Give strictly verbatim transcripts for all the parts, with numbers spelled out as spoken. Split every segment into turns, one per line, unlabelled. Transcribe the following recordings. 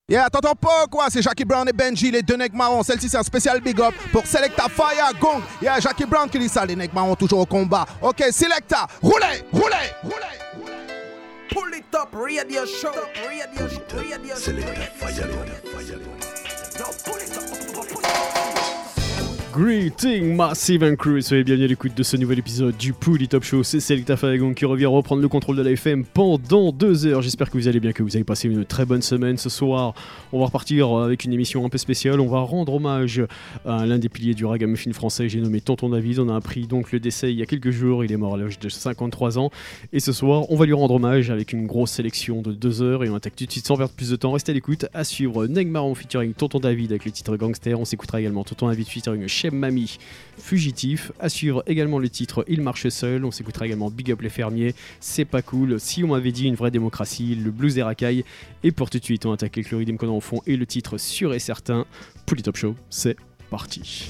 Yeah, t'entends pas quoi? C'est Jackie Brown et Benji, les deux nègres marrons. Celle-ci, c'est un spécial big up pour Selecta Fire Gong. Yeah, Jackie Brown qui dit ça, les nègres marrons toujours au combat. Ok, Selecta, roulez, roulez, roulez, roulez.
Pull it up, radio show, radio show, radio show.
Selecta Fire Gong.
Yo, pull it up, pull it up.
Greeting Massive and Crew, soyez bienvenus à l'écoute de ce nouvel épisode du Pull It Up Show. C'est Selecta Fire Gong qui revient reprendre le contrôle de la F M pendant deux heures. J'espère que vous allez bien, que vous avez passé une très bonne semaine. Ce soir, on va repartir avec une émission un peu spéciale. On va rendre hommage à l'un des piliers du ragamuffin français, j'ai nommé Tonton David. On a appris donc le décès il y a quelques jours, il est mort à l'âge de cinquante-trois ans. Et ce soir, on va lui rendre hommage avec une grosse sélection de deux heures. Et on attaque tout de suite sans perdre plus de temps. Restez à l'écoute, à suivre Neg Marron featuring Tonton David avec le titre Gangster. On s'écoutera également Tonton David featuring Cheb Mami, Fugitif. À suivre également le titre Il marche seul. On s'écoutera également Big Up les fermiers, C'est pas cool, Si on m'avait dit, Une vraie démocratie, le blues des racailles. Et pour tout de suite, on attaque avec le rythme qu'on a en fond et le titre sûr et certain. Pull It Up Show, c'est parti.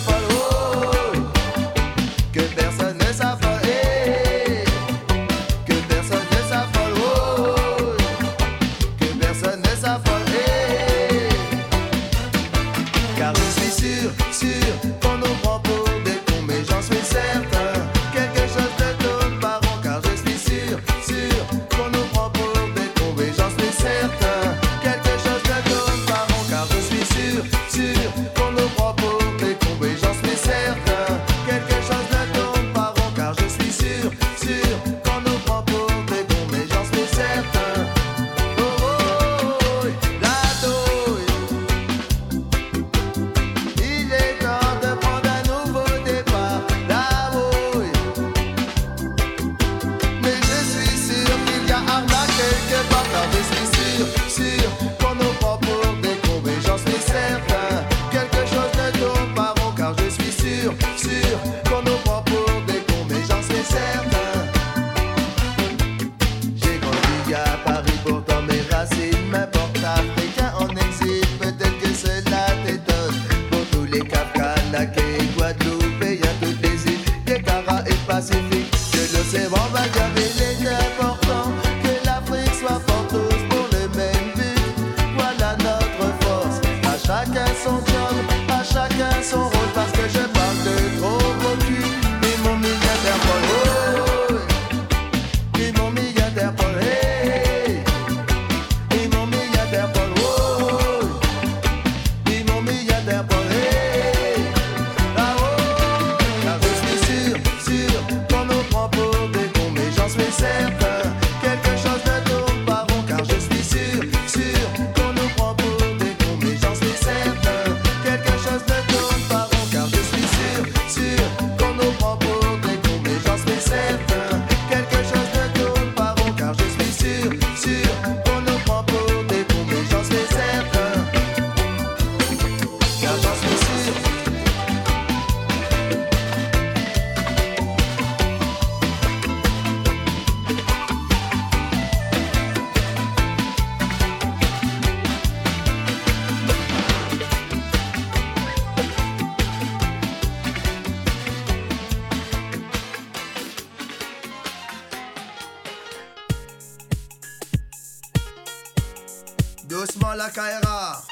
Que
doucement la Kaira.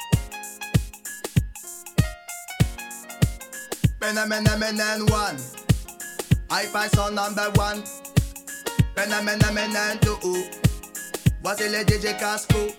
Benamen one. I pass on number one. Benamen two. Voici les D J Casco.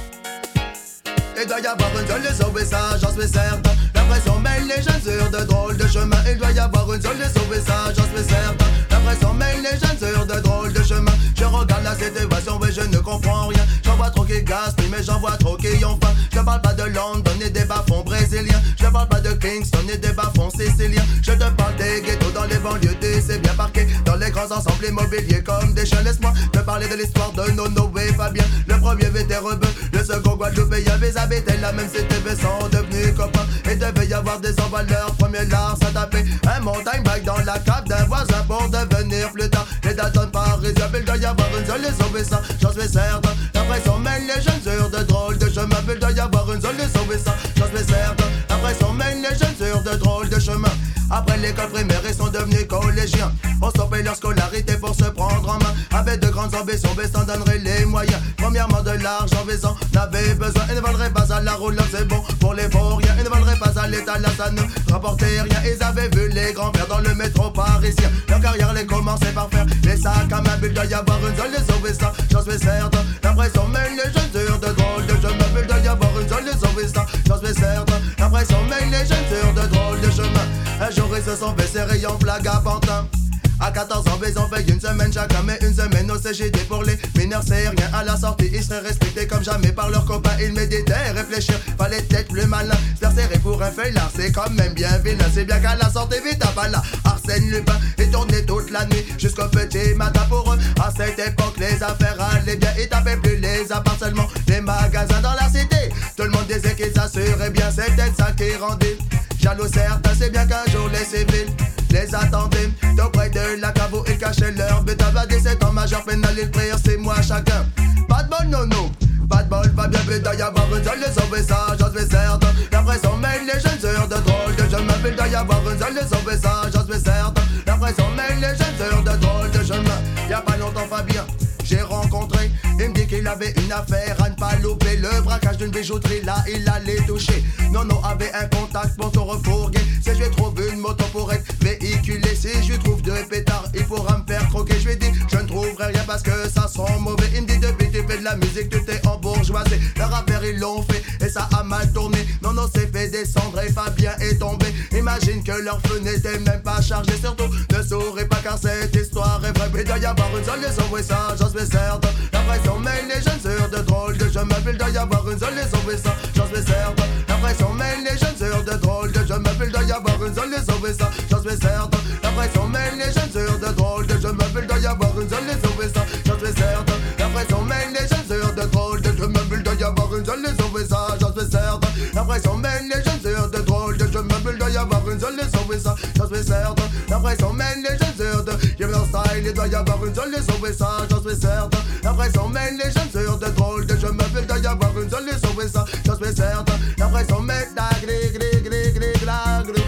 Il doit y avoir une solution, mais ça, j'en suis certain. La pression mène les jeunes sur de drôles de chemins. Il doit y avoir une solution, mais ça, j'en suis certain. La pression mène les jeunes sur de drôles de chemins. Je regarde la situation, mais je ne comprends rien. J'en vois trop qui gaspillent, mais j'en vois trop qui ont faim. Je parle pas de London et des bas-fonds brésiliens. Je parle pas de Kingston et des bas-fonds siciliens. Je te parle des ghettos dans les banlieues, des c'est bien parqué. Dans les grands ensembles immobiliers comme des chiens. Laisse-moi te parler de l'histoire de Nono et Fabien. Le premier était rebeu, le second Guadeloupe. Y'avait habité la même cité, mais sont devenus copains. Et devait y avoir des envaleurs, premier l'art ça tapait. Un montagne bike dans la cave d'un voisin pour devenir plus tard. Les Dalton parisiens, il doit y avoir une solution, mais ça, j'en suis certain. La pression mène les jeunes sur de drôles de chemins. Il doit y avoir une solution, mais ça, j'en suis certain. La pression mène les jeunes sur de drôles de chemins. Après l'école primaire, ils sont devenus collégiens. On stoppait leur scolarité pour se prendre en main. Avec de grandes ambitions, mais s'en donnerait les moyens. Premièrement de l'argent, mais en avait besoin. Ils ne voudraient pas à la roulotte, c'est bon pour les vauriens. Ils ne voudraient pas à l'état, là ça ne rapportait rien. Ils avaient vu les grands-pères dans le métro parisien. Leur carrière les commençait par faire les sacs à main. Il doit y avoir une solution, mais ça, j'en suis certain. La pression mène les jeunes sur de drôles de chemins. Il doit y avoir une solution, mais ça, j'en suis certain. La pression mène les jeunes sur de drôles de chemins. Un jour ils se sont baissés rayon blague à Pantin. À quatorze ans, ils ont fait une semaine chacun, mais une semaine au C G D pour les mineurs, c'est rien. À la sortie, ils seraient respectés comme jamais par leurs copains. Ils méditaient, réfléchir, fallait être plus malin. Se faire serrer pour un feuillard, c'est quand même bien vilain. C'est bien qu'à la sortie, vite à là, Arsène Lupin, ils tournaient toute la nuit jusqu'au petit matin pour eux. À cette époque, les affaires allaient bien, ils tapaient plus les apparts, seulement les magasins dans la cité. Tout le monde disait qu'ils assuraient bien, c'est peut-être ça qui rendait jaloux certains. C'est bien qu'un jour les civils les attendaient auprès de la cave où ils cachaient leur but. À dix-sept ans majeur pénal, ils prirent six mois chacun. Pas de bol, non, non, pas de bol, pas bien, il doit y avoir une solution, mais ça, j'en suis certain. La pression mène les jeunes sur de drôles de chemins. Il doit y avoir une solution, mais ça, j'en suis certain. La pression mène les jeunes sur de drôles de chemins. Y'a pas longtemps, Fabien, j'ai rencontré, il me dit qu'il avait une affaire à ne pas louper. Le braquage d'une bijouterie, là il allait toucher. Nono avait un contact pour se refourguer. Si je lui trouve une moto pour être véhiculé, si je lui trouve deux pétards, il pourra me faire croquer. Je lui dis, je ne trouverai rien parce que ça sent mauvais. Il me dit, depuis tu fais de la musique, tu t'es embourgeoisé. Leur affaire ils l'ont fait et ça a mal tourné. Nono s'est fait descendre et Fabien est tombé. Imagine que leur feu n'était même pas chargé. Surtout, ne sourez pas car cette histoire est vraie. Il doit y avoir une solution, oui ça, j'en suis certain. La pression mène les jeunes sur de drôles de chemins. Il doit y avoir une solution, oui ça, j'en suis certain. La pression mène les jeunes sur de drôles de chemins. Il doit y avoir une solution, oui ça, j'en suis certain. La pression mène les jeunes sur de drôles de chemins. Il doit y avoir une solution, oui ça, j'en suis certain. La pression mène les jeunes sur de drôles de chemins. Il doit y avoir une solution, oui ça, j'en suis certain. La pression mène les jeunes sur de drôles de chemins. Il doit y avoir une solution, oui ça, j'en suis certain. La pression mène les jeunes sur de Give me style, il doit y avoir une solution, oui ça, j'en suis certain. La pression mène les jeunes sur de drôles de chemins. Il doit y avoir une solution, oui ça, j'en suis certain. La pression mène la gris, gris, gris, gris, la gris.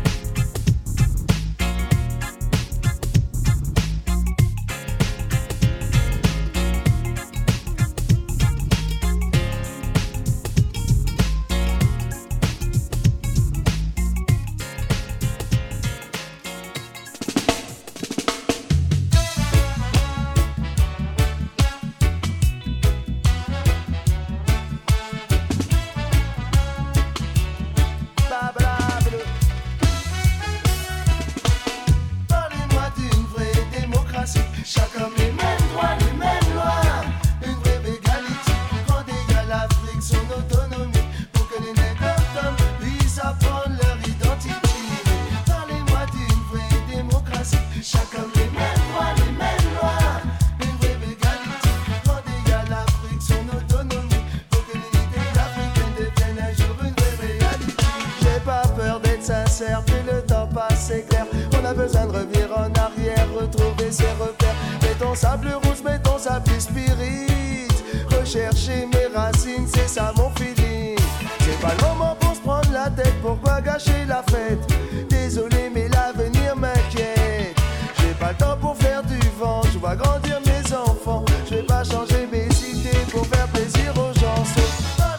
Puis le temps passe, c'est clair. On a besoin de revenir en arrière, retrouver ses repères. Mettons sable rouge, mettons sable spirit. Rechercher mes racines, c'est ça mon feeling. C'est pas le moment pour se prendre la tête, pourquoi gâcher la fête? Désolé mais l'avenir m'inquiète. J'ai pas le temps pour faire du vent, je vois grandir mes enfants. Je vais pas changer mes idées pour faire plaisir aux gens. Sauf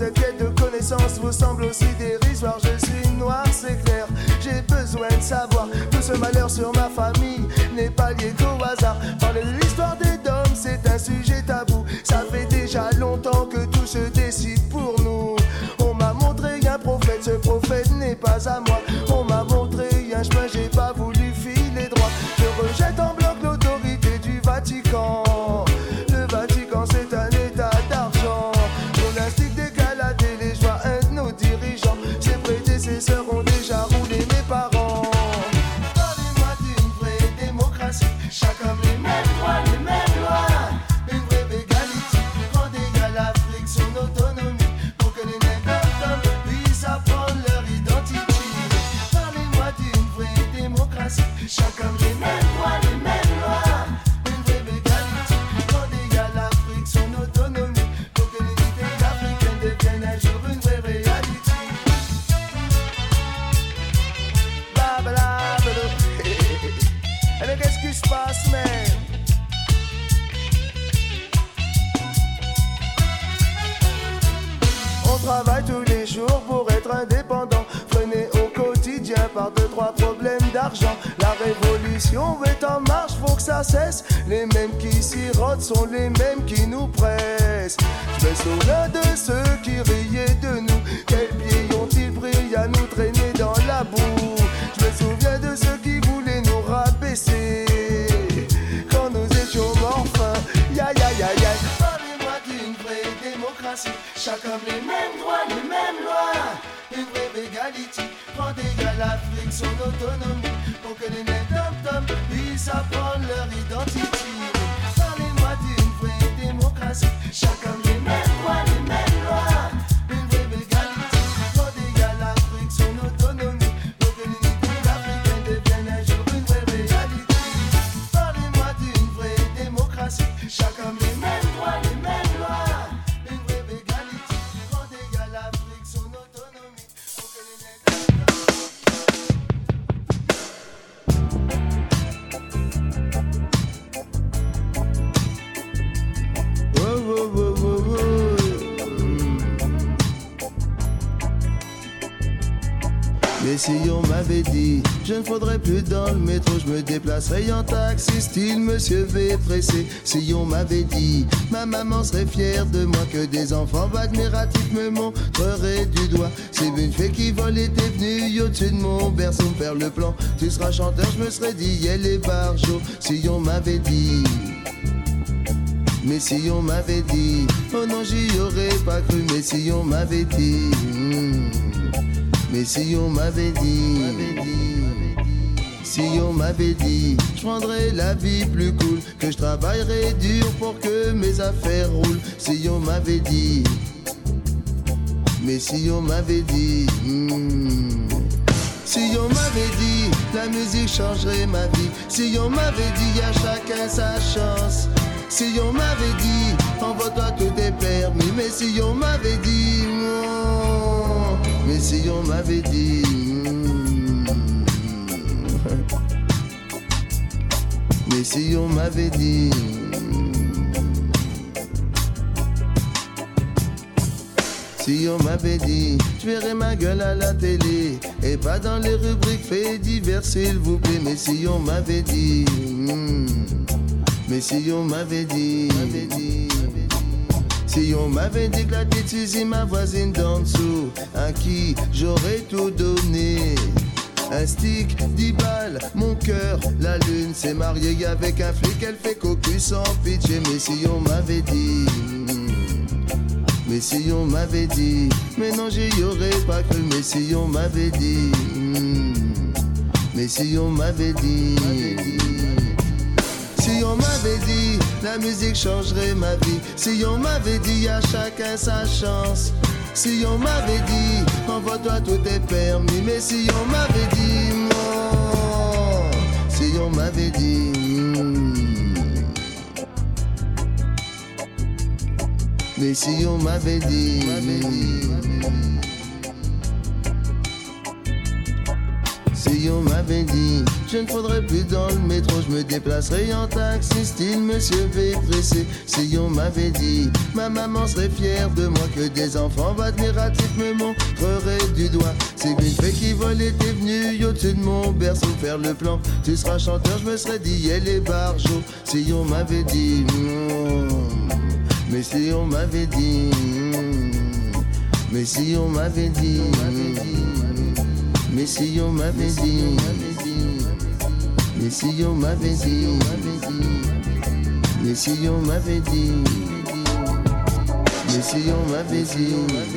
cette quête de connaissance vous semble aussi dérisoire. Je suis noir, c'est clair, j'ai besoin de savoir. Tout ce malheur sur ma famille n'est pas lié qu'au hasard. Parler de l'histoire des dômes, c'est un sujet tabou. Ça fait déjà longtemps que tout se décide pour nous. On m'a montré un prophète, ce prophète n'est pas à moi. On m'a montré un chemin, j'ai pas voulu filer droit. Je rejette en bloc l'autorité du Vatican. Le Vatican c'est un état d'argent. On instique d'écalader les joies un de nos dirigeants. Ses prédécesseurs ont déjà roulé mes parents. Parlez-moi d'une vraie démocratie. Chacun les mêmes droits, les mêmes lois. Une vraie égalité. Rendez à l'Afrique son autonomie. Pour que les nègres puissent apprendre leur identité. Parlez-moi d'une vraie démocratie. Chacun les mêmes droits, les mêmes lois. Une vraie égalité. Rendez à l'Afrique son autonomie. Pour que l'unité africaine devienne un jour une vraie réalité. Blablabla. Eh mais qu'est-ce qui se passe, man? On travaille tous les jours pour être indépendant, freiné au quotidien par deux, trois problèmes d'argent. La révolution est en marche, faut que ça cesse. Les mêmes qui sirotent sont les mêmes qui nous pressent. Je me souviens de ceux qui riaient de nous. Quels pieds ont-ils pris à nous traîner dans la boue? Je me souviens de ceux qui voulaient nous rabaisser quand nous étions morphins. Ya ya ya ya. Parlez-moi d'une vraie démocratie. Chacun les mêmes droits, les mêmes lois. Une vraie égalité. Rendez à l'Afrique son autonomie. Pour que les nègres puissent apprendre leur identité. Parlez-moi d'une vraie démocratie. Chacun les mêmes droits, les mêmes lois. Une vraie égalité. Rendez à l'Afrique son autonomie. Pour que l'unité africaine devienne un jour une vraie réalité. Parlez-moi d'une vraie démocratie. Chacun les mêmes droits, les mêmes lois. Une vraie égalité. Rendez à l'Afrique son autonomie. Pour que les nègres... Oh, oh, oh, oh, oh. Mais si on m'avait dit, je ne faudrais plus dans le métro, je me déplacerais en taxi, style Monsieur V pressé. Si on m'avait dit, ma maman serait fière de moi, que des enfants admiratifs me montreraient du doigt. C'est une fée qui vole était venue au-dessus de mon berceau me faire le plan. Tu seras chanteur, je me serais dit, elle est barjo. Si on m'avait dit... Mais si on m'avait dit, oh non j'y aurais pas cru. Mais si on m'avait dit, mm, mais si on m'avait dit, si on m'avait dit, je prendrais la vie plus cool, que je travaillerais dur pour que mes affaires roulent. Si on m'avait dit, mais si on m'avait dit, mm, si on m'avait dit, la musique changerait ma vie. Si on m'avait dit, à chacun sa chance. Si on m'avait dit, envoie-toi tous tes permis. Mais si on m'avait dit, non. Mais si on m'avait dit, mm, mais si on m'avait dit, si on m'avait dit, je verrais ma gueule à la télé et pas dans les rubriques faits divers s'il vous plaît. Mais si on m'avait dit, mm, mais si on m'avait dit, si on m'avait dit que la petite Suzy, ma voisine d'en dessous, à qui j'aurais tout donné, un stick, dix balles, mon cœur, la lune s'est mariée avec un flic, elle fait cocu sans pitié. Mais si on m'avait dit, mais si on m'avait dit, mais non j'y aurais pas cru. Mais si on m'avait dit, mais si on m'avait dit, si on m'avait dit, la musique changerait ma vie. Si on m'avait dit, à chacun sa chance. Si on m'avait dit, envoie-toi tous tes permis. Mais si on m'avait dit, non. Si on m'avait dit, mm, mais si on m'avait dit, mm, si Si on m'avait dit, je ne faudrais plus dans le métro, je me déplacerais en taxi, style Monsieur V pressé. Si on m'avait dit, ma maman serait fière de moi, que des enfants admiratifs me montreraient du doigt. Si une fée qui vole était venue au-dessus de mon berceau faire le plan, tu seras chanteur, je me serais dit, elle est barjo. Si on m'avait dit, mm, mais si on m'avait dit, mm, mais si on m'avait dit, mais si on m'avait dit, mais si on m'avait dit, mais si on m'avait dit, mais si on m'avait dit.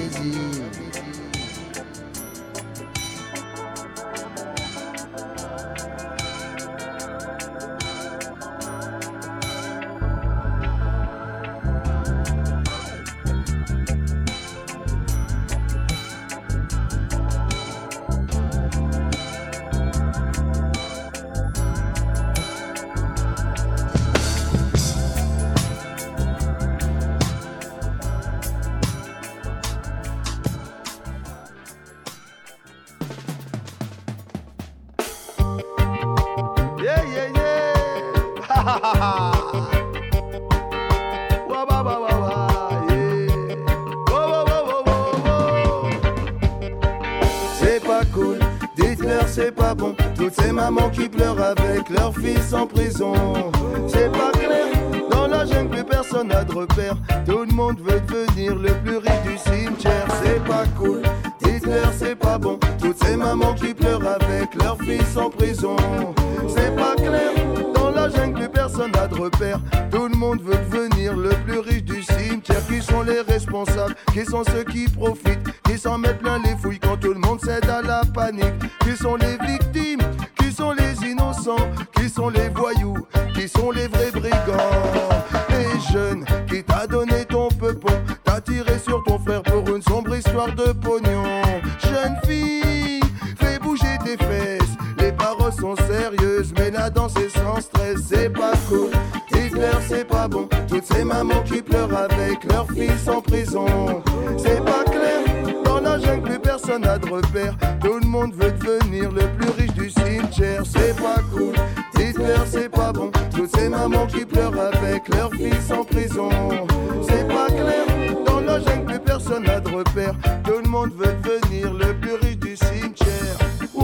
C'est pas bon, toutes ces mamans qui pleurent avec leurs fils en prison. C'est pas clair, dans la jungle plus personne n'a de repère. Tout le monde veut devenir le plus riche du cimetière. C'est pas cool, Hitler c'est pas bon, toutes ces mamans qui pleurent avec leurs fils en prison. C'est pas clair, dans la jungle plus personne n'a de repère. Tout le monde veut devenir le plus riche du cimetière. Qui sont les responsables, qui sont ceux qui profitent, qui s'en mettent plein les fouilles quand tout le monde cède à la panique. Qui sont les victimes, qui sont les innocents, qui sont les voyous, qui sont les vrais brigands. Les jeunes qui t'a donné ton peupon, t'as tiré sur ton frère pour une sombre histoire de pognon. Jeune fille, fais bouger tes fesses, les paroles sont sérieuses mais la danse est sans stress. C'est pas cool, Hitler c'est pas bon, toutes ces mamans qui pleurent avec leurs fils en prison. C'est pas clair, dans la jungle plus personne n'a de repère. Tout le monde veut devenir le plus riche du cimetière. C'est pas cool, Hitler c'est pas bon, toutes ces mamans qui pleurent avec leurs fils en prison. C'est pas clair, dans la jungle plus personne n'a de repère. Tout le monde veut devenir le plus riche du cimetière.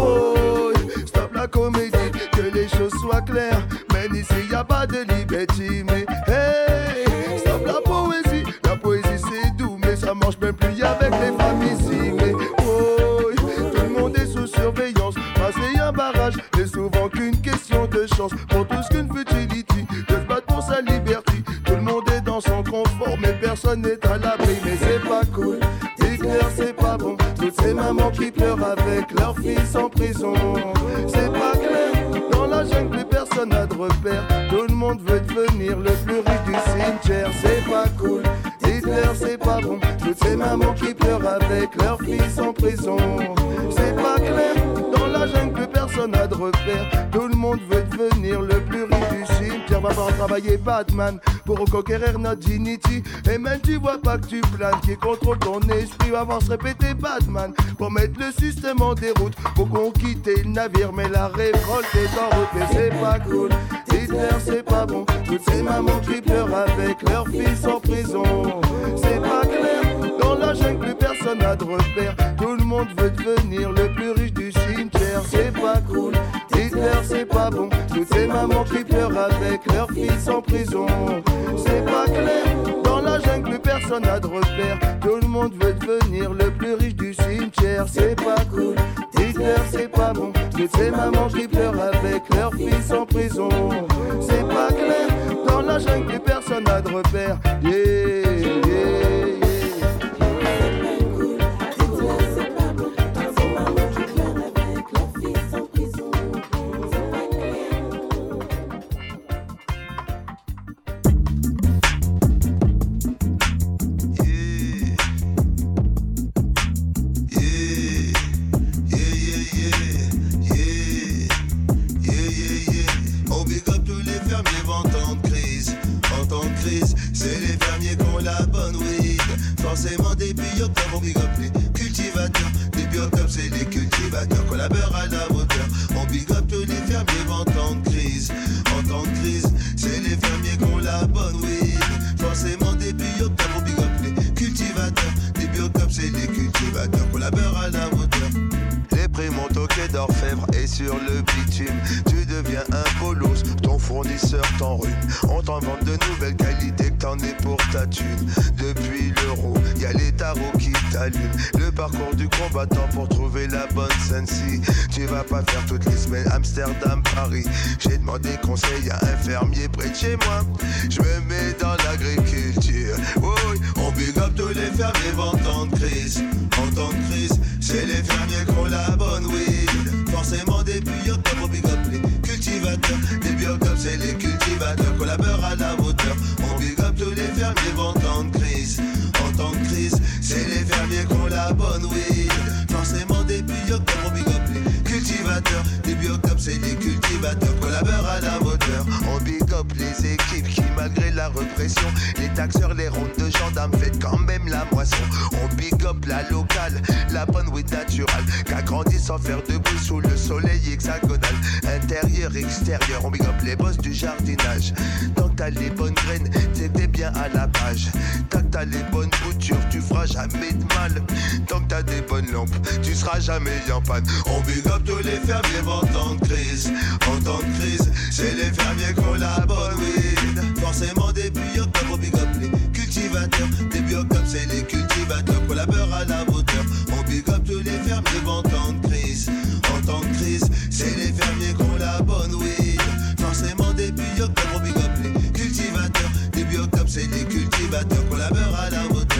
Wow, stop la comédie, que les choses soient claires. Mais ici y a pas de liberté, mais hey, stop la poésie. La poésie c'est doux, mais ça marche même plus avec les femmes ici. Mais oh, tout le monde est sous surveillance. Passer un barrage n'est souvent qu'une question de chance. Pour tous qu'une futilité de se battre pour sa liberté. Tout le monde est dans son confort, mais personne n'est à l'abri. Mais c'est pas cool, Hitler c'est pas bon, toutes ces mamans qui pleurent avec leurs fils en prison. C'est pas clair, dans la jungle plus personne n'a de repère. Tout le monde veut devenir le plus riche du cimetière. C'est pas cool, Hitler c'est pas bon, toutes ces mamans qui pleurent avec leurs fils en prison. C'est pas clair, dans la jungle plus personne n'a de repère. Tout le monde veut devenir le plus riche du cimetière. Va pas travailler Batman pour reconquérir notre dignity. Et même tu vois pas que tu planes, qui contrôle ton esprit. Va voir se répéter Batman pour mettre le système en déroute. Faut qu'on quitte le navire, mais la révolte est en route. Mais c'est pas cool, Hitler c'est pas bon, toutes ces mamans qui pleurent avec leurs fils en prison. C'est pas clair, dans la jungle plus personne n'a de repère. Tout le monde veut devenir le plus riche du cimetière. C'est pas cool, Hitler c'est pas bon, toutes ces mamans qui pleurent avec leurs fils en prison. C'est pas clair, dans la jungle plus personne n'a de repère. Tout le monde veut devenir le plus riche du cimetière. C'est pas cool, Hitler c'est pas bon, toutes ces mamans qui pleurent avec leurs fils en prison. C'est pas clair, dans la jungle plus personne n'a de repère. Yeah, yeah, yeah.
Forcément des pilleurs, big up les cultivateurs, des
biotops et les cultivateurs collaborent à la hauteur. On big up tous les fermiers en temps de crise. En temps de crise, c'est les fermiers qui ont la bonne weed. Forcément des biotops, on big up les cultivateurs. Les biotops et les cultivateurs collaborent à la hauteur. Les prix montent au quai d'orfèvre et sur le bitume. Tu deviens un bolos, ton fournisseur t'enrhume. On t'en vend de nouvelles qualités que t'en es pour ta thune. Depuis l'euro, y'a les tarots qui t'allument. Le parcours du combattant pour trouver la bonne Sensi. Tu vas pas faire toutes les semaines Amsterdam, Paris. J'ai demandé conseil à un fermier près de chez moi. Je me mets dans l'agriculture. Oui, on big up tous les fermiers en temps de crise. En temps de crise, c'est les fermiers qui ont la bonne weed. Forcément des biotops, on big up les cultivateurs. Les biotops, c'est les cultivateurs collaborent à la hauteur. On big up tous les fermiers en temps de crise. En temps de crise, c'est les fermiers qui ont la bonne weed. Forcément des biotops, on big up les cultivateurs. Les biotops, c'est les cultivateurs collaborent à la hauteur. On big up les équipes qui, malgré la répression, les taxeurs, les rondes de gendarmes, fêtent quand même la moisson. On big up la locale, la bonne weed naturelle, qu'a grandi sans faire de bruit sous le soleil hexagonal. Intérieur, extérieur, on big up les boss du jardinage. Tant que t'as les bonnes graines, t'es bien à la page. Tant que t'as les bonnes boutures, tu feras jamais de mal. Tant que t'as des bonnes lampes, tu seras jamais en panne. On big up tous les fermiers en temps de crise. En temps de crise, c'est les fermiers qui ont la bonne weed. Forcément des biotops, on big up les cultivateurs. Des biotops, c'est les cultivateurs collaborent à la hauteur. On big up tous les fermiers en temps de crise. En temps de crise, c'est les fermiers qui ont la bonne weed. Forcément des biotops, on big up les cultivateurs. Des biotops, c'est les cultivateurs collaborent à la hauteur.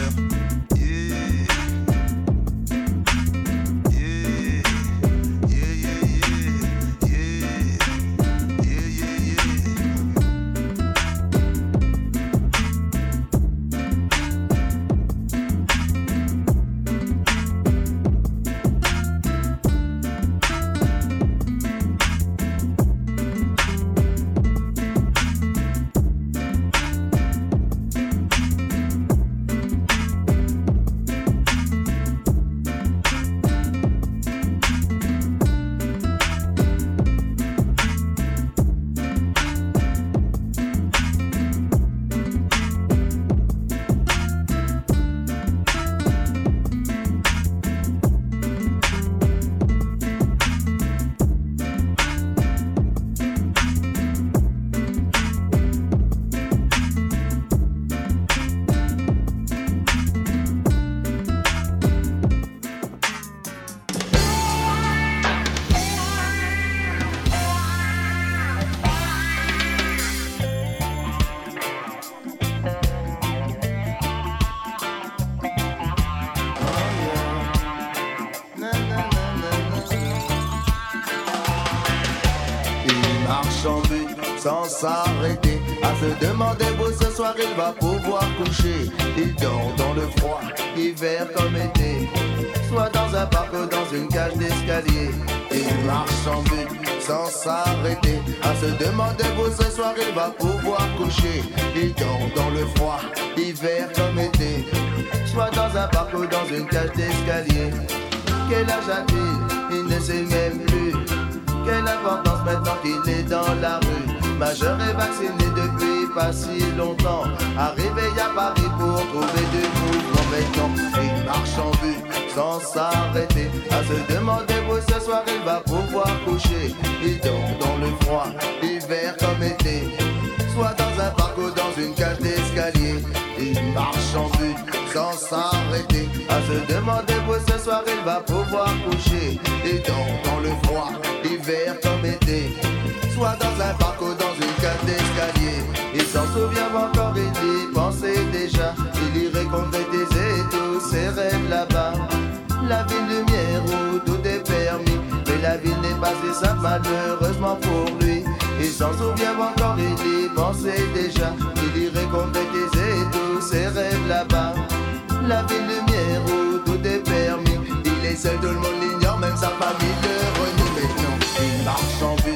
Sans s'arrêter à se demander où ce soir il va pouvoir coucher. Il dort dans le froid, hiver comme été, soit dans un parc ou dans une cage d'escalier. Il marche en but sans s'arrêter à se demander où ce soir il va pouvoir coucher. Il dort dans le froid, hiver comme été, soit dans un parc ou dans une cage d'escalier. Quel âge a-t-il? Il ne sait même plus. Quelle importance maintenant qu'il est dans la rue. Majeur et vacciné depuis pas si longtemps. Arrivé à Paris pour trouver du mouvement. Maintenant il marche en but sans s'arrêter à se demander où ce soir il va pouvoir coucher. Il dort dans le froid, hiver comme été, soit dans un parc ou dans une cage d'escalier. Il marche en but sans s'arrêter à se demander où ce soir il va pouvoir coucher. Il dort dans le froid, hiver comme été, soit dans un parc ou dans une cage d'escalier. Il s'en souvient encore, il y pensait déjà. Il irait concrétiser tous ses rêves là-bas. La ville lumière où tout est permis, mais la ville n'est pas si simple malheureusement pour lui. Il s'en souvient encore, il y pensait déjà. Il irait concrétiser tous ses rêves là-bas. La ville lumière où tout est permis. Il est seul, tout le monde l'ignore, même sa famille le renie. Maintenant il marche en but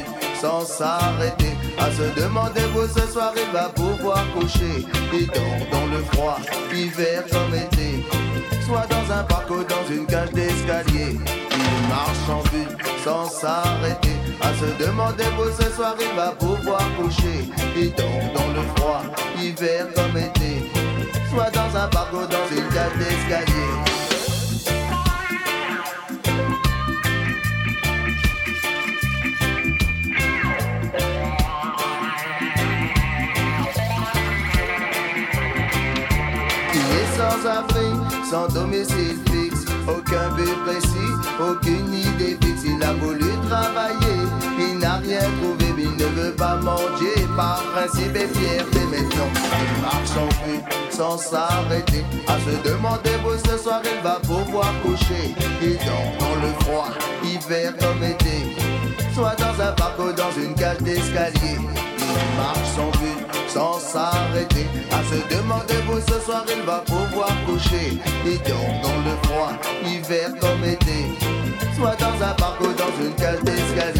sans s'arrêter. À se demander où ce soir il va pouvoir coucher. Il dort dans le froid, hiver comme été. Soit dans un parc ou dans une cage d'escalier. Il marche en vue sans s'arrêter. À se demander où ce soir il va pouvoir coucher. Il dort dans le froid, hiver comme été. Soit dans un parc ou dans une cage d'escalier. Sans abri, sans domicile fixe, aucun but précis, aucune idée fixe. Il a voulu travailler, il n'a rien trouvé, mais il ne veut pas manger. Par principe et fierté, maintenant il marche en vue, sans s'arrêter. À se demander où ce soir il va pouvoir coucher. Il dort dans le froid, hiver comme été. Soit dans un parc ou dans une cage d'escalier. Il marche sans but, sans s'arrêter. À se demander où ce soir il va pouvoir coucher. Il dort dans le froid, hiver comme été. Soit dans un parc ou dans une cage d'escalier.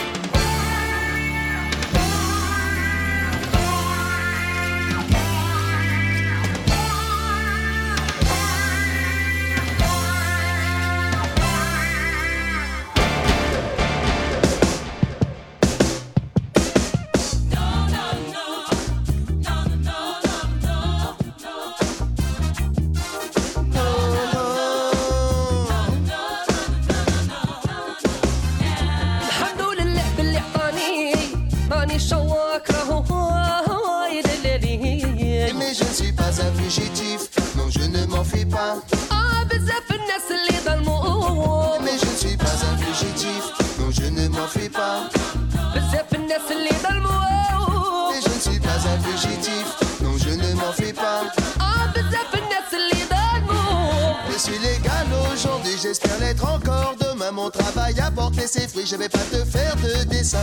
J'espère l'être encore demain. Mon travail a porté ses fruits. Je vais pas te faire de dessin.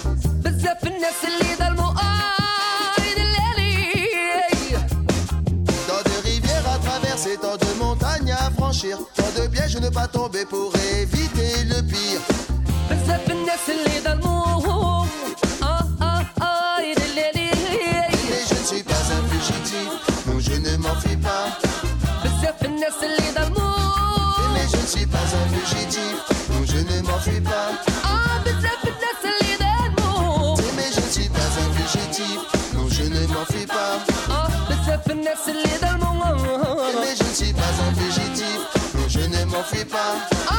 Tant de rivières à traverser, tant de montagnes à franchir, tant de pièges ne pas tomber pour éviter le pire. Mais je ne suis pas un fugitif. Non, je ne m'enfuis pas. Mais je ne suis pas un fugitif, non je ne m'enfuis pas. Mais je ne suis pas un fugitif, non je ne m'enfuis pas. Mais je ne suis pas un fugitif, non je ne m'enfuis pas.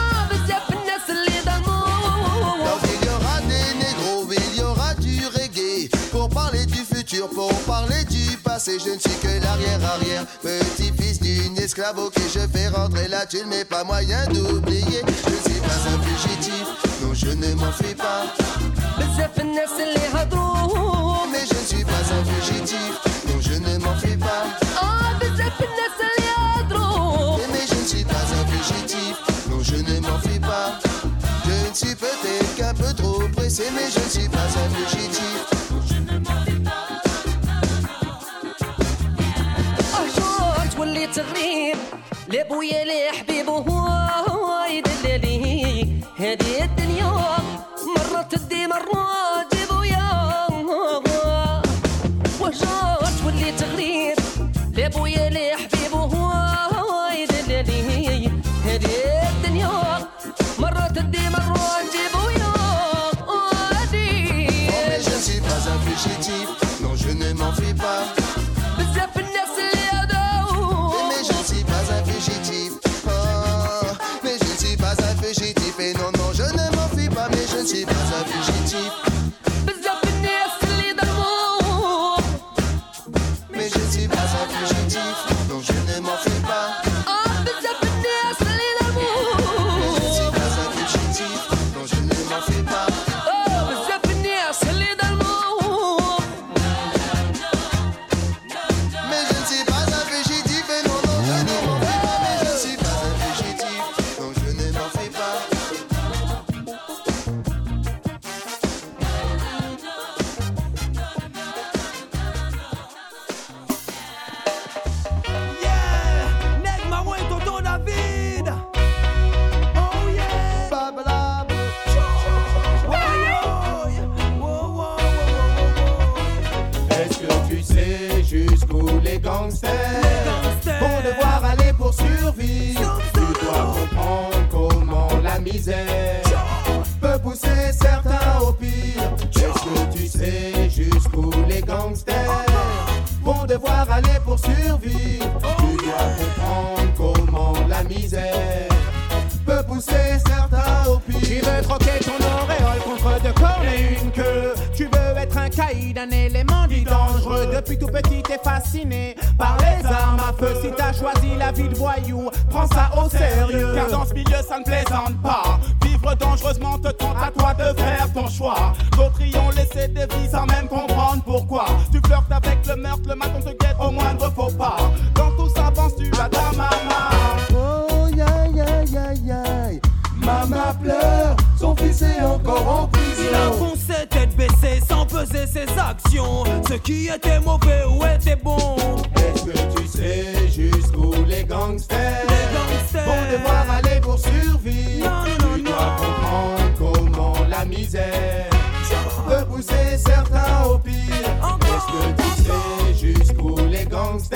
Donc il y aura des négros, il y aura du reggae. Pour parler du futur, pour parler du passé, je ne suis que l'arrière-arrière, petit-fils d'une esclave. Ok, je fais rentrer la thune, mais pas moyen d'oublier. Je ne suis pas un fugitif, non je ne m'enfuis pas. Mais je ne suis pas un fugitif, non je ne m'enfuis pas. Mais je ne suis pas un fugitif, non je ne m'enfuis pas. Je ne suis peut-être qu'un peu trop pressé, mais je ne suis pas un fugitif.
تغريب لابويا لحبيب وهو يدللي هذه الدنيا مرة تدي مرة تبويا وجات تولي تغريب لابويا لحبيب وهو يدللي هذه الدنيا مرة تدي مرة تبويا.
Mais je ne suis pas un fugitif, non je ne m'enfuis pas. Mais je ne suis pas un fugitif, et non, non, je ne m'enfuis pas, mais je ne suis pas un fugitif. Mais je ne suis pas un fugitif, non, je ne m'enfuis pas. Mais je ne suis pas un fugitif, non, je ne m'enfuis pas.
sais jusqu'où les gangsters, vont devoir aller pour survivre. Tu dois comprendre comment la misère peut pousser certains au pire. Est-ce que tu sais jusqu'où les gangsters vont devoir aller pour survivre? Tu dois comprendre comment la misère peut pousser certains au pire.
Tu veux troquer ton auréole contre deux cornes et une queue. Tu veux être un caïd, un élément dit dangereux. Depuis tout petit t'es fasciné par les armes à feu. Si t'as choisi la vie de voyou, prends ça au sérieux. Car dans ce milieu ça ne plaisante pas. Vivre dangereusement te tente, à toi de faire ton choix. D'autres y ont laissé des vies sans même comprendre pourquoi. Tu flirtes avec le meurtre, le matin te guette au moindre faux pas. Dans tout ça penses-tu à ta maman?
Oh ya ya ya ya, maman pleure, son fils est encore en prison.
Il a foncé tête baissée sans peser ses actions. Ce qui était mauvais ou était bon.
Est-ce que tu sais jusqu'où les gangsters,
Les gangsters
vont devoir aller pour survivre?
Non, non, non,
Tu dois
non.
comprendre comment la misère peut pousser certains au pire. Est-ce que tu sais jusqu'où les gangsters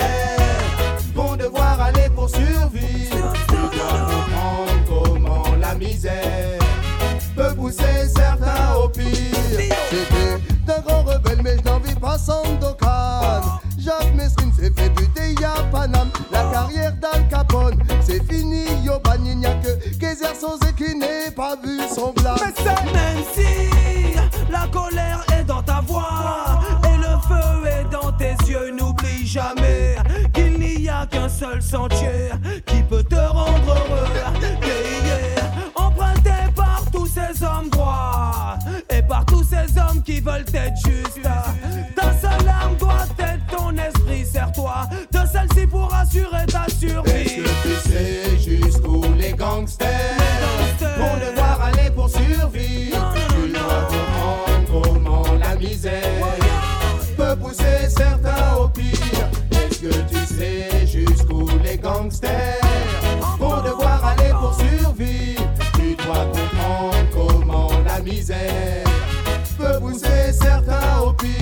vont devoir aller pour survivre? Tu dois comprendre comment la misère peut pousser certains au pire. J'étais d'un grand rebelle mais je n'en vis pas sans Sandokan. Jacques Mesrine s'est fait buter, y'a Paname. La carrière d'Al Capone, c'est fini, yo ban, il n'y a que Kaiser Soze qui n'est pas vu son blâme.
Même si la colère est dans ta voix et le feu est dans tes yeux, n'oublie jamais qu'il n'y a qu'un seul sentier qui peut te rendre heureux. Yeah, yeah. Emprunté par tous ces hommes droits et par tous ces hommes qui veulent être justes. Ta seule arme doit être ton esprit, serre-toi de celle-ci pour assurer ta survie.
Est-ce que tu sais jusqu'où les gangsters, vont devoir aller pour survivre?
Non, non,
Tu
non,
dois comprendre comment la misère peut pousser certains au pire. Est-ce que tu sais jusqu'où les gangsters vont devoir aller pour survivre? Tu dois comprendre comment la misère peut pousser certains au pire.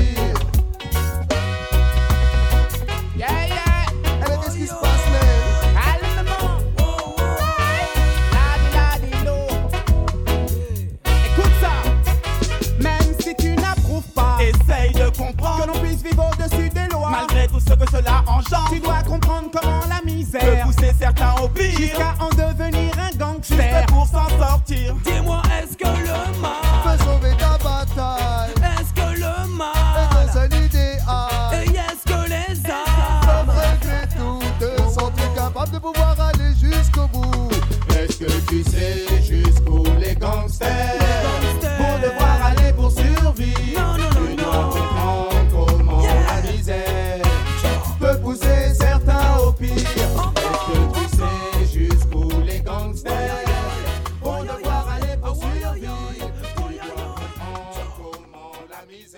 Yeah, yeah.
Eh mais qu'est-ce qui se passe, man?
Calmement. Ladi-ladi-lo. Écoute ça. Même si tu n'approuves pas, essaye de comprendre que l'on puisse vivre au-dessus des lois. Malgré tout ce que cela engendre, tu dois comprendre comment la misère peut pousser certains au pire, jusqu'à en devenir un gangster. Juste pour s'en sortir.
Dis-moi, est-ce que le mal,
Fais sauver ta bataille,
est-ce que le
est
mal,
un seul idéal.
et est-ce que les
Sans
armes,
malgré tout, te sentir capable de pouvoir aller jusqu'au bout. Est-ce que tu sais jusqu'où les gangsters vont devoir aller pour survivre?
Non, non, non,
Tu dois
non.
comprendre comment la misère peut pousser certains au pire. Est-ce que tu sais jusqu'où les gangsters vont devoir aller pour survivre? Tu dois comprendre comment la misère.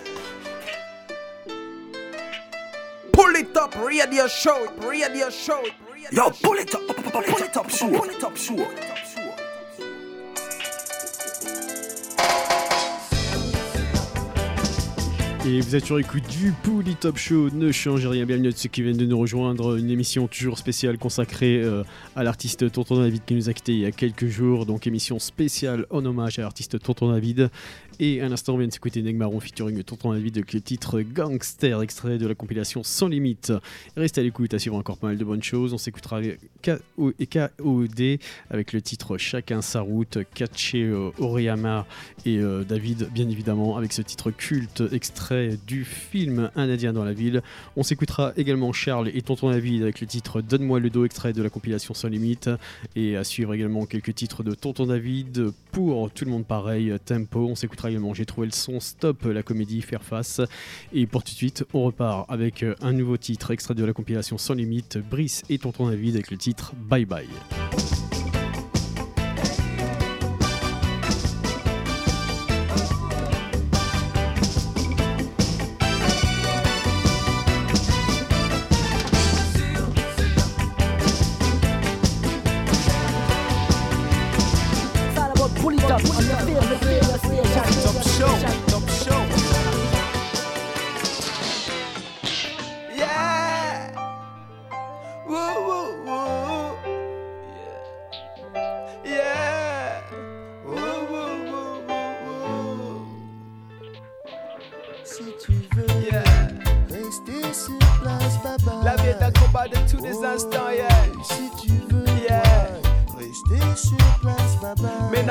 Pull it up, radio show it, radio show it. Yo, pull it up, pull it up, show, pull it up, show.
Et vous êtes sur écoute du Pouli Top Show, ne changez rien, bienvenue à ceux qui viennent de nous rejoindre, une émission toujours spéciale consacrée euh, à l'artiste Tonton David qui nous a quittés il y a quelques jours, donc émission spéciale en hommage à l'artiste Tonton David. Et à l'instant on vient de s'écouter Neg Marron featuring Tonton David avec le titre Gangster, extrait de la compilation Sans Limite. Restez à l'écoute, à suivre encore pas mal de bonnes choses, on s'écoutera K O D avec le titre Chacun sa route, Kaché euh, Oriyama et euh, David bien évidemment avec ce titre culte extrait du film Un Indien dans la ville. On s'écoutera également Charles et Tonton David avec le titre Donne-moi le dos, extrait de la compilation Sans Limite, et à suivre également quelques titres de Tonton David pour Tout le monde pareil, Tempo. On s'écoutera également J'ai trouvé le son, Stop, la comédie, Faire face, et pour tout de suite on repart avec un nouveau titre extrait de la compilation Sans Limite, Brice et Tonton David avec le titre Bye Bye.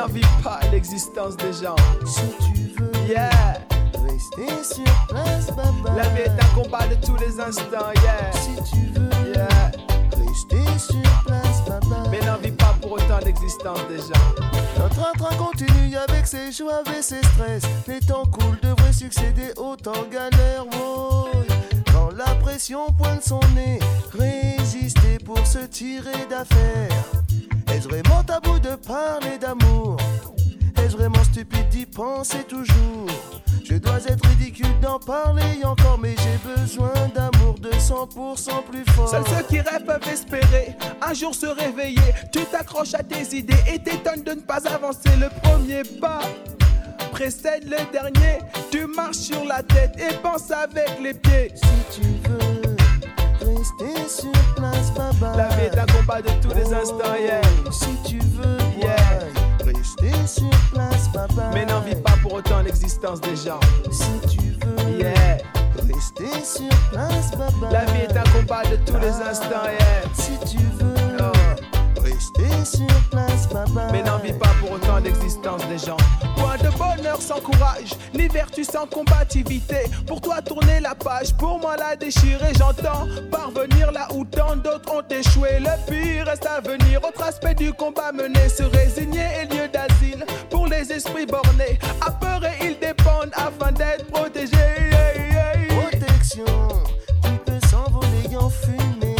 n'envie pas l'existence des gens.
Si tu veux,
Yeah.
rester sur place, baba.
La vie est un combat de tous les instants, yeah.
Si tu veux,
Yeah.
rester sur place, baba.
Mais n'envie pas pour autant l'existence des gens.
Notre train continue avec ses joies et ses stress. Les temps cool devraient succéder au temps galère, wow. Quand la pression pointe son nez, résister pour se tirer d'affaire. Est-ce vraiment tabou de parler d'amour? Est-ce vraiment stupide d'y penser toujours? Je dois être ridicule d'en parler encore, mais j'ai besoin d'amour de cent pour cent plus fort.
Seuls ceux qui rêvent peuvent espérer un jour se réveiller. Tu t'accroches à tes idées et t'étonnes de ne pas avancer. Le premier pas précède le dernier. Tu marches sur la tête et pense avec les pieds.
Si tu veux rester sur place, baba.
La vie est un combat de tous les instants, yeah.
Si tu veux,
Yeah.
ouais, rester sur place, baba.
Mais n'envie pas pour autant l'existence des gens.
Si tu veux,
Yeah.
rester sur place, baba.
La vie est un combat de tous les instants, yeah.
Si tu veux,
Oh.
rester sur place, baba.
Mais n'envie pas pour autant l'existence des gens. Point de bonheur sans courage, ni vertu sans combativité. Pour toi tourner la page, pour moi la déchirer. J'entends parvenir là où tant d'autres ont échoué. Le pire reste à venir, autre aspect du combat mené. Se résigner est lieu d'asile pour les esprits bornés. Apeurés ils dépendent afin d'être protégés. Yeah, yeah, yeah.
Protection, tu peux s'envoler en fumée.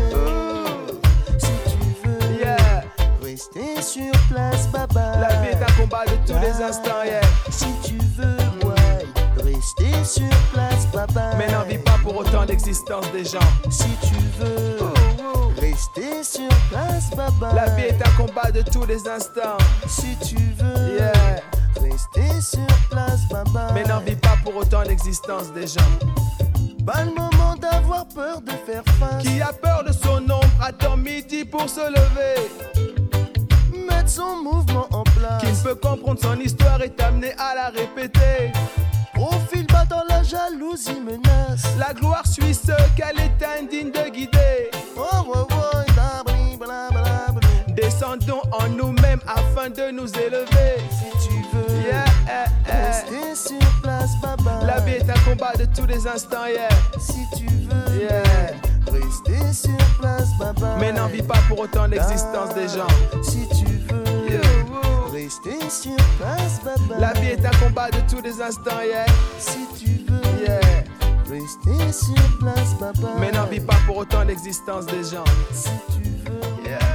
Si tu veux,
Yeah.
rester sur place, baba.
La vie est un combat de tous les instants, yeah.
Si tu veux, ouais, rester sur place, baba.
Mais n'envie pas pour autant l'existence des gens.
Si tu veux, rester sur place, baba.
La vie est un combat de tous les instants.
Si tu veux,
Yeah.
rester sur place, baba.
Mais n'envie pas pour autant l'existence des gens.
Pas le moment d'avoir peur de faire face.
Qui a peur de son ombre attend midi pour se lever.
Mettre son mouvement en place.
Qui ne peut comprendre son histoire est amené à la répéter.
Profil battant, la jalousie menace.
La gloire suit ceux qu'elle est indigne de guider.
Oh, oh, oh, blabli, blablabli.
Descendons en nous-mêmes afin de nous élever.
Si tu veux,
Yeah, eh, eh.
rester sur place, baba.
La vie est un combat de tous les instants, yeah.
Si tu veux,
Yeah.
rester sur place, baba.
Mais n'envie pas pour autant l'existence des gens.
Si tu veux,
Yeah.
rester sur place, baba.
La vie est un combat de tous les instants, yeah.
Si tu veux,
Yeah.
rester sur place, baba.
Mais n'envie pas pour autant l'existence des gens.
Si tu veux,
Yeah.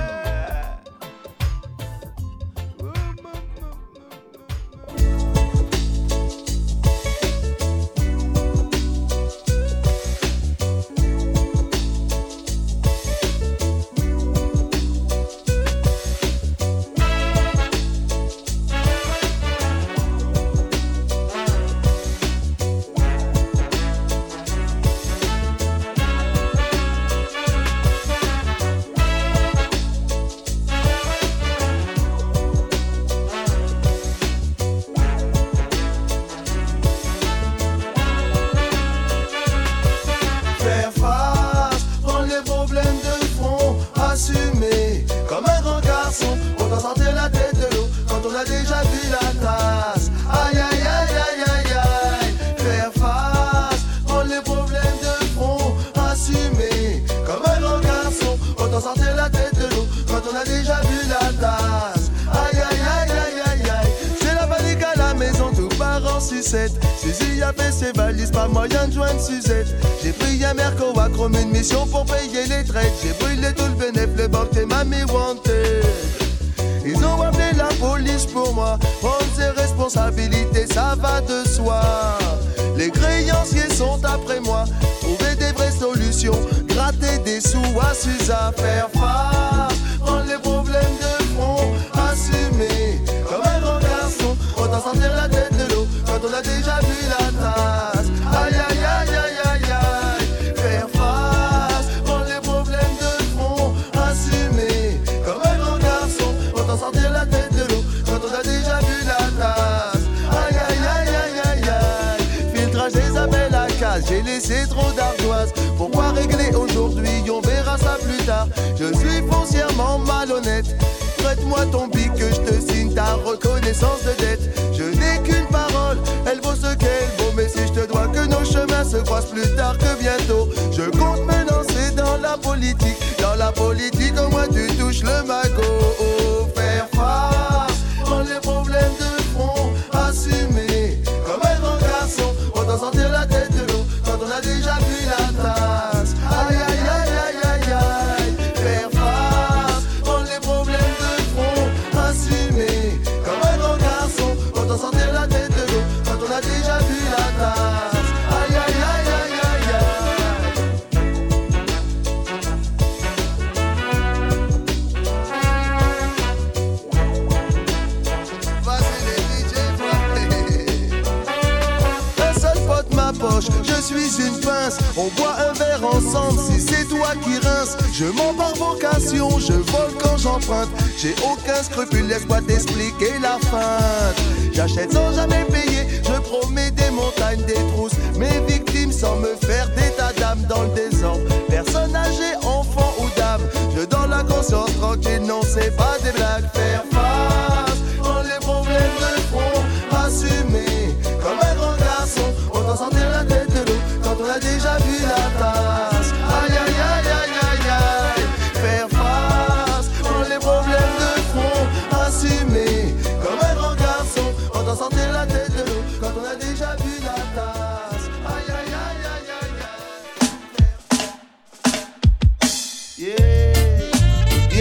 faire face, prendre les problèmes de front, assumer comme un grand garçon. Autant sortir la tête de l'eau quand on a déjà vu la tasse. Aïe aïe aïe aïe aïe aïe. Faire face, prendre les problèmes de front, assumer comme un grand garçon. Autant sortir la tête de l'eau quand on a déjà vu la tasse. Aïe aïe aïe aïe aïe aïe. C'est la panique à la maison, tout part en sucette. Suzy a fait ses valises, pas moyen de joindre Suzette. J'ai pris un merco à Chrome, une mission pour payer les traites. J'ai brûlé tout le bénéfice, les banques et mamie wanted. Ils ont appelé la police pour moi. Prendre ses responsabilités, ça va de soi. Les créanciers sont après moi. Trouver des vraies solutions, gratter des sous à Suza. Faire face, prendre les problèmes de front, assumer comme un grand garçon. Autant sortir la tête de l'eau quand on a déjà vu la tasse. Aïe aïe aïe aïe aïe aïe. Faire face, prendre les problèmes de front, assumer comme un grand garçon. Autant sortir la tête de l'eau quand on a déjà vu la tasse. Aïe aïe aïe aïe aïe aïe. Filtrage des appels à casse, j'ai laissé trop d'ardoise. Pourquoi régler aujourd'hui, on verra ça plus tard. Je suis foncièrement malhonnête. Prête-moi ton bic que je te signe ta reconnaissance de dette. Je n'ai qu'une parole, elle vaut ce qu'elle vaut. Mais si je te dois que nos chemins se croisent plus tard que bientôt, je compte me lancer dans la politique. Dans la politique, au moins tu touches le magot. Faire face aux les problèmes de front, assumer comme un grand garçon. Autant sortir la tête de l'eau quand on a déjà vu la tasse. Aïe aïe aïe aïe aïe aïe. Faire face aux les problèmes de front, assumer comme un grand garçon. Autant sortir la tête de l'eau quand on a déjà vu la tasse. Aïe aïe aïe aïe aïe aïe. Vas-y les D J, un seul pote ma poche, je suis une pince. On boit un verre ensemble si c'est toi qui rince. Je mens par vocation, je vole quand j'emprunte. J'ai aucun scrupule, laisse-moi t'expliquer la feinte. J'achète sans jamais payer, je promets des montagnes, des trousses. Mes victimes sans me faire d'état d'âme dans le désordre. Personne âgée, enfant ou dame, je donne la conscience tranquille, non c'est pas des blagues. Faire face aux les problèmes de front, assumer comme un grand garçon. Autant sortir la tête de l'eau quand on a déjà vu la tasse. Aïe aïe aïe aïe aïe aïe. Faire face aux les problèmes de front, assumer comme un grand garçon. Autant sortir la tête de l'eau quand on a déjà vu la tasse. Aïe aïe aïe aïe aïe aïe. Yeah,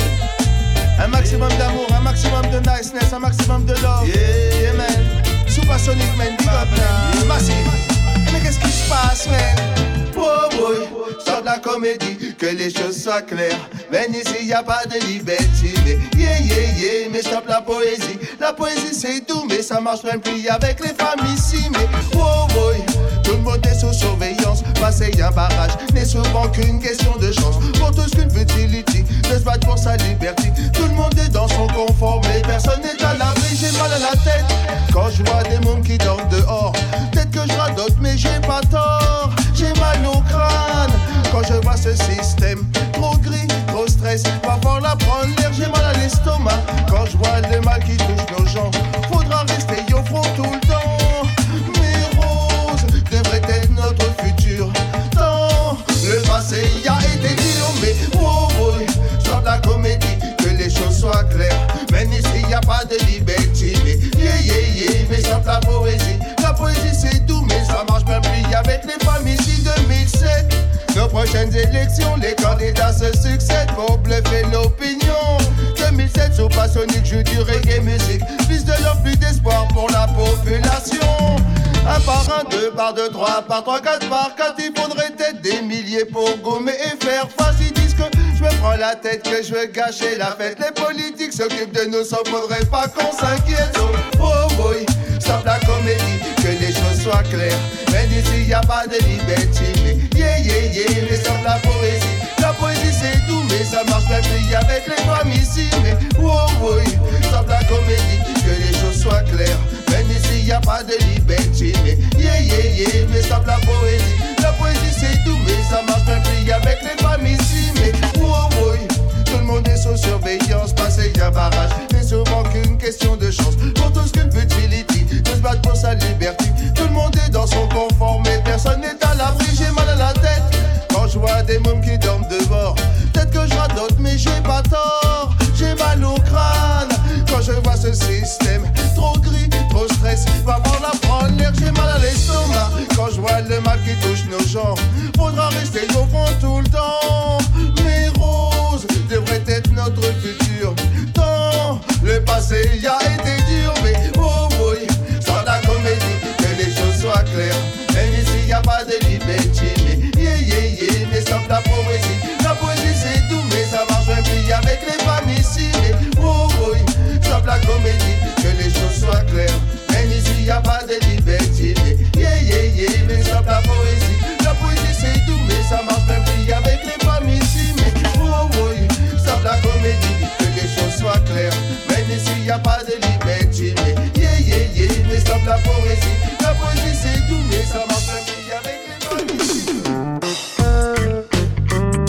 yeah. Un maximum d'amour, un maximum de niceness, un maximum de love. Yeah, yeah man. Supersonic man, big up man. Massive. Mais qu'est-ce qui se passe man? Oh boy, sors de la comédie, que les choses soient claires. Mais ici y a pas de liberté. Mais yeah yeah yeah, mais stop la poésie. La poésie c'est tout, mais ça marche même plus avec les femmes ici. Mais oh boy, tout le monde est sous surveillance. Passer un barrage n'est souvent qu'une question de chance. Pour tous qu'une futilité de se battre pour sa liberté. Tout le monde est dans son confort, mais personne n'est à l'abri. J'ai mal à la tête quand je vois des mômes qui dorment dehors. Peut-être que je radote, mais j'ai pas tort. J'ai mal au crâne quand je vois ce système. Trop gris, trop stress, pas fort la prendre l'air. J'ai mal à l'estomac quand je vois le mal qui touche nos gens. Faudra rester au front tout le temps. Mes roses devraient être notre futur. Tant le passé y a été dur, mais oh boy, sors de la comédie, que les choses soient claires. Même ici y a pas de liberté. Mais yeah yeah yeah, mais sans la poésie. La poésie c'est doux, mais ça marche même plus avec les femmes ici. deux mille sept, nos prochaines élections, les candidats se succèdent pour bluffer l'opinion. deux mille sept, Supersonic joue du reggae musique. Plus de l'offre, plus d'espoir pour la population. Un par un, deux par deux, trois par trois, quatre par quatre. Il faudrait être des milliers pour gommer et faire face. Ils disent que je me prends la tête, que je veux gâcher la fête. Les politiques s'occupent de nous, ça faudrait pas qu'on s'inquiète. Oh boy, stop la comédie, que les choses soient claires. Mais ici y a pas de liberté. Mais yeah yeah yeah, mais stop la poésie. La poésie c'est doux, mais ça marche même plus avec les femmes ici. Mais oh boy, stop la comédie, que les choses soient claires. Mais ici y a pas de liberté. Mais yeah yeah yeah, mais stop la poésie. La poésie c'est doux, mais ça marche même plus avec les femmes ici. Mais oh boy, tout le monde est sous surveillance. Passer un barrage n'est souvent qu'une question de chance. Pour tous qu'une futilité de se battre pour sa liberté. Tout le monde est dans son confort, mais personne n'est à l'abri. J'ai mal à la tête quand je vois des mômes qui dorment dehors. Peut-être que je radote, mais j'ai pas tort. J'ai mal au crâne quand je vois ce système. Trop gris, trop stress, va voir la prendre l'air. J'ai mal à l'estomac quand je vois le mal qui touche nos gens. Faudra rester au front tout le temps. Mes roses devraient être notre futur. Tant le passé y a été dur, mais oh boy, sans la comédie, que les choses soient claires. Même ici y a pas de liberté. Mais yeah yeah yeah, mais stop la poésie. La poésie c'est doux, mais ça marche même plus avec les femmes ici. Mais oh boy, stop la comédie, que les choses soient claires. Même ici y a pas de liberté. Mais yeah yeah yeah, mais stop la poésie. La poésie c'est doux, mais ça marche même plus avec les femmes ici. Mais oh boy, stop la comédie, que les choses soient claires. Même ici y a pas de liberté. Mais yeah yeah yeah, mais stop la poésie. La poésie c'est doux, mais ça marche même plus avec les femmes ici.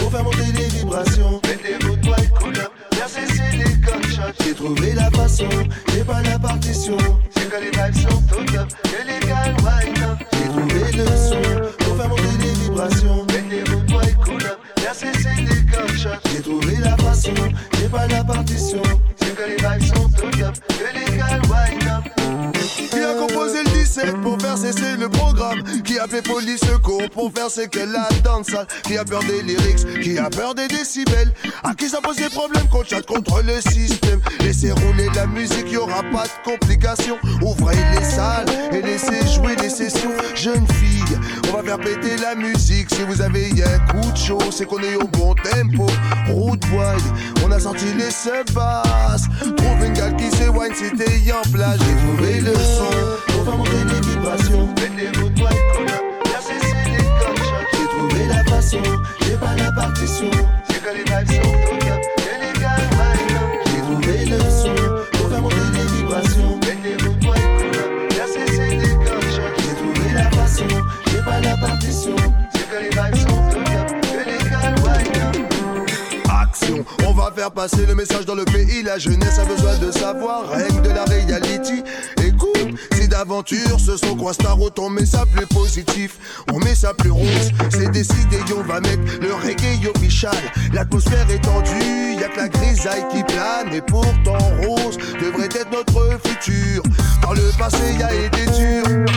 pour faire monter les vibrations. Mettre les routes white cool up, faire cesser les gunshots. J'ai trouvé la façon, j'ai pas la partition. C'est que les vibes sont au top, que les gars wind up. J'ai trouvé le son, pour faire monter les vibrations. Mettre les routes white cool up, faire cesser les gunshots. J'ai trouvé la façon, j'ai pas la partition. C'est que les vibes sont au top, que les gars wind up. Qui a composé le dix-sept pour faire cesser le programme? Qui a appelé police secours pour faire ce qu'elle a dans le salle? Qui a peur des lyrics? Qui a peur des décibels? À qui ça pose des problèmes qu'on chatte contre le système? Laissez rouler la musique, y'aura pas de complications. Ouvrez les salles et laissez jouer les sessions. Jeunes filles, on va faire péter la musique. Si vous avez un coup de chaud, c'est qu'on est au bon tempo. Route wide, on a sorti les sub-basses. Trouve une gale qui s'éloigne, c'était en place. J'ai trouvé le son, pour faire monter les vibrations. Mettre les routes white cool up, faire cesser les gunshots. J'ai trouvé la façon, j'ai pas la partition. C'est que les vibes sont au top, que les gars wind up. J'ai trouvé le son, pour faire monter les vibrations. Mettre les routes white cool up, faire cesser les gunshots. J'ai trouvé la façon, j'ai pas la partition. C'est que les vibes sont au top, que les gars wind up. Action, on va faire passer le message dans le pays. La jeunesse a besoin de savoir, règne de la reality. Écoute, si d'aventure ce sont quoi star, on met ça plus positif, on met ça plus rose. C'est décidé, on va mettre le reggae official. L'atmosphère est tendue, y'a que la grisaille qui plane. Et pourtant rose devrait être notre futur. Dans le passé y'a été dur.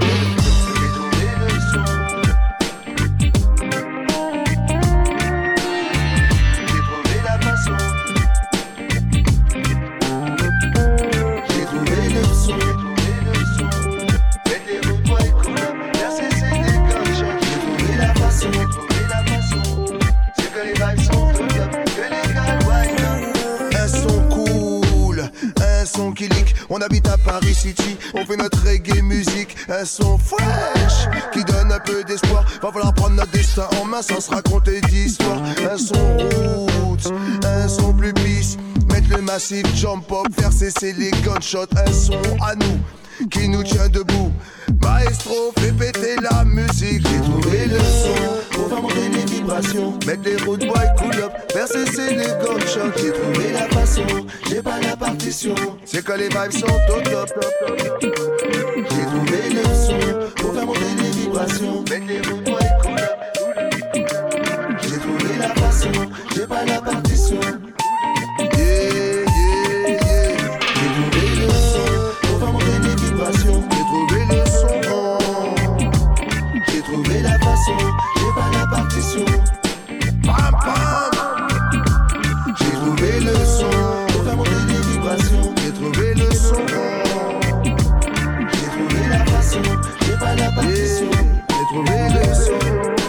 On habite à Paris City, on fait notre reggae musique. Un son fresh qui donne un peu d'espoir. Va falloir prendre notre destin en main sans se raconter d'histoire. Un son roots, un son plus peace. Mettre le massif jump up, faire cesser les gunshots. Un son à nous qui nous tient debout. Maestro, fais péter la musique. J'ai trouvé le son pour faire monter les vibrations. Mettre les routes white cool up, faire cesser les gunshots. J'ai trouvé la façon, j'ai pas la partition. C'est que les vibes sont au top. J'ai trouvé le son pour faire monter les vibrations. Mettre les routes white cool up. J'ai trouvé la façon, j'ai pas la partition. Yeah, yeah, yeah. J'ai trouvé le son pour faire monter les vibrations. J'ai trouvé le son. J'ai trouvé la façon, j'ai pas la partition. Pam pam. J'ai trouvé le son pour faire monter les vibrations. J'ai trouvé le son. J'ai trouvé la façon, j'ai pas la partition. J'ai trouvé le son.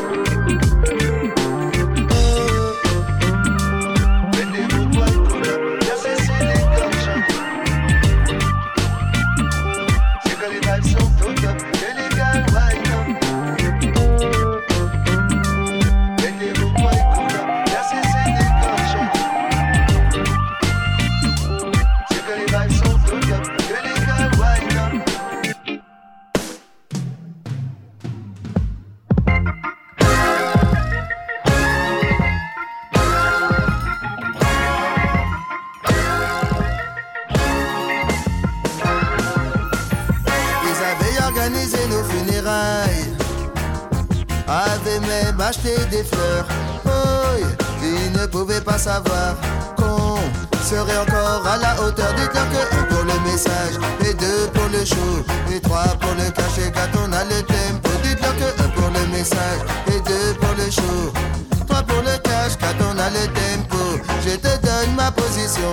Avait même acheté des fleurs. Oh, ils ne pouvaient pas savoir qu'on serait encore à la hauteur. Dites-leur que un pour le message, et deux pour le show, et trois pour le cachet quand on a le tempo. Dites-leur que un pour le message, et deux pour le show, trois pour le cash quand on a le tempo. Je te donne ma position.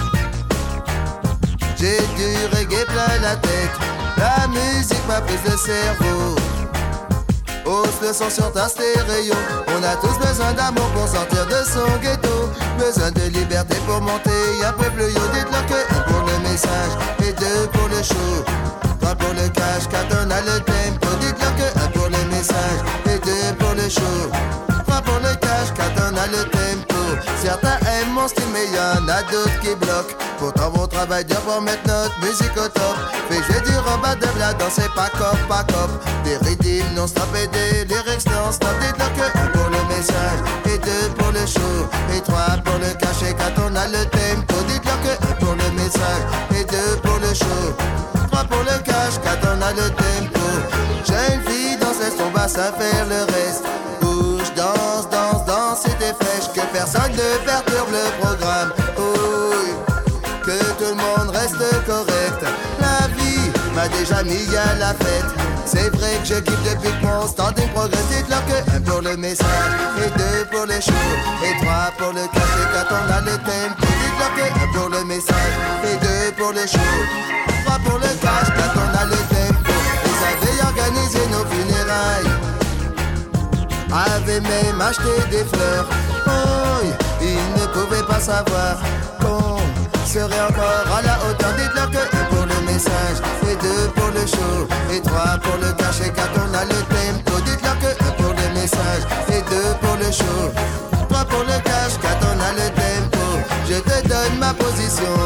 J'ai du reggae plein la tête, la musique m'a pris le cerveau. Hausse le son sur ta stéréo. On a tous besoin d'amour pour sortir de son ghetto. Besoin de liberté pour monter un peu plus haut. Dites-leur que un pour le message et deux pour le show, trois pour le cash quand on a le tempo. Dites-leur que un pour le message et deux pour le show, trois pour le cash quand on a le tempo. Certains aiment mon style mais y'en a d'autres qui bloquent. Pourtant on travaille dur pour mettre notre musique au top. Fait jouer du Robin de la danse, c'est pas cop, pas cop. Des rythmes non stop et des lyrics non stop. Dites-leur que un pour le
message, et deux pour le show, et trois pour le cachet quand on a le tempo. Dites-leur que un pour le message, et deux pour le show, trois pour le cash quand on a le tempo. Jeune fille danse, laisse ton bassin faire le reste. Bouge, danse, danse, danse, et t'es fraîche, que personne ne perturbe le programme. Oui, que tout le monde reste correct. La vie m'a déjà mis à la fête. C'est vrai que je kiffe depuis que mon standing progresse. Dites-leur que un pour le message, et deux pour le show, et trois pour le cachet quand on a le tempo. Dites-leur que un pour le message, et deux pour le show, trois pour le cash quand on a le tempo. Ils avaient organisé nos funérailles, avaient même acheté des fleurs. Oh, ils ne pouvaient pas savoir qu'on serait encore à la hauteur. Dites-leur que un pour le message, et deux pour le show, et trois pour le cachet quand on a le tempo. Dites-leur que un pour le message, et deux pour le show, trois pour le cash quand on a le tempo. Je te donne ma position.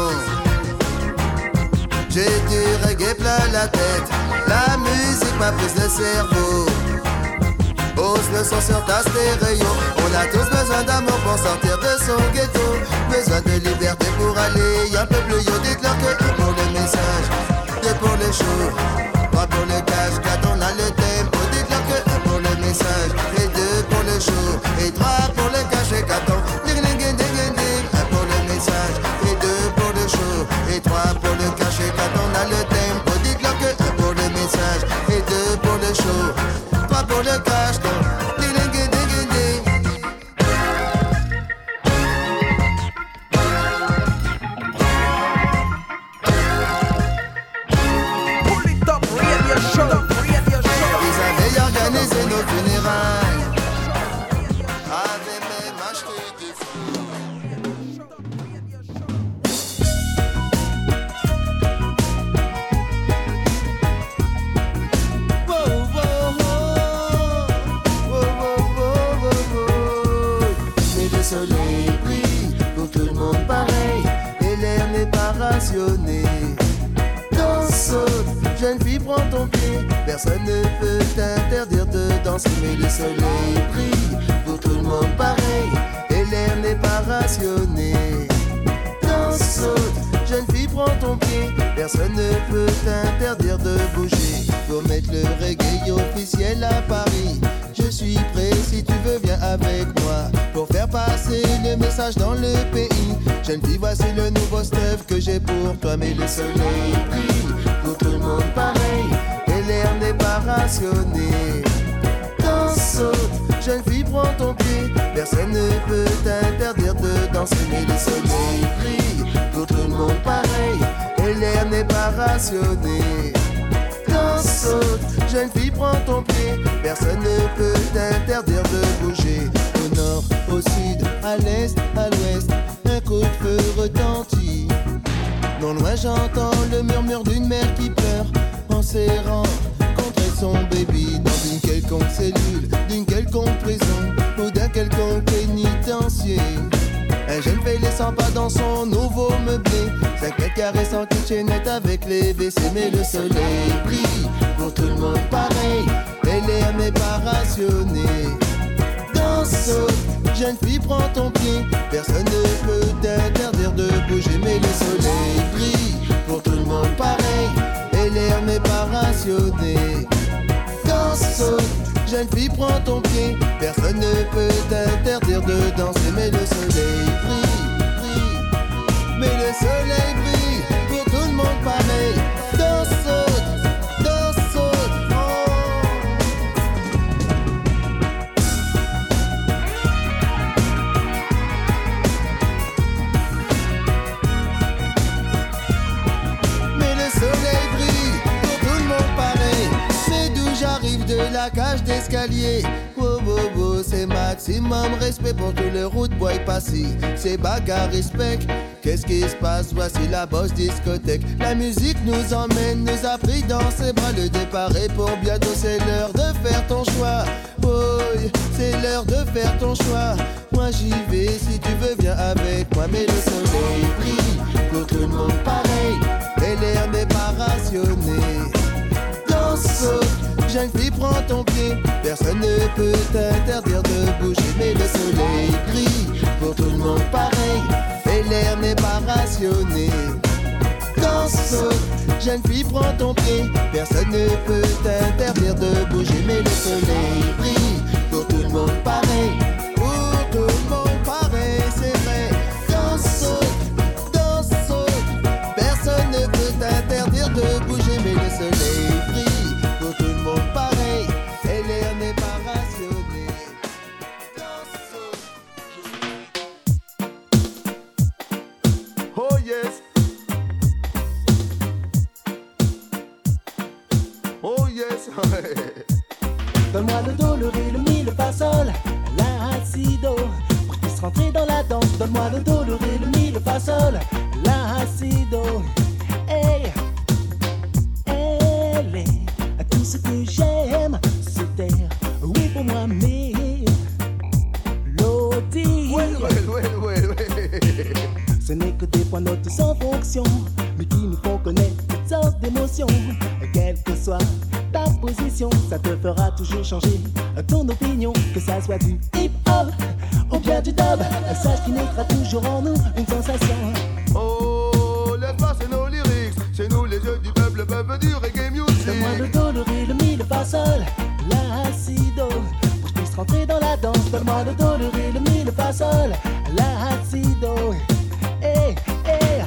J'ai du reggae plein la tête, la musique m'a pris le cerveau. Pose le son sur ta stéréo. On a tous besoin d'amour pour sortir de son ghetto. Besoin de liberté pour aller un peu plus haut. Dites-leur que un pour le message, deux pour le show, trois pour le cash quand on a le tempo. Dites-leur que un pour le message, et deux pour le show, et trois pour le cash quand on ding ding ding ding ding. Un pour le message, et deux pour le show, et trois pour le cash quand on a le tempo. Dites-leur que un pour le message, et deux pour le show, trois pour le cash quand ding ding ding ding ding.
Pull it up, radio show, radio show.
Ils avaient organisé nos funérailles, avaient même acheté des Wow, wow, wow, wow, wow, wow, wow. Mais le soleil brille pour tout le monde pareil, et l'air n'est pas rationné. Danse, saute, jeune fille, prends ton pied. Personne ne peut t'interdire de danser. Mais le soleil brille pour tout le monde pareil, et l'air n'est pas rationné. Danse, saute, jeune fille, prends ton pied. Personne ne peut t'interdire de bouger. Pour mettre le reggae officiel à Paris, je suis prêt si tu veux, viens avec moi. Pour faire passer le message dans le pays. Jeune fille, voici le nouveau stuff que j'ai pour toi. Mais le soleil brille pour tout le monde pareil, et l'air n'est pas rationné. Danse, saute, jeune fille, prends ton pied. Personne ne peut t'interdire de danser. Mais le soleil brille pour tout le monde pareil, et l'air n'est pas rationné. Danse, saute, jeune fille, prends ton pied. Personne ne peut t'interdire de bouger. Au nord, au sud, à l'est, à l'ouest, un coup de feu retentit. Non loin j'entends le murmure d'une mère qui pleure en serrant contre son baby dans une quelconque cellule, d'une quelconque prison ou d'un quelconque pénitencier. Un jeune fait les cent pas dans son nouveau meublé, cinq mètres carrés sans kitchenette avec les W C. Mais le soleil brille pour tout le monde pareil, et l'air n'est pas rationné. Danse, saute, jeune fille, prends ton pied. Personne ne peut t'interdire de bouger. Mais le soleil brille pour tout le monde pareil, et l'air n'est pas rationné. Danse, saute, jeune fille, prends ton pied. Personne ne peut t'interdire de danser. Mais le soleil brille, brille. Mais le soleil brille pour tout le monde pareil. Danse, saute, danse, saute, oh. Mais le soleil brille pour tout le monde pareil. C'est d'où j'arrive, de la cage d'escalier. Wow, wow, wow, c'est maximum respect pour tout le route boy passé. C'est bagarre, respect. Qu'est-ce qui se passe? Voici la bosse discothèque. La musique nous emmène, nous a pris dans ses bras. Le départ est pour bientôt, c'est l'heure de faire ton choix. Oh, c'est l'heure de faire ton choix. Moi j'y vais, si tu veux viens avec moi. Mais le soleil brille pour tout le monde pareil, et l'air n'est pas rationné. Danse, saute, jeune fille, prends ton pied.
Personne ne peut t'interdire de bouger, mais le soleil brille pour tout le monde pareil. Et l'air n'est pas rationné. Danse, saute, jeune fille, prends ton pied. Personne ne peut t'interdire de bouger, mais le soleil brille pour tout le monde pareil. Pour tout le monde pareil, c'est vrai. Danse, saute, danse, saute. Personne ne peut t'interdire de bouger, mais le soleil brille pour tout le monde pareil. Et l'air n'est pas rationné. Danse, saute.
Oh yes. Oh yes.
Donne-moi le do, le ré, le mi, le fa, sol, la, si, do. Pour que je puisse rentrer dans la danse. Donne-moi le do, le ré, le mi, le fa, sol, la, si, do. Hey, elle est tout ce que j'aime sur terre. Oui, pour moi, mais l'audition.
Ouais, ouais, ouais, ouais, ouais.
Ce n'est que des points notes sans fonction, mais qui nous font connaître toutes sortes d'émotions. Quelle que soit ta position, ça te fera toujours changer ton opinion. Que ça soit du hip-hop ou bien du dub, sache qu'il naîtra toujours en nous une sensation.
Oh, laisse passer nos lyrics. C'est nous les yeux du peuple, le peuple du reggae music.
Donne-moi le do, le ré, le mi, le fa, sol, la, si, do. Pour que je puisse rentrer dans la danse. Donne-moi le do, le ré, le mi, le fa, sol, la, si, do. Hey, hey.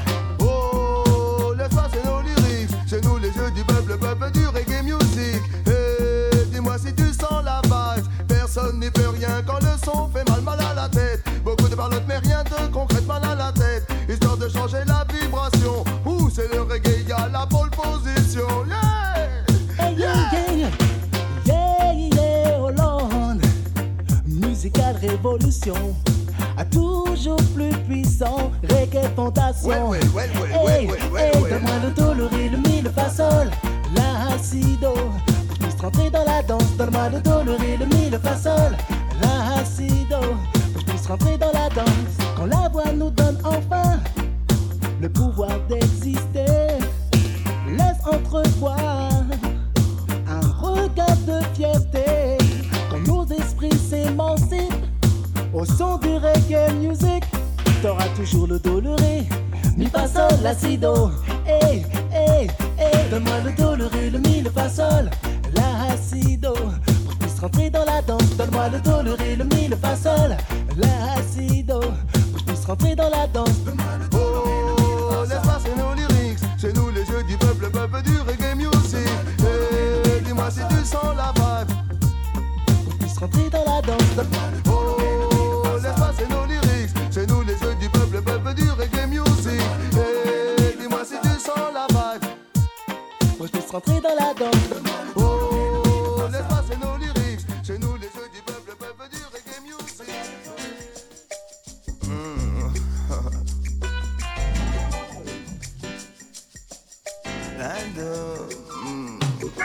Oh, laisse passer nos lyrics. C'est nous les yeux du peuple, le peuple du reggae music. Hey, dis-moi si tu sens la vibe. Personne n'y peut rien quand le son fait mal, mal à la tête. Beaucoup de parlotte mais rien de concret, mal à la tête. Histoire de changer la vibration. Ouh, c'est le reggae, y'a la pole position. Yeah,
Hey, yeah, yeah, yeah, yeah, Hollande. Musicale révolution, à toujours plus puissant, reggae fondation.
ouais, ouais, ouais, ouais,
Hey,
ouais, ouais,
hey,
ouais.
donne-moi le do, le ré, le mi, le fa, sol, la, si, do. Pour que je puisse rentrer dans la danse. Donne-moi le do, le ré, le mi, le fa, sol, la, si, do. Pour que je puisse rentrer dans la danse. Quand la voix nous donne enfin le pouvoir d'exister, laisse entrevoir un regard de fierté. Quand nos esprits s'émancipent au son du reggae music, t'auras toujours le do, le ré, mi, fa, sol, la, si, do. Hey, hey, hey. Donne-moi le do, le ré, le mi, le fa, sol, la, si, do. Pour que je puisse rentrer dans la danse. Donne-moi le do, le ré, le mi, le fa, sol, la, si, do. Pour que je puisse rentrer dans la danse.
Oh, laisse passer nos lyrics. C'est nous les yeux du peuple, le peuple du reggae music. Hey, dis-moi si tu sens la vibe.
Pour que je puisse rentrer dans la danse.
Oh, laisse passer nos lyrics. C'est nous les yeux du peuple, le peuple du reggae music. Hey, dis-moi si tu sens la vibe.
Pour que je puisse rentrer dans la danse.
Oh, laisse passer nos lyrics. C'est nous les yeux du peuple, le peuple du reggae music. Mm. And, uh, mm.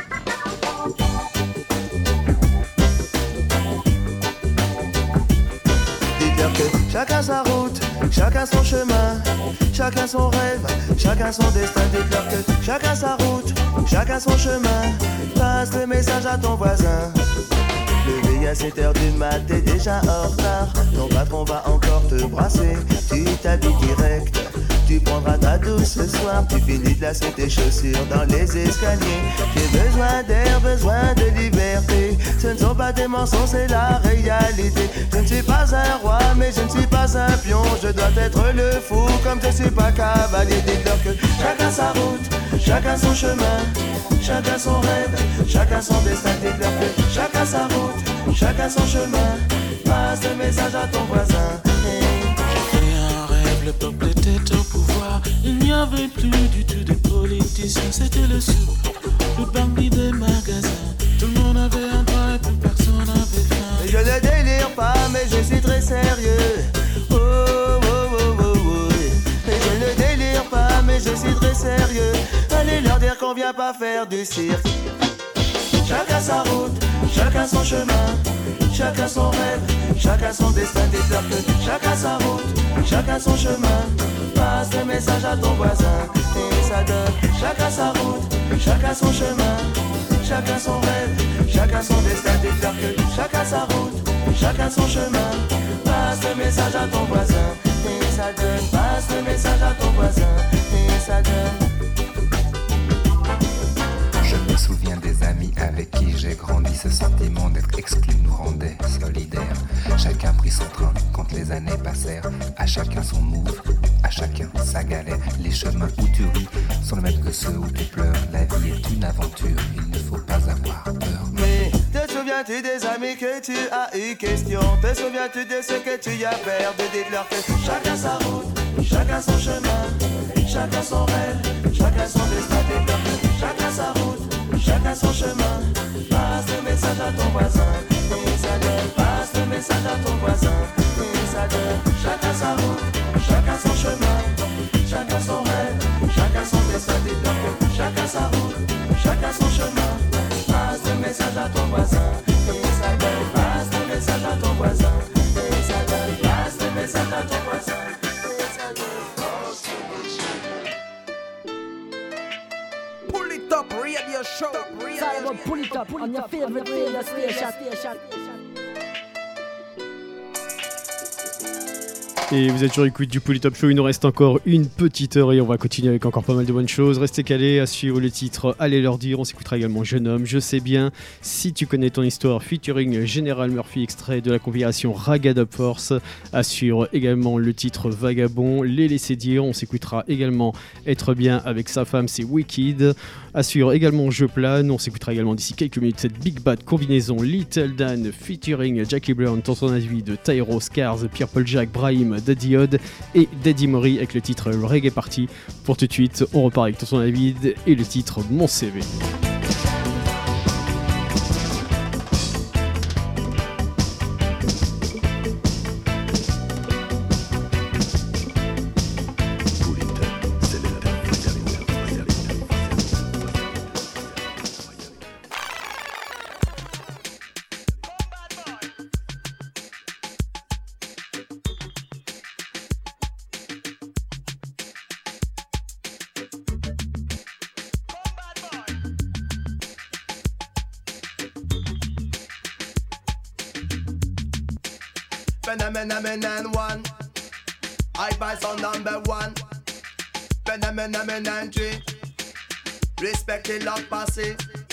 Dites-leur que chacun sa route, chacun son chemin, chacun son rêve, chacun son destin. Dites-leur que chacun sa route, chacun son chemin. Passe le message à ton voisin. Levé à sept heures du mat, t'es déjà en retard. Ton patron va encore te brasser. Tu t'habilles direct, tu prendras ta douce ce soir. Tu finis de lasser tes chaussures dans les escaliers. J'ai besoin d'air, besoin de liberté. Ce ne sont pas des mensonges, c'est la réalité. Je ne suis pas un roi, mais je ne suis pas un pion. Je dois être le fou, comme je suis pas cavalier. Dites-leur que chacun sa route, chacun son chemin, chacun son rêve, chacun son destin. Dites-leur que chacun sa route, chacun son chemin. Passe le message à ton voisin. Hey.
J'ai fait un rêve, le peuple était au pouvoir. Il n'y avait plus du tout de politiciens, c'était le sou, le bandit des magasins. Tout le monde avait un droit et plus personne n'avait faim.
Je ne délire pas, mais je suis très sérieux. Oh, oh, oh, oh, oh. Et je ne délire pas, mais je suis très sérieux. Allez leur dire qu'on vient pas faire du cirque. Chacun sa route, chacun son chemin, chacun son rêve, chacun son destin. Dites-leur que chacun sa route, chacun son chemin. Passe le message à ton voisin et ça donne. Chacun sa route, chacun son chemin,
chacun son rêve, chacun son destin, déclare que chacun sa route, chacun son chemin. Passe le message à ton voisin, et ça donne. Passe le message à ton voisin, et ça donne.
Je me souviens des amis avec qui j'ai grandi. Ce sentiment d'être exclu nous rendait solidaires. Chacun prit son train quand les années passèrent. À chacun son move, à chacun sa galère. Les chemins où tu ris sont les mêmes que ceux où tu pleures. La vie est une aventure, il ne faut pas avoir peur.
Mais te souviens-tu des amis que tu as eu question? Te souviens-tu de ce que tu as perdu? Dites-leur que chacun sa route, chacun son chemin, chacun son rêve, chacun son destin. Dites-leur que chacun sa route, chacun son chemin. Passe le message à ton voisin, et ça donne. Passe le message à ton voisin, et ça donne. Chacun sa route, chacun son chemin, chacun son rêve, chacun son destin. Dites-leur que chacun sa route, chacun son chemin. Passe le message à ton voisin, et ça donne. Passe le message à ton voisin, et ça donne. Passe le message à ton voisin, et ça donne.
Pull it up, radio show.
Simon, pull it up on your favorite radio station.
Et vous êtes sur l'écoute du Polytop Show, il nous reste encore une petite heure et on va continuer avec encore pas mal de bonnes choses. Restez calés, à suivre le titre Allez leur dire, on s'écoutera également Jeune homme, Je sais bien, Si tu connais ton histoire, featuring General Murphy, extrait de la compilation Ragga Up Force. À suivre également le titre Vagabond, Les laisser dire, on s'écoutera également Être bien avec sa femme, c'est Wicked. À suivre également Je plane, on s'écoutera également d'ici quelques minutes cette Big Bad combinaison Little Dan featuring Jackie Brown, Dans son avis de Tyro, Scars, Purple Jack, Brahim, Daddy Odd et Daddy Mori avec le titre Reggae Party. Pour tout de suite, on repart avec Tonton David et le titre Mon C V.
Phenomenon one, I buy son number one. Phenomenon three, respectez leur passé.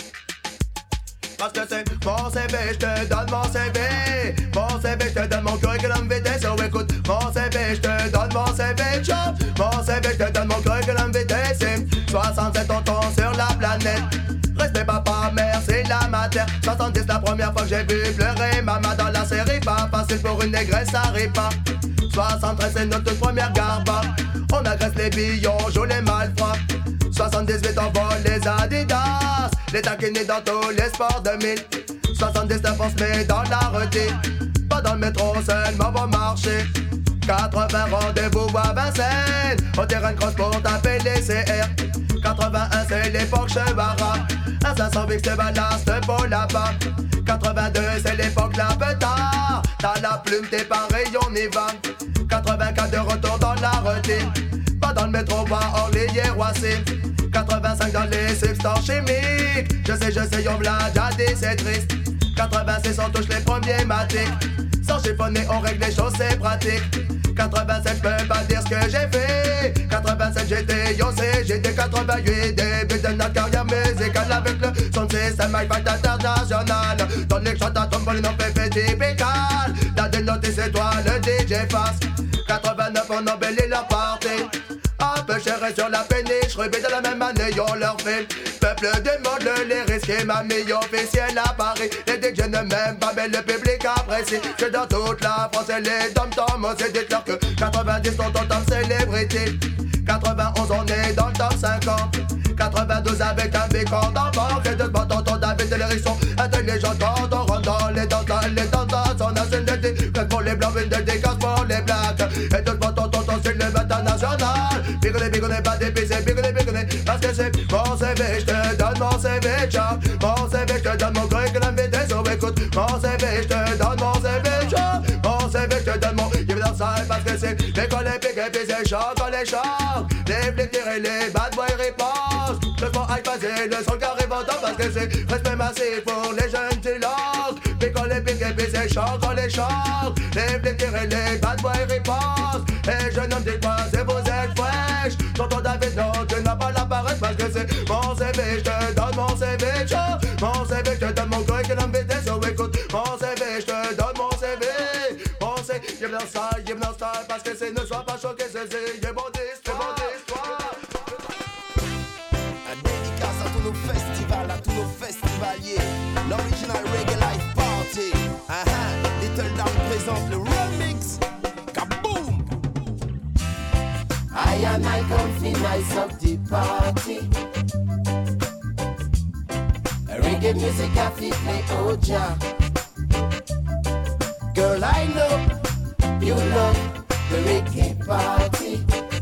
Parce que c'est mon C V, je te donne mon C V. Mon C V, je te donne mon curriculum vitae. So écoute, mon C V, je te donne mon C V. Chop, mon C V, je te donne mon curriculum vitae. C'est soixante-sept tontons sur la planète. Respect papa, mère, c'est la matière. soixante-dix la première fois que j'ai vu pleurer maman dans la série. Pas facile pour une négresse, ça rit pas. soixante-treize c'est notre toute première garba. On agresse les billons, joue les malfrats. soixante-dix-huit on vole les Adidas. Les taquinés dans tous les sports de mille. soixante-dix-neuf on se met dans la routine. Pas dans le métro seulement bon marché. quatre-vingts rendez-vous à Vincennes. Au terrain de cross pour taper les C R. quatre-vingt-un c'est l'époque Chevara. Un cinq cents Vix de ballast pour là-bas. quatre-vingt-deux c'est l'époque la petard. T'as la plume, t'es pareil, on y va. quatre-vingt-quatre de retour dans la routine. Pas dans le métro, pas Orly et Roissy. quatre-vingt-cinq dans les substances chimiques. Je sais, je sais, on l'a déjà dit, c'est triste. quatre-vingt-six on touche les premiers matiques. Sans chiffonner, on règle les choses, c'est pratique. quatre-vingt-sept, je peux pas dire ce que j'ai fait. quatre-vingt-sept, j'étais yossé, j'étais quatre-vingt-huit. Début de notre carrière musicale avec le son de système hi-fi international. Dans les chants à tombole, non fait typical. T'as dénoté, c'est toi le D J face. quatre-vingt-neuf, on embellit leur party. Un peu cher sur la péniche, rubé de la même année, on leur fait. Peuple demande le les risques, mamie officielle à Paris. Les D J ne m'aiment pas, mais le public apprécie. Que dans toute la France, et les dom-toms, c'est dites-leur que quatre-vingt-dix sont en top célébrité. quatre-vingt-onze, on est dans le top cinquante. quatre-vingt-douze avec un bécor d'enfant. Que de bon tonton David et les sont intelligents. Quand on rentre dans les danses, les danses, on a une idée. Que pour les blancs, une dédicace pour les blacks. Et de bon tonton, c'est le international. Bigoné, bigoné, pas dépisé, bigoné, bigoné. Parce que c'est mon C V, je te donne mon C V, ciao. Mon C V, je te donne mon curriculum vitae. So écoute, mon C V, je te donne mon C V, ciao. Mon C V, je te donne mon. Give it outside parce que c'est les
quand les piques et puis c'est chaud quand les chocs. Les flics tirent et les bad boys ripostent. Le sport high passer le son carré vendant parce que c'est respect massif pour les jeunes silences. Puis quand les piques et puis c'est chaud quand les chocs. Les flics tirent et les bad boys ripostent. Et jeune homme dis quoi c'est vous êtes fraîche. Tonton David non tu n'as pas la paresse parce que c'est mon C V. Je te donne mon C V chaud. Mon C V je te donne mon curriculum vitae. So écoute mon C V je te donne mon C V. On sait y'a bien ça y'a bien ça parce que c'est ne sois pas choqué c'est c'est y'a bon d'histoire. Bon d'histoire.
Un dédicace à tous nos festivals, à tous nos festivaliers. L'original Reggae Life Party. Uh-huh. Little Down présente le remix. Kaboom!
I and I comfy nice of the party. Reggae music I feel play Oja. Girl I know you love the reggae party.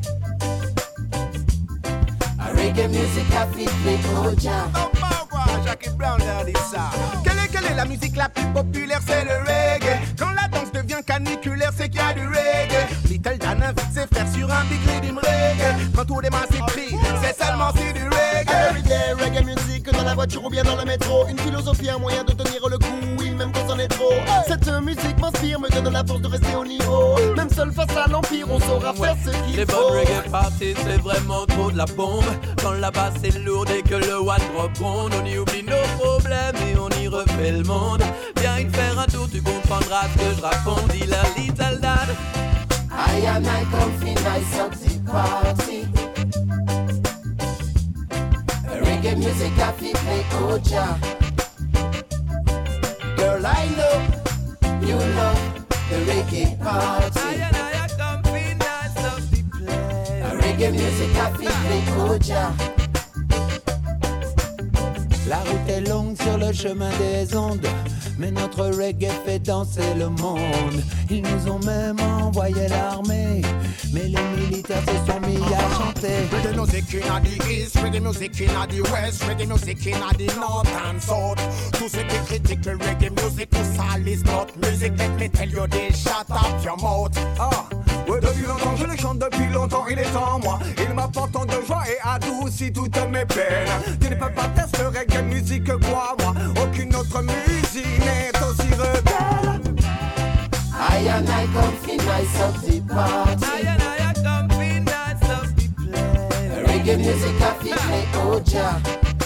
A reggae music I feel play Oja.
Oh my Jackie Brown leur dit ça. Quelle est, quelle est la musique la plus populaire? C'est le reggae. Quand la danse devient caniculaire, c'est qu'il y a du reggae. Little Dan invite ses frères sur un big rhythm reggae. Quand tout les masses crient, c'est seulement c'est du reggae.
Everyday reggae music dans la voiture ou bien dans le métro. Une philosophie, un moyen de tenir le coup, oui, même quand c'en est trop. Cette musique m'inspire, me donne la force de rester au niveau. Même seul face à l'empire, on saura faire ce qu'il faut.
Les bonnes reggae parties, c'est vraiment trop de la bombe. Quand la basse est lourde et que le one drop ronde, on y oublie nos problèmes et on y refait le monde. Viens y faire un tour, tu comprendras ce que je raconte. Dis la Little Dad.
I and I comfy nice of the party. Reggae music I feel play Oja. Girl I know you love the reggae party.
I and I comfy nice of the play.
Reggae music I feel play Oja.
La route est longue sur le chemin des ondes, mais notre reggae fait danser le monde. Ils nous ont même envoyé l'armée, mais les militaires se sont mis à chanter.
Reggae music in the east, reggae music in the west, reggae music in the north and south. Tous ceux qui critiquent le reggae music, tout ça liste notre musique. Let me tell you this, shut up your mouth. Ah, ouais, depuis longtemps je le chante, depuis longtemps il est en moi. Il m'apporte tant de joie et adoucit toutes mes peines. Tu ne peux pas tester reggae musique, crois-moi, aucune autre musique n'est aussi rebelle.
I and I comfy nice of the party.
I and I comfy nice of the play.
Reggae music I feel play Oja.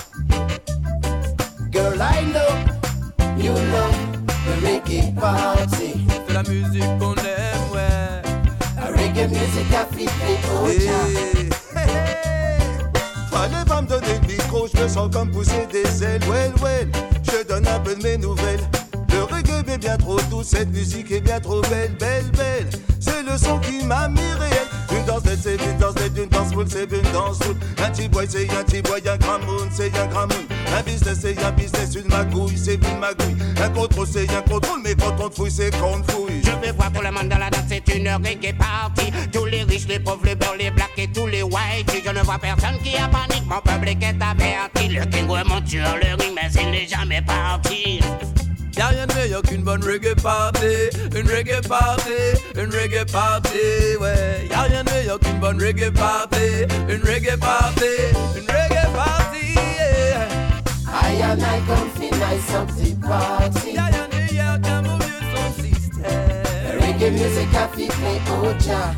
Girl I know you love the reggae party.
C'est la musique qu'on aime, ouais.
Reggae music I feel play Oja.
Allez va me donner le micro, je me sens comme pousser des ailes. Well, well, je donne un peu de mes nouvelles. Le reggae est bien trop doux, cette musique est bien trop belle, belle, belle. C'est le son qui m'a mis réel. Une danse tête, c'est une danse tête, une danse full, c'est une danse full. Un petit boy, c'est un petit boy, un grand moon, c'est un grand moon. Un business, c'est un business, une magouille, c'est une magouille. Un contrôle, c'est un contrôle, mais quand on te fouille, c'est qu'on te fouille.
Je vais voir tout le monde dans la danse, c'est une reggae party. Tous les riches, les pauvres, les beurs, les blacks et tous les whites. Je ne vois personne qui a panique, mon public est averti. Le king monte sur le ring, mais il n'est jamais parti.
Y'a rien de meilleur qu'une bonne reggae party, une reggae party, une reggae party, ouais. Y'a rien de meilleur qu'une bonne reggae party, une reggae party, une reggae party, yeah.
I and I comfy nice of the party.
Y'a rien de meilleur qu'un beau vieux son système.
Reggae music I feel play Oja.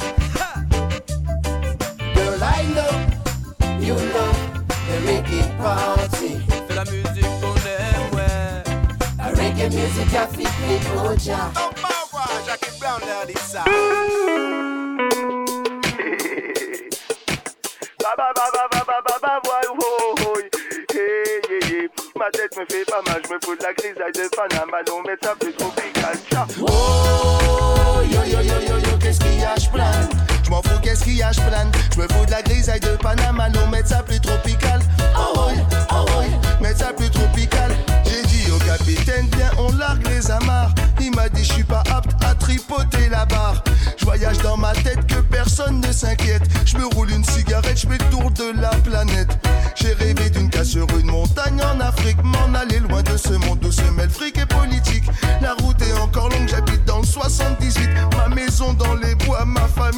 Girl I know you love the reggae party.
C'est la musique qu'on aime, ouais.
Reggae music I feel play Oja.
Oh my Jackie Brown leur dit ça.
Ba ba ba ba ba ba ba ba ba hey yeah yeah. Ma tête me fait pas mal, je me fous de la grisaille de Panama, non mais ça plus tropical.
Oh yo yo yo yo yo, qu'est-ce qu'il y a, je plane.
Je m'en fous, qu'est-ce qu'il y a, je plane. Je me fous de la grisaille de Panama, non mettre ça plus tropical. Oh ouais, oh ouais, mettre ça plus tropical. J'ai dit au capitaine, viens on largue les amarres. Il m'a dit je suis pas apte à tripoter la barre. Je voyage dans ma tête que personne ne s'inquiète. Je me roule une cigarette, je fais le tour de la planète. J'ai rêvé d'une casse sur une montagne en Afrique. M'en aller loin de ce monde où se mêle fric et politique. La route est encore longue, j'habite dans le soixante-dix-huit. Ma maison dans les bois, ma famille et ma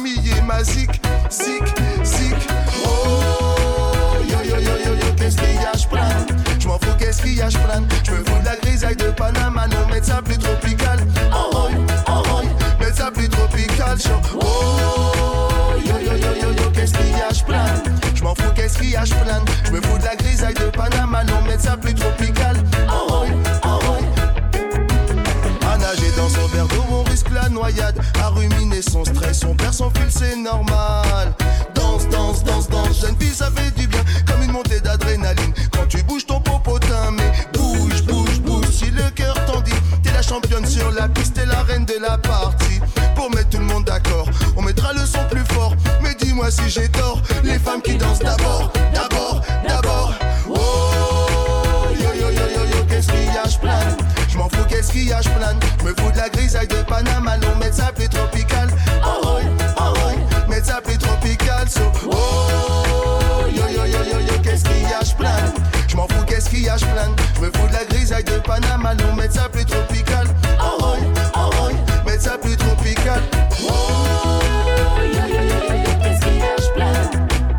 ma zik, zik, zik. Oh, yo yo yo yo yo, qu'est-ce qu'il y a, j'plane. J'm'en fous, qu'est-ce qu'il y a, j'plane. J'me fous de la grisaille de Panama, non, mettre ça plus tropical. Oh, oh, oh, oh, mettre ça plus tropical, chaud. Oh, yo yo yo yo yo, qu'est-ce qu'il y a, j'plane. J'm'en fous, qu'est-ce qu'il y a, j'plane. J'me fous de la grisaille de Panama, non, mettre ça plus tropical. Oh, oh, oh, oh. À nager dans son verre d'eau, on risque la noyade. À ruminer son stress, on perd son fil, c'est normal. Danse, danse, danse, danse, jeune fille, ça fait du bien. Comme une montée d'adrénaline. Quand tu bouges ton popotin, mais bouge, bouge, bouge. Si le cœur t'en dit, t'es la championne sur la piste, t'es la reine de la partie. Pour mettre tout le monde d'accord, on mettra le son plus fort. Mais dis-moi si j'ai tort, les femmes qui dansent d'abord, d'abord, d'abord. Oh, yo yo yo yo yo, qu'est-ce qu'il y a, j'plane. J'm'en fous, qu'est-ce qu'il y a, j'plane. Me fous de la grisaille de Panama, non, mettre ça plus tropical. Oh oh, oh oh, mettre ça plus tropical. So, oh, yo yo yo yo yo, qu'est-ce qu'il y a, j'plane. J'm'en fous, qu'est-ce qu'il y a, j'plane. Me fous de la grisaille de Panama, non, mettre ça plus tropical. Oh oh, oh oh, mettre ça plus tropical. Oh, yo yo yo yo yo, qu'est-ce qu'il y a, j'plane.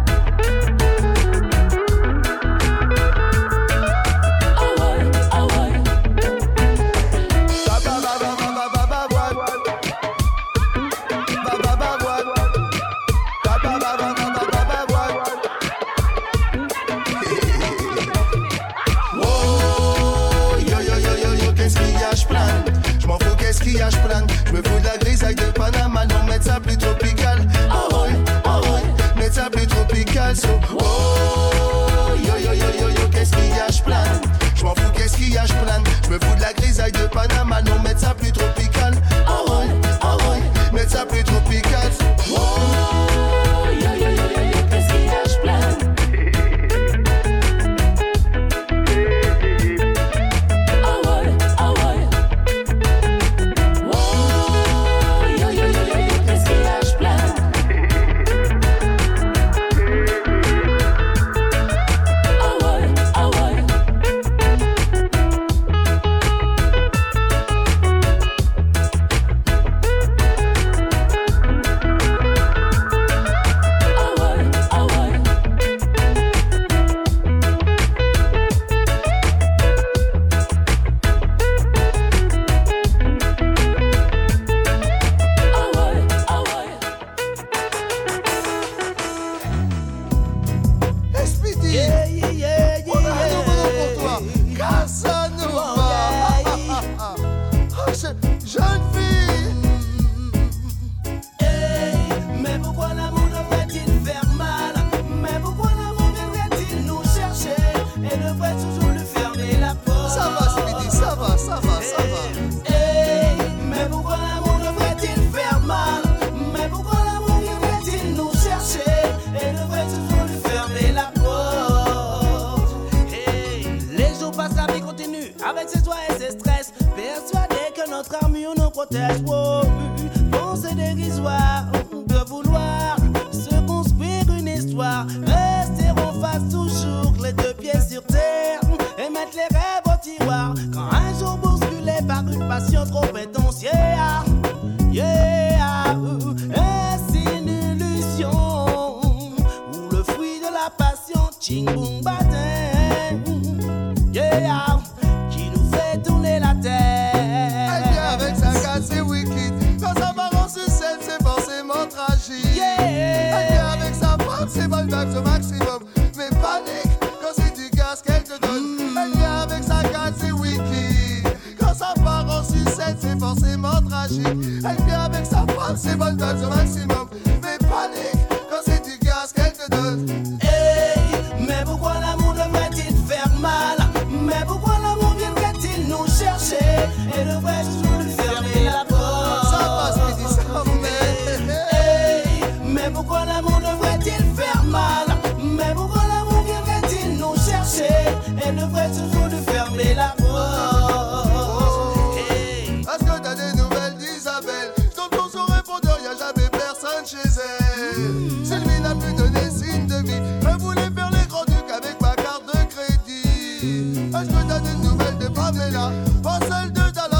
J'plane, j'me fous de la grisaille de Panama, non, mettre ça plus tropical. Oh oh, oh oh, mettre ça plus tropical. So, oh, yo yo yo yo yo, qu'est-ce qu'il y a, j'plane. J'm'en fous, qu'est-ce qu'il y a, j'plane. J'me fous de la grisaille de Panama, non, mettre ça plus tropical. Oh oh, oh oh, mettre ça plus tropical. So, oh, yo yo yo yo yo, qu'est-ce qu'il y a, j'plane.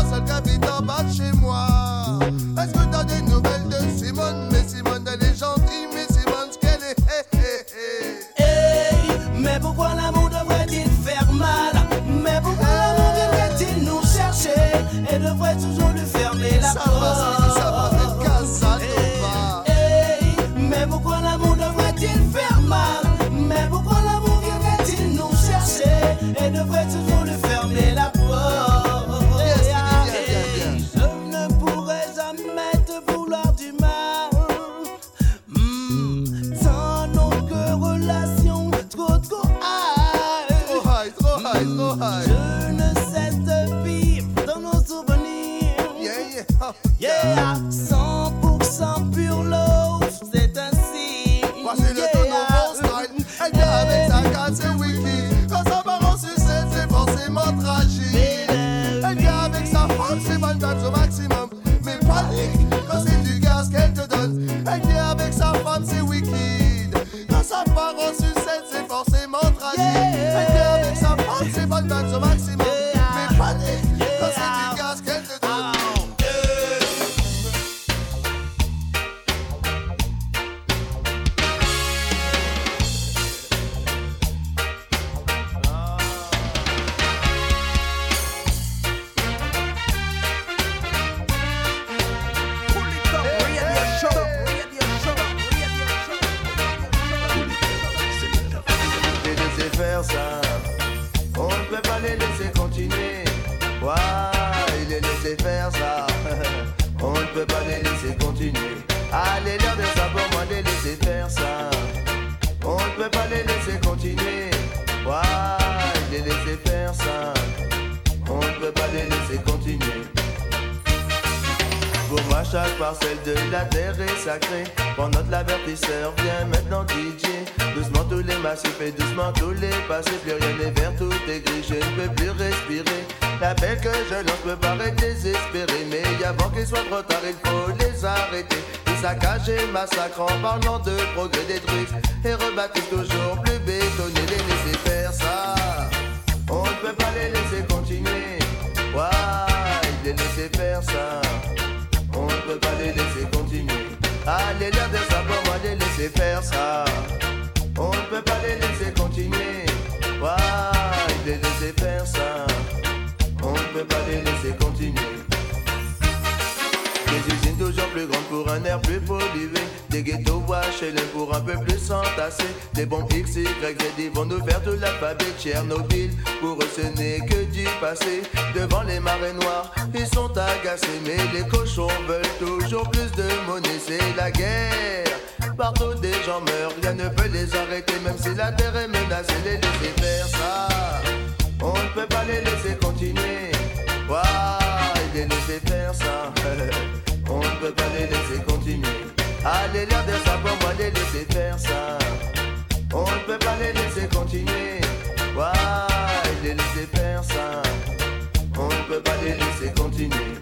Est-ce que t'as des nouvelles de Simone? Mais Simone elle est gentille.
Yeah, cent pour cent pur love, c'est ainsi.
Voici le ton nouveau style. Elle vient avec sa carte, c'est wicked. Quand sa parole sucette, c'est forcément tragique. Elle vient avec sa femme, c'est vingt times au maximum. Mais panique, quand c'est du gaz qu'elle te donne. Elle vient avec sa femme, c'est wicked. Quand sa parole sucette, c'est forcément tragique. Elle vient avec sa femme, c'est vingt times au maximum. Mais panique, quand c'est du gaz qu'elle te donne. Ça. On ne peut pas les laisser continuer. Ouais, il les laisser faire ça. On ne peut pas les laisser continuer. Allez leur de ça pour moi, les laisser faire ça. On ne peut pas les laisser continuer. Ouais, il les laisser faire ça. On ne peut pas les laisser continuer. Pour moi chaque parcelle de la terre est sacrée. Pendant que l'avertisseur vient maintenant D J. Doucement tous les massifs et doucement tous les passés. Plus rien n'est vert, tout est gris, je ne peux plus respirer. L'appel que je lance peut paraître désespéré. Mais avant qu'il soit trop tard, il faut les arrêter. Ils saccagent et massacrent en parlant de progrès, détruisent et rebâtissent toujours plus bétonnés. Les laisser faire ça, on ne peut pas les laisser continuer. Ouais, les laisser faire ça, on ne peut pas les laisser continuer. Allez leur de ça pour moi, les laisser faire ça. On ne peut pas les laisser continuer. Ouais, les laisser faire ça. On ne peut pas les laisser continuer. Des usines toujours plus grandes pour un air plus pollué. Des ghettos H L M pour un peu plus s'entasser. Des bombes X, Y, Z, ils vont nous faire tout l'alphabet. Tchernobyl, pour eux ce n'est que du passé. Devant les marées noires, ils sont agacés. Mais les cochons veulent toujours plus de monnaie. C'est la guerre, partout des gens meurent. Rien ne peut les arrêter, même si la terre est menacée. Les laisser faire ça, on ne peut pas les laisser continuer. Waouh, les laisser faire ça. On ne peut pas les laisser continuer. Allez leur de ça pour moi, les laisser faire ça. On ne peut pas les laisser continuer. Waouh, les laisser faire ça. On ne peut pas les laisser continuer.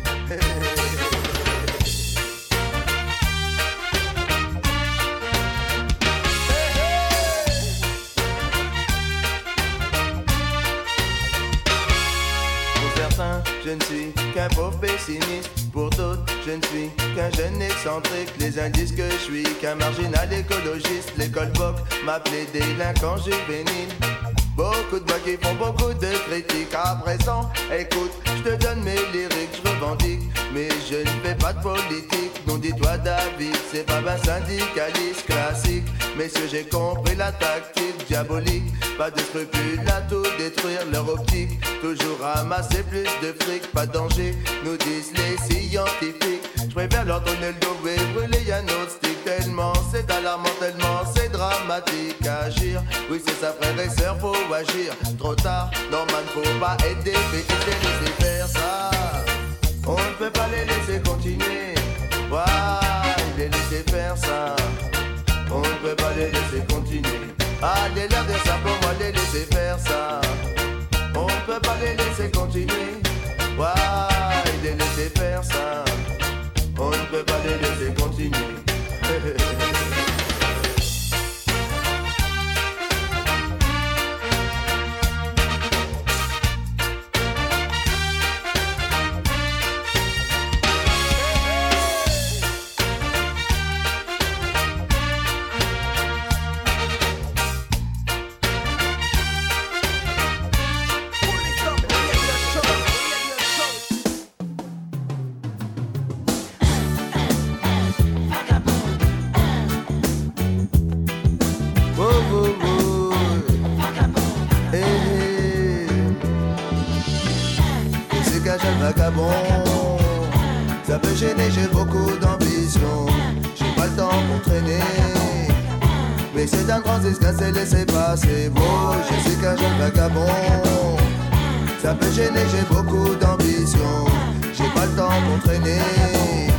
Je ne suis qu'un pauvre pessimiste. Pour d'autres, je ne suis qu'un jeune excentrique. Les indices que je suis qu'un marginal écologiste. L'école Boc m'appelait délinquant juvénile. Beaucoup de moi qui font beaucoup de critiques. À présent, écoute, je te donne mes lyriques, je revendique. Mais je ne fais pas de politique. Non, dis-toi David, c'est pas un syndicaliste classique. Messieurs, j'ai compris la tactique diabolique. Pas de scrupules à tout détruire leur optique. Toujours ramasser plus de fric, pas de danger, nous disent les scientifiques. Je préfère leur donner le dos et brûler un autre stick. Tellement c'est alarmant, tellement c'est dramatique. Agir, oui c'est ça frère et sœur, faut agir. Trop tard, normal, faut pas être défaitiste et laisser faire ça. On ne peut pas les laisser continuer. Ouais, les laisser faire ça. On ne peut pas les laisser continuer. Allez leur dire ça pour moi, les laisser faire ça. On ne peut pas les laisser continuer. Ouais, les laisser faire ça. On ne peut pas les laisser continuer. Vagabond, ça peut gêner, j'ai beaucoup d'ambition. J'ai pas le temps pour traîner, mais c'est un grand risque à se laisser passer. Bon, je suis qu'un jeune vagabond, ça peut gêner, j'ai beaucoup d'ambition. J'ai pas le temps pour traîner,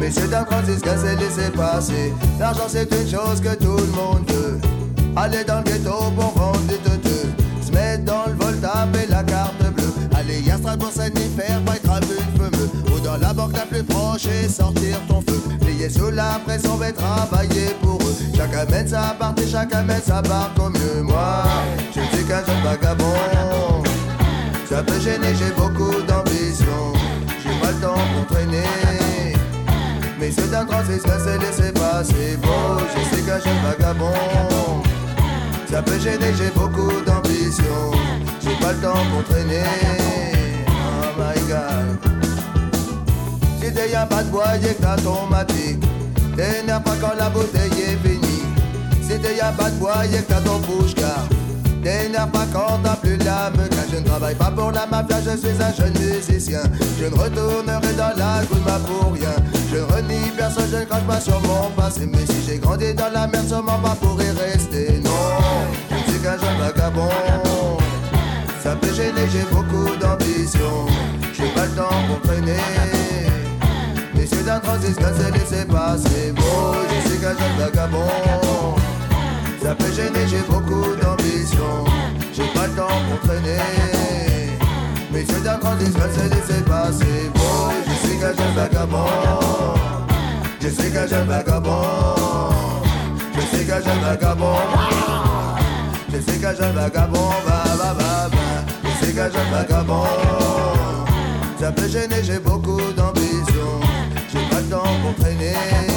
Messieurs d'un Francisque, c'est laissé passer. L'argent c'est une chose que tout le monde veut. Aller dans le ghetto pour vendre du teuteux. Se mettre dans le vol, taper la carte bleue. Aller à Strasbourg, Saint-Nifer, pas être un but fameux. Ou dans la banque la plus proche et sortir ton feu. Plier sous la pression, va travailler pour eux. Chacun mène sa partie, chacun mène sa barque au mieux. Moi, je ne suis qu'un jeune vagabond. Ça peut gêner, j'ai beaucoup d'ambition. J'ai pas le temps pour traîner. Messieurs d'un Francisque, c'est laissé passer. Bon, je sais qu'un jeune vagabond. Ça peut gêner, j'ai beaucoup d'ambition. J'ai pas le temps pour traîner. Oh my god. Si t'es y'a pas de bois, y'a que t'as ton matic. T'énerve pas quand la bouteille est finie. Si t'es y'a pas de bois, y'a que t'as ton bouche-car. T'énerve pas quand t'as plus l'âme. Car je ne travaille pas pour la mafia, je suis un jeune musicien. Je ne retournerai dans la goulma pour rien. Je ne renie personne, je ne crache pas sur mon passé. Mais si j'ai grandi dans la merde, sûrement pas pour y rester. Non, je suis qu'un jeune vagabond. Ça peut gêner, j'ai beaucoup d'ambition. J'ai pas le temps pour traîner. Messieurs d'un Francisque, c'est laissé passer. Bon, je suis qu'un jeune vagabond. Ça peut gêner, j'ai beaucoup d'ambition. J'ai pas le temps pour traîner. Messieurs d'un Francisque, c'est laissé passer. Bon, je suis qu'un jeune vagabond. Je suis qu'un jeune vagabond. Je suis qu'un jeune vagabond. Je suis qu'un jeune vagabond. Bah, bah, bah, bah. Je suis qu'un jeune vagabond. Ça peut gêner, j'ai beaucoup d'ambition. J'ai pas le temps pour traîner.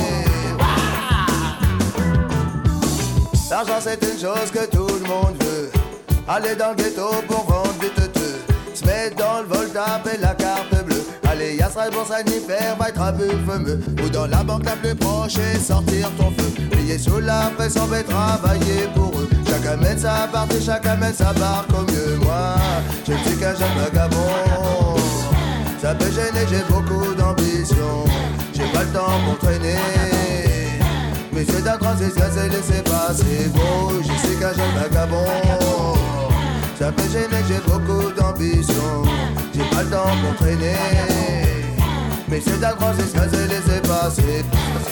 L'argent c'est une chose que tout le monde veut. Aller dans le ghetto pour vendre du teuteux. Se mettre dans le vol, taper la carte bleue. Aller à Strasbourg, Saint-Nifer, va être un but fameux. Ou dans la banque la plus proche et sortir ton feu. Plier sous la pression, va travailler pour eux. Chacun mène sa partie, chacun mène sa barque au mieux. Moi, je ne suis qu'un jeune vagabond. Ça peut gêner, j'ai beaucoup d'ambition. J'ai pas le temps pour traîner. Messieurs d'un Francisque, c'est laissé passer. Beau, je suis qu'un jeune vagabond. Ça peut gêner, j'ai beaucoup d'ambition. J'ai pas le temps pour traîner. Messieurs d'un Francisque, c'est laissé passer.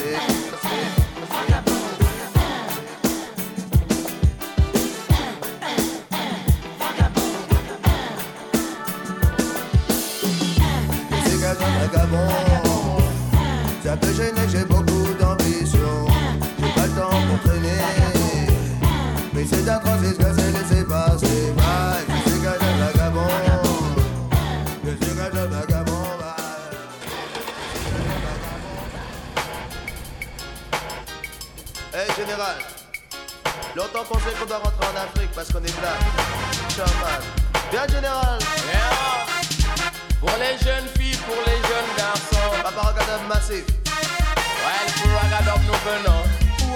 Je suis qu'un jeune vagabond. Ça peut gêner, j'ai beaucoup d'ambition. Pas le temps pour traîner. Mais c'est d'un Francisque, c'est laissé passer. Bye, je suis qu'un jeune vagabond. Je suis qu'un jeune vagabond. Hey général, longtemps qu'on sait qu'on doit rentrer en Afrique parce qu'on est black. Chaman. Bien général.
Yeah. Pour les jeunes filles, pour les jeunes garçons.
Papa Ragadab massif.
Ouais, pour Ragadab nous venons.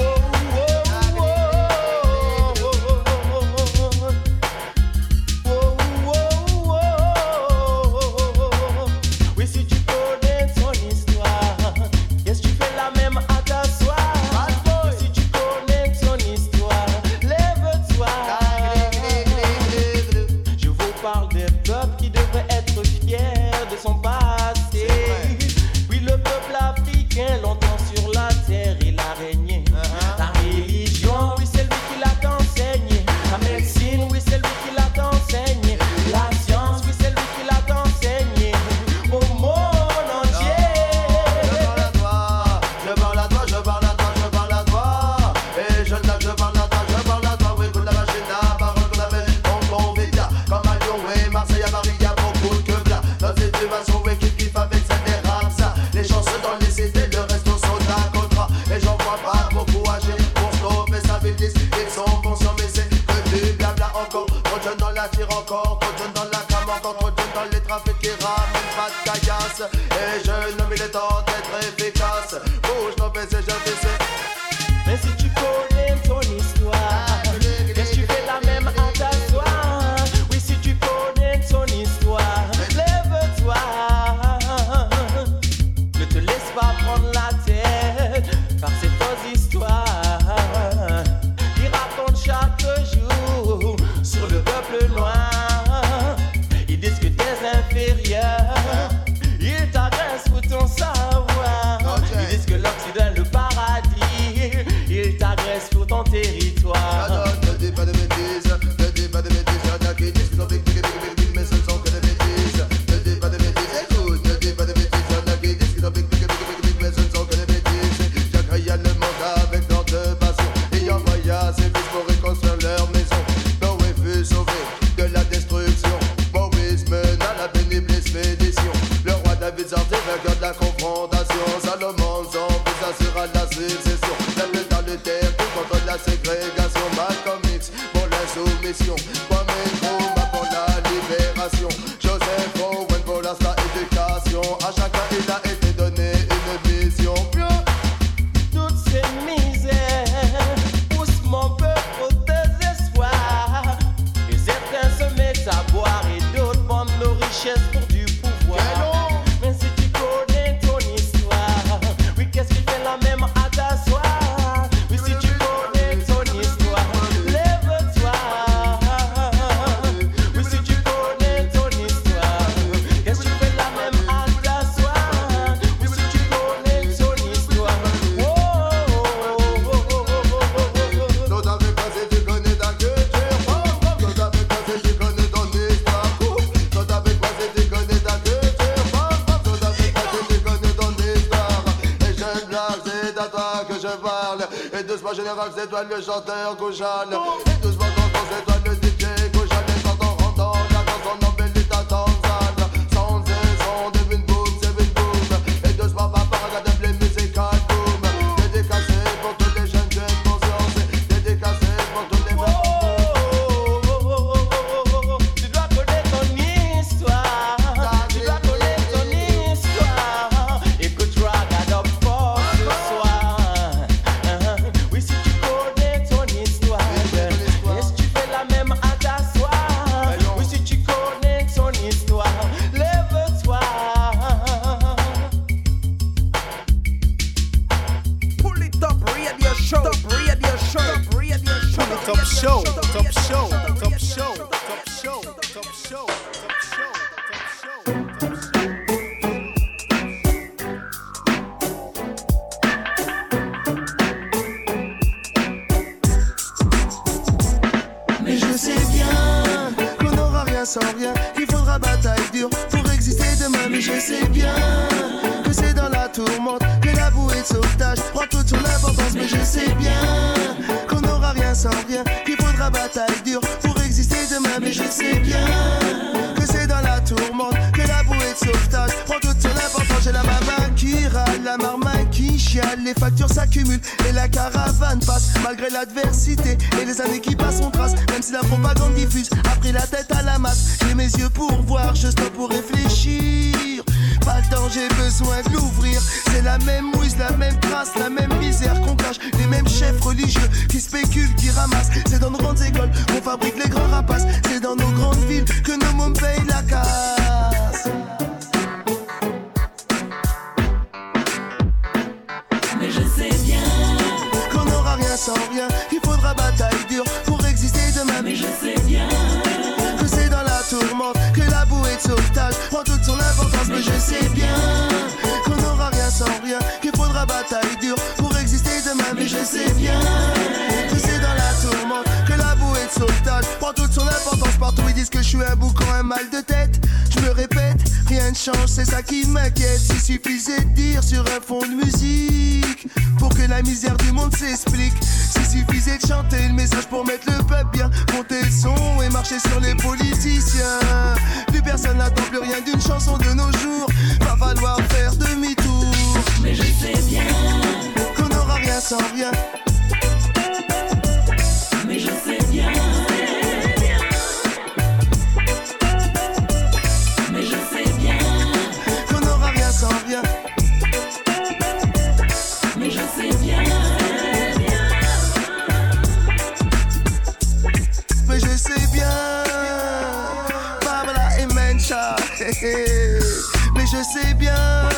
Longtemps sur la terre, il a régné. Uh-huh. La religion, oui, c'est lui qui l'a enseigné. La médecine, oui, c'est lui qui l'a enseigné. La science, oui, c'est lui qui l'a enseigné. Au monde entier.
Je parle à toi, je parle à toi, je parle à toi, je parle à toi. Et je tape, je parle à toi, je parle à toi. Oui, écoute la machine à parole qu'on appelle Tonton Vita. Comme à Lyon, oui, Marseille, à Paris, y'a beaucoup que bla. Dans cette situation, oui, qui kiffe avec ça, des rames, ça. Les chanceux dans les cités. Et j'en vois pas beaucoup agir pour stopper sa bêtise. Ils sont conscients mais c'est que du blabla encore. Trop de jeunes dans la tire encore, trop de jeunes dans la cam encore, trop de jeunes dans les trafics qui ramènent pas de caillasse. Et jeune homme il est temps d'être efficace. Bouge ton P C, je fais.
Mais si tu connais ton histoire, qu'est-ce que tu fais la même à t'asseoir? Oui si tu connais ton histoire, lève-toi. Ne te laisse pas prendre la tête par ces fausses histoires qui racontent chaque jour sur le peuple noir. Ils disent que t'es inférieur, ils t'agressent
ton territoire.
Ne dis pas de bêtises, ne dis pas de bêtises. Y'en a qui disent qu'ils ont big, big, big, big, big, mais ce ne sont que des bêtises. Ne dis pas de bêtises, écoute, ne dis pas de bêtises. Y'en a qui disent qu'ils ont big, big, big, big, big, mais ce ne sont que des bêtises. J'accueille le monde avec tant de passion et envoya ses fils pour reconstruire leur maison. Noé fut sauvé de la destruction. Maurice mena la pénible expédition. Le roi David sortit vainqueur de la confrontation. Salomon son fils assura la succession. Martin Luther King contre la ségrégation. Malcolm X pour l'insoumission. Kwame Nkrumah pour la libération. Joseph Owen pour la sa éducation. À chacun il a été donné une mission.
Toutes ces misères poussent mon peuple au désespoir. Et certains se mettent à boire et d'autres vendent nos richesses pour du pouvoir. Mais si tu connais ton histoire, oui, qu'est-ce qui fait la même à t'asseoir? Oui, si tu connais ton histoire, lève-toi. Oui, si tu connais ton histoire, qu'est-ce qui fait la même à t'asseoir? Oui, si tu connais ton histoire. Oh, oh, oh, oh, oh, oh.
Tout avec toi si tu connais ta culture. Tout avec toi si tu connais ton histoire. Tout avec toi si tu connais ta culture. Tout avec toi si tu connais ton histoire. Et jeune blague, c'est à toi que je parle. Et doucement général, c'est toi le chanteur Gouchal. Et doucement tonton, c'est toi le D J Gouchal. Et quand on rentre dans la danse, on embellit ta Tanzane. Sans et son, devine boom, c'est une boom. Et doucement papa, regarde les musicales boom. Dédicacé pour tous les jeunes de conscience. Dédicacé pour tous les mecs.
Tu dois connaître ton histoire. Tu dois connaître ton histoire. Écoute-toi, regarde up fort ce soir. Oui, si tu connais ton histoire, est-ce que tu fais la même à t'asseoir? Oui, si tu connais ton histoire, lève-toi.
Pull it up, radio show, top radio show, top radio show,
Top show, top show, top show, top show, top show,
Mais je sais bien qu'on n'aura rien sans rien, qu'il faudra bataille dure pour exister demain. Mais je sais bien que c'est dans la tourmente que la bouée de sauvetage prend toute son importance. Mais je sais bien qu'on n'aura rien sans rien, qu'il faudra bataille dure pour exister demain. Mais je sais bien que c'est dans la tourmente que la bouée de sauvetage prend toute son importance. J'ai la maman qui râle, la marmaille qui chiale, les factures s'accumulent et la caravane passe malgré l'adversité et les années qui passent on trace. Même si la propagande diffuse, a pris la tête à la masse. J'ai mes yeux pour voir, je stoppe pour réfléchir. Pas le temps, j'ai besoin de l'ouvrir. C'est la même mouise, la même trace, la même misère qu'on cache. Les mêmes chefs religieux qui spéculent, qui ramassent. C'est dans nos grandes écoles qu'on fabrique les grands rapaces. C'est dans nos grandes villes que nos mômes payent la casse. Mais je sais bien qu'on n'aura rien sans rien, qu'il faudra bataille dure pour exister demain. Mais je sais bien que c'est dans la tourmente que la bouée de sauvetage prend toute son importance. Mais je sais bien qu'on n'aura rien sans rien, qu'il faudra bataille dure pour exister demain. Mais je sais bien que c'est dans la tourmente que la bouée de sauvetage prend toute son importance. Partout ils disent que je suis un boucan, un mal de tête. Je me répète, rien ne change, c'est ça qui m'inquiète. S'il suffisait de dire sur un fond de musique pour que la misère du monde s'explique. S'il suffisait de chanter le message pour mettre le peuple bien, monter le son et marcher sur les politiciens. Plus personne n'attend plus rien d'une chanson de nos jours. Va falloir faire demi-tour. Mais je sais bien qu'on n'aura rien sans rien. Mais je sais bien. Mais je sais bien qu'on n'aura rien sans rien. Mais je sais bien. Mais je sais bien. Babala et Mencha. Mais je sais bien.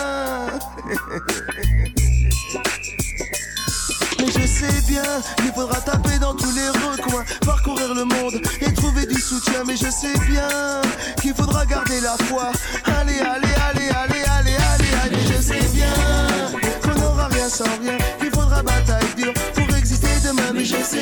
Mais je sais bien, il faudra taper dans tous les recoins, parcourir le monde et trouver du soutien. Mais je sais bien qu'il faudra garder la foi. Allez, allez, allez, allez, allez, allez, allez. Mais je sais bien qu'on n'aura rien sans rien, qu'il faudra bataille dure pour exister demain. Mais je sais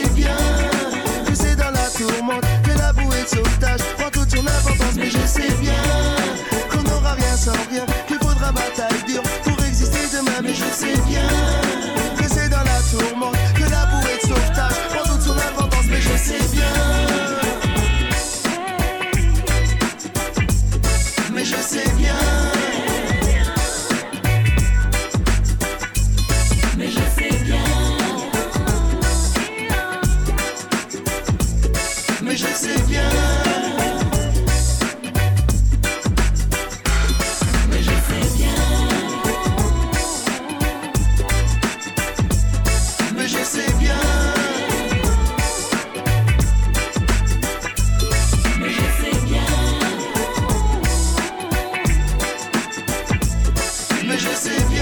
sais bien que c'est dans la tourmente que la bouée de sauvetage prend toute son importance, mais je sais bien. Mais je sais bien. Mais je sais bien. Mais je sais bien. Mais je sais bien. Mais je sais bien. Mais je sais bien. Mais je sais bien.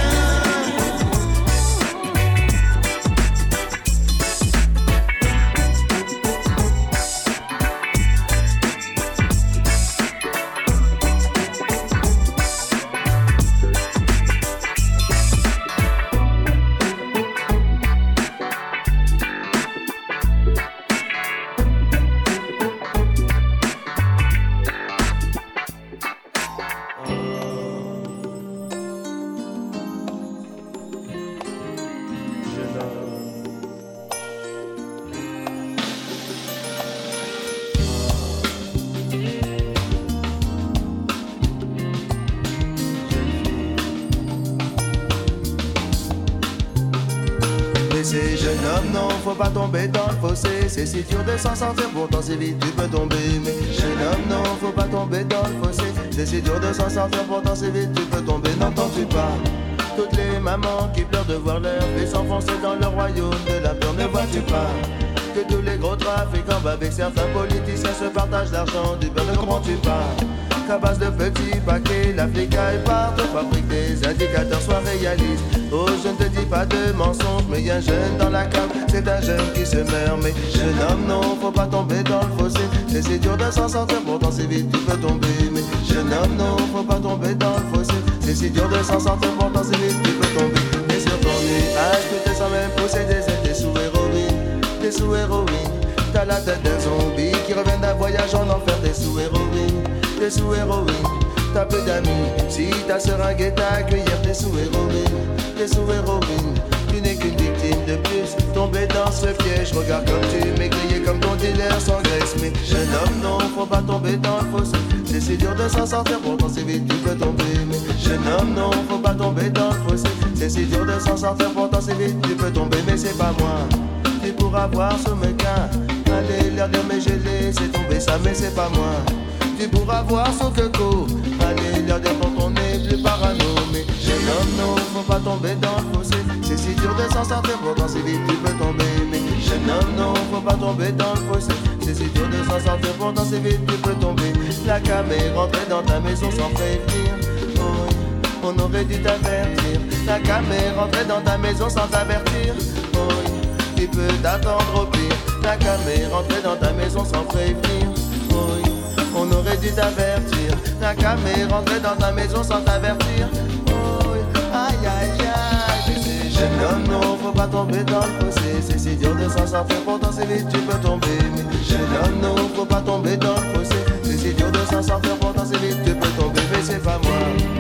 Laissez jeune homme, non, faut pas tomber dans le fossé. C'est si dur de s'en sortir, pourtant c'est vite tu peux tomber. Mais jeune homme, non, faut pas tomber dans le fossé. C'est si dur de s'en sortir, pourtant c'est vite tu peux tomber. N'entends-tu pas toutes les mamans qui pleurent de voir leur fils s'enfoncer dans le royaume de la peur? Ne vois-tu pas que tous les gros trafiquants avec certains politiciens se partagent l'argent du beurre? Ne comprends-tu pas qu'à base de petits paquets, la flicaille part de fabrique des indicateurs soient réalistes? Oh, je ne te dis pas de mensonges, mais y a un jeune dans la cave, c'est un jeune qui se meurt. Mais jeune homme, non, faut pas tomber dans le fossé. C'est si dur de s'en sortir, pourtant c'est vite tu peux tomber. Mais jeune homme, non, faut pas tomber dans le fossé. C'est si dur de s'en sortir, pourtant c'est vite tu peux tomber. Et sur ton nuage, tu te sens même pousser des ailes, t'es sous héroïne, t'es sous héroïne. T'as la tête d'un zombie qui revient d'un voyage en enfer, t'es sous héroïne. T'es sous héroïne, t'as peu d'amis. Si ta seringue est ta cuillère, t'es sous héroïne. T'es sous héroïne, tu n'es qu'une victime de plus. Tombé dans ce piège, regarde comme tu m'es grillé comme ton dealer sans graisse. Mais jeune homme, non, faut pas tomber dans le fossé. C'est si dur de s'en sortir, pourtant c'est vite tu peux tomber. Mais jeune homme, non, faut pas tomber dans le fossé. C'est si dur de s'en sortir, pourtant c'est vite tu peux tomber. Mais c'est pas moi, tu pourras voir ce mequin. Allez leur dire mais je laissé tomber ça, mais c'est pas moi. Tu pourras voir son coco. Allez leur dire quand on est plus parano. Mais jeune homme, non, faut pas tomber dans le fossé. C'est si dur de s'en sortir, pourtant c'est vite tu peux tomber. Mais jeune homme, non, faut pas tomber dans le fossé. C'est si dur de s'en sortir, pourtant c'est vite tu peux tomber. La caméra rentrait dans ta maison sans prévenir. Oh, on aurait dû t'avertir. La caméra rentrait dans ta maison sans t'avertir. Oh, tu peux t'attendre au pire. La caméra rentrait dans ta maison sans prévenir. Oh, on aurait dû t'avertir. La caméra rentrait dans ta maison sans t'avertir. Oh, aïe aïe aïe. Jeune homme, non, faut pas tomber dans le fossé. C'est si dur de s'en sortir, pourtant c'est vite tu peux tomber. Mais jeune homme, non, faut pas tomber dans le fossé. C'est si dur de s'en sortir, pourtant c'est vite tu peux tomber. Mais c'est pas moi.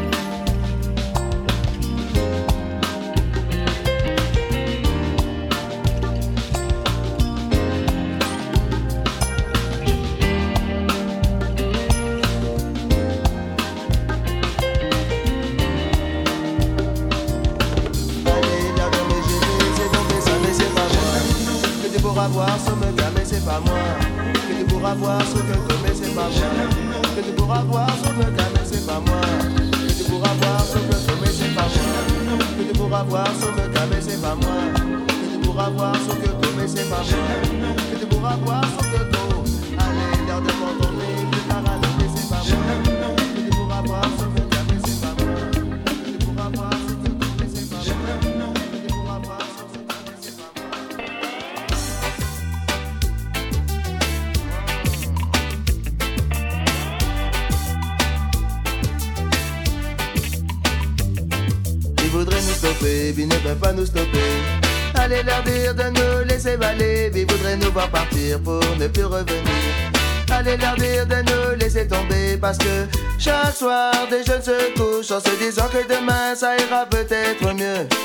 Voir ce me gars, mais c'est pas moi. Que tu pourras voir ce que tu mais c'est pas moi. Que tu pourras voir ce me gars, mais c'est pas moi. Que tu pourras voir ce que tu mais c'est pas moi. Que tu pourras voir ce me gars, mais c'est pas moi. Que tu pourras voir ce que tu mais c'est pas moi. Que tu pourras voir ce que tu. Allez, l'air de contourner, plus parano, mais c'est pas moi. Que tu pourras voir ce me gars, mais c'est pas moi. Que tu pourras voir ce que tu mais c'est pas moi. Que tu pourras voir ce que tu mais c'est pas moi. Voudrait nous stopper, ils ne peuvent pas nous stopper. Allez leur dire de nous laisser valer, ils voudraient nous voir partir pour ne plus revenir. Allez leur dire de nous laisser tomber, parce que chaque soir des jeunes se couchent en se disant que demain ça ira peut-être mieux.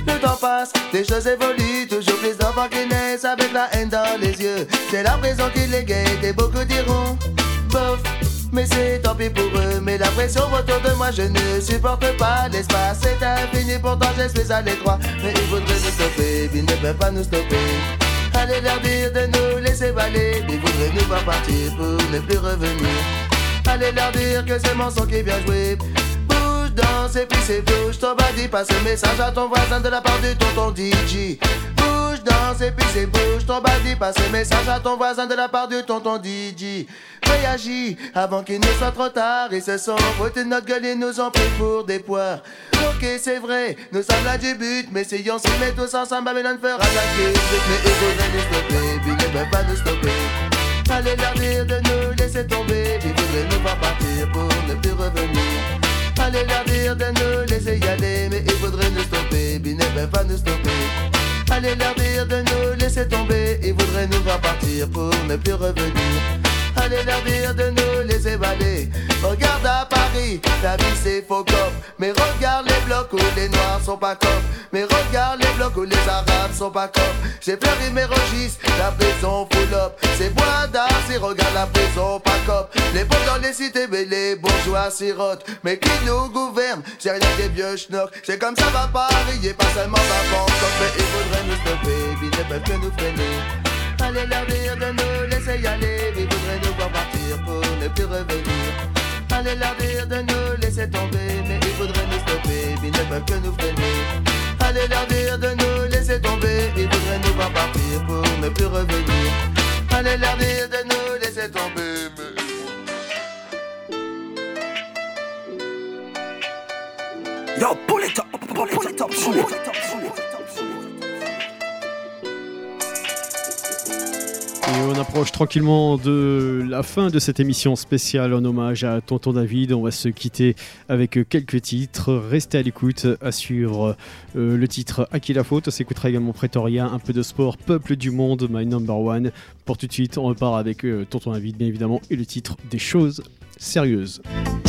Le temps passe, les choses évoluent, toujours plus d'enfants qui naissent avec la haine dans les yeux. C'est la prison qui les guette et beaucoup diront bof, mais c'est tant pis pour eux. Mais la pression autour de moi, je ne supporte pas. L'espace est infini, pourtant je suis à l'étroit. Mais ils voudraient nous stopper, ils ne peuvent pas nous stopper. Allez leur dire de nous laisser baler. Ils voudraient nous voir partir pour ne plus revenir. Allez leur dire que c'est mon son qui vient jouer. Bouge, danse et puis c'est bouge. Ton body passe le message à ton voisin de la part du tonton D J. Bouge, danse et puis c'est bouge. Ton body passe le message à ton voisin de la part du tonton D J. Réagis avant qu'il ne soit trop tard. Ils se sont foutus de notre gueule et nous ont pris pour des poires. Ok, c'est vrai, nous sommes là du but. Mais si on s'y met tous ensemble, Babylone fera la queue. Mais ils voudraient nous stopper, puis ils ne peuvent pas nous stopper. Allez leur dire de nous laisser tomber. Ils voudraient nous voir partir pour ne plus revenir. Allez leur dire de nous laisser y aller. Mais ils voudraient nous stopper, puis ils ne peuvent pas nous stopper. Allez leur dire de nous laisser tomber. Ils voudraient nous voir partir pour ne plus revenir. Allez leur dire de nous laisser baler. Regarde à Paris, la vie c'est faux cop. Mais regarde les blocs où les noirs sont pas cop. Mais regarde les blocs où les arabes sont pas cop. J'ai fleuri mes registres, la prison full up. C'est bois d'art, si regarde la prison pas cop. Les pauvres dans les cités, mais les bourgeois sirotent. Mais qui nous gouverne, c'est rien des vieux schnocks. C'est comme ça va Paris, et pas seulement va Bangkok. Mais ils voudraient nous stopper, ils ne peuvent que nous freiner. Allez leur dire de nous laisser y aller. Ils voudraient nous voir partir pour ne plus revenir. Allez leur dire de nous laisser tomber. Mais ils voudraient nous stopper, ils ne peuvent que nous freiner. Allez leur dire de nous laisser tomber. Ils voudraient nous voir partir pour ne plus revenir. Allez leur dire de nous laisser tomber. Mais...
Yo, pull it up, pull it up, pull it up.
Et on approche tranquillement de la fin de cette émission spéciale en hommage à Tonton David. On va se quitter avec quelques titres. Restez à l'écoute, assure euh, le titre À qui la faute. On s'écoutera également Pretoria, un peu de sport, Peuple du monde, My Number One. Pour tout de suite, on repart avec euh, Tonton David bien évidemment et le titre Des choses sérieuses.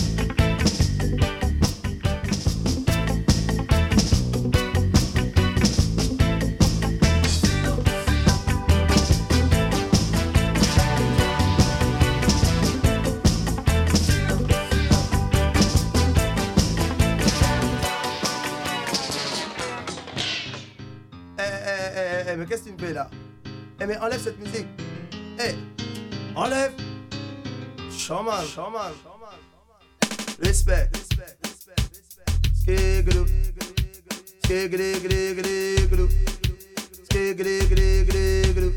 Mais qu'est-ce que tu me fais là? Eh mais enlève cette musique. Eh, enlève. Chômage, chômage, chômage. Respect, respect, respect, respect. Skiglou, skiglou, skiglou, skiglou, skiglou.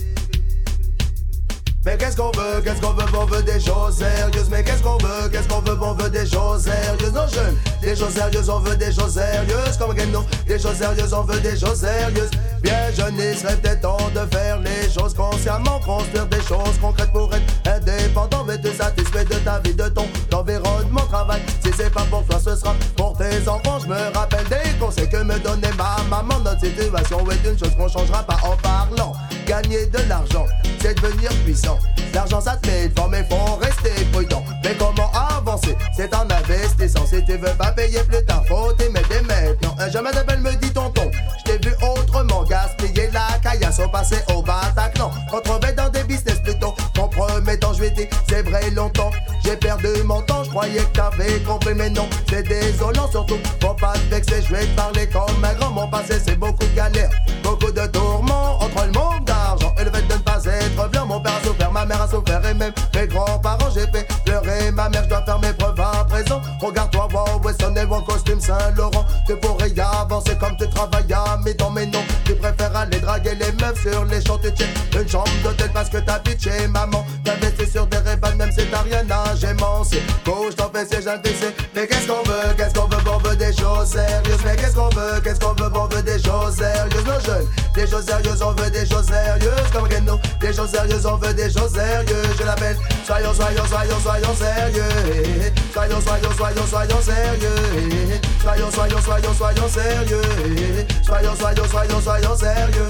Mais qu'est-ce qu'on veut, qu'est-ce qu'on veut, on veut des choses sérieuses. Mais qu'est-ce qu'on veut, qu'est-ce qu'on veut, on veut des choses sérieuses. Non jeunes, des choses sérieuses, on veut des choses sérieuses. Comme Geno, des choses sérieuses, on veut des choses sérieuses. Bien jeune, il serait peut-être temps de faire les choses consciemment. Construire des choses concrètes pour être indépendant. Mais te satisfait de ta vie, de ton environnement, travail. Si c'est pas pour toi, ce sera pour tes enfants. Je me rappelle des conseils que me donnait ma maman. Notre situation est une chose qu'on changera pas en parlant. Gagner de l'argent, c'est devenir puissant. L'argent ça te met de forme, mais faut rester prudent. Mais comment avancer? C'est en investissant. Si tu veux pas payer plus tard, faut t'aimer dès maintenant. Un jeune m'appelle, me dit tonton, je t'ai vu autrement. Gaspiller la caillasse au passé au Bataclan. Retrouver dans des business plutôt compromettants. Je lui ai dit, c'est vrai longtemps, j'ai perdu mon temps. Je croyais que t'avais compris, mais non, c'est désolant. Surtout, faut pas te vexer, je vais te parler comme un grand. Mon passé, c'est beaucoup de galères, beaucoup de tourments. Entre le manque d'argent et le fait de ne pas être blanc. Mon père a souffert, ma mère a souffert et même mes grands-parents. J'ai fait pleurer ma mère, je dois faire mes preuves à présent. Regarde-toi, wow, Weston et mon costume Saint-Laurent. Tu pourrais y avancer comme tu travailles à mi-temps, mais non, tu préfères aller draguer les meufs sur les champs. Tu check une chambre d'hôtel parce que t'habites chez maman. T'investis sur des rébans même si t'as rien à gémancer. Gauche, t'en fais si j'intéresse. Mais qu'est-ce qu'on veut, qu'est-ce qu'on veut, on veut des choses sérieuses. Mais qu'est-ce qu'on veut, qu'est-ce qu'on veut, on veut des choses sérieuses. Nos jeunes, des choses sérieuses, on veut des choses sérieuses. Comme Geno, des choses sérieuses, on veut des choses sérieuses. Je l'appelle, soyons, soyons, soyons, soyons sérieux. Soyons, soyons, soyons, soyons sérieux. Soyons, soyons, soyons, soyons sérieux. Soyons, soyons, soyons, soyons sérieux.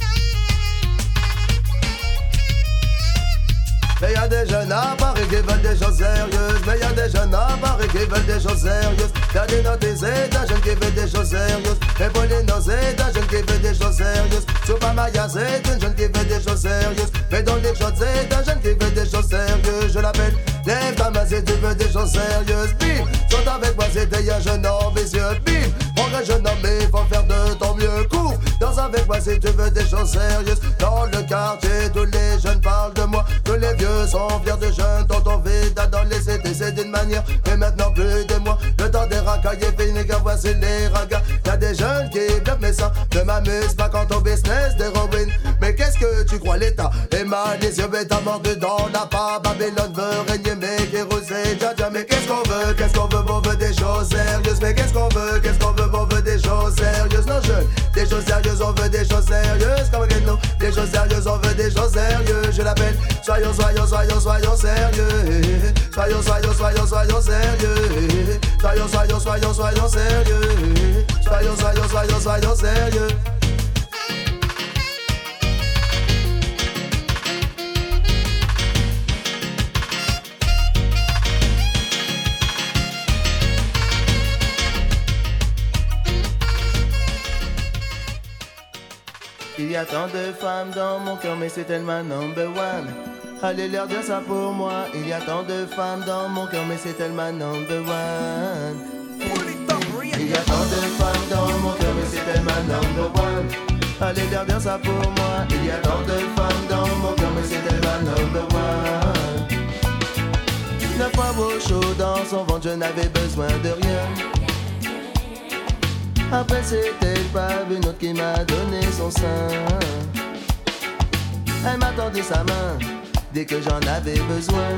Mais y'a des jeunes à Paris qui veulent des choses sérieuses. Mais y'a des jeunes à Paris qui veulent des choses sérieuses. Y'a des notés et des jeunes qui veulent des choses sérieuses. Et pour les nausées, des jeunes qui veulent des choses sérieuses. Super Maya, c'est une jeune qui veut des choses sérieuses. Mais dans les choses, c'est un jeune qui veut des choses sérieuses. Je l'appelle, lève ta main si tu veux des choses sérieuses. Bim, saute avec moi si t'es un jeune ambitieux. Bim, prends un jeune homme, mais faut faire de ton mieux. Cours, danse avec moi si tu veux des choses sérieuses. Dans le quartier, tous les jeunes parlent de moi. Tous les vieux sont fiers de jeunes dont on vit dans les cités, c'est d'une manière. Mais maintenant plus de moi, le temps des racailles est fini, car voici les ragas. Y'a des jeunes qui bluffent, mais ça ne m'amuse pas quant au business des Robin. Mais qu'est-ce que tu crois, l'État est mal, les yeux bêtes à mort dedans, n'a pas. Babylone veut régner, mais qui rosé, dja dja. Mais qu'est-ce qu'on veut, qu'est-ce qu'on veut, on veut des choses sérieuses. Mais qu'est-ce qu'on veut, qu'est-ce qu'on veut, on veut des choses sérieuses. Non jeunes, des choses sérieuses, on veut des choses sérieuses. Comme que nous, des choses sérieuses, on veut des choses sérieuses. Je l'appelle, soyons, soyons, soyons, soyons sérieux. Soyons, soyons, soyons, soyons sérieux. Soyons, soyons, soyons, soyons sérieux. Soyons, soyons, soyons, soyons sérieux.
Il y a tant de femmes dans mon cœur, mais c'est elle ma number one. Allez leur dire ça pour moi. Il y a tant de femmes dans mon cœur, mais c'est elle ma number one. Il y a tant de femmes dans mon cœur, mais c'est elle ma number one. Allez leur dire ça pour moi. Il y a tant de femmes dans mon cœur, mais c'est elle ma number one. Neuf fois beau chaud dans son ventre, je n'avais besoin de rien. Après c'était le pape, une autre qui m'a donné son sein. Elle m'a tendu sa main dès que j'en avais besoin.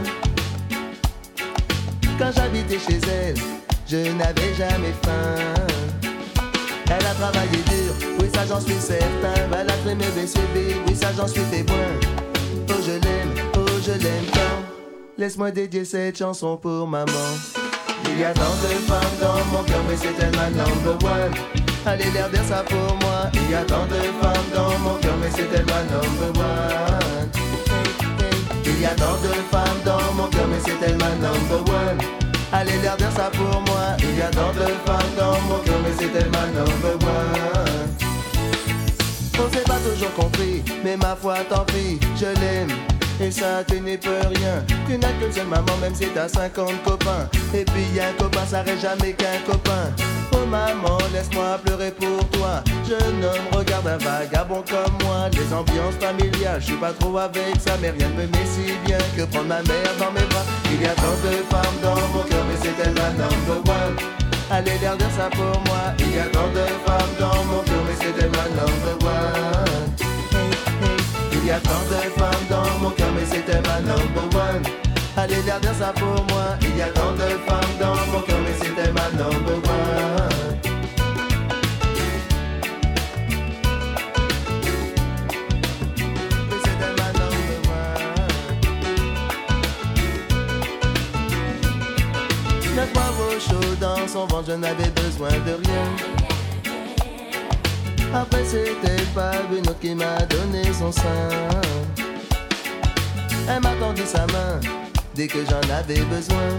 Quand j'habitais chez elle, je n'avais jamais faim. Elle a travaillé dur, oui ça j'en suis certain. Elle a très bien suivi, oui ça j'en suis témoin. Oh je l'aime, oh je l'aime tant. Laisse-moi dédier cette chanson pour maman. Il y a tant de femmes dans mon cœur, mais c'est elle ma number one. Allez leur dire ça pour moi. Il y a tant de femmes dans mon cœur, mais c'est elle ma number one. Il y a tant de femmes dans mon cœur, mais c'est elle ma number one. Allez leur dire ça pour moi. Il y a tant de femmes dans mon cœur, mais c'est elle ma number one. On s'est pas toujours compris, mais ma foi tant pis, je l'aime. Et ça tu n'y peux rien. Tu n'as qu'une seule maman même si t'as cinquante copains. Et puis un copain ça reste jamais qu'un copain. Oh maman laisse-moi pleurer pour toi. Jeune homme regarde un vagabond comme moi. Les ambiances familiales je suis pas trop avec ça. Mais rien ne me met si bien que prendre ma mère dans mes bras. Il y a tant de femmes dans mon cœur mais c'est elle ma number one. Allez leur dire ça pour moi. Il y a tant de femmes dans mon cœur mais c'est elle ma number one. Il y a tant de femmes dans mon cœur, mais c'était ma number one. Allez leur dire ça pour moi. Il y a tant de femmes dans mon cœur, mais c'était ma number one. Mais c'était ma number one. Neuf fois vos chaud dans son ventre, je n'avais besoin de rien. Après c'était pas une autre qui m'a donné son sein. Elle m'a tendu sa main dès que j'en avais besoin.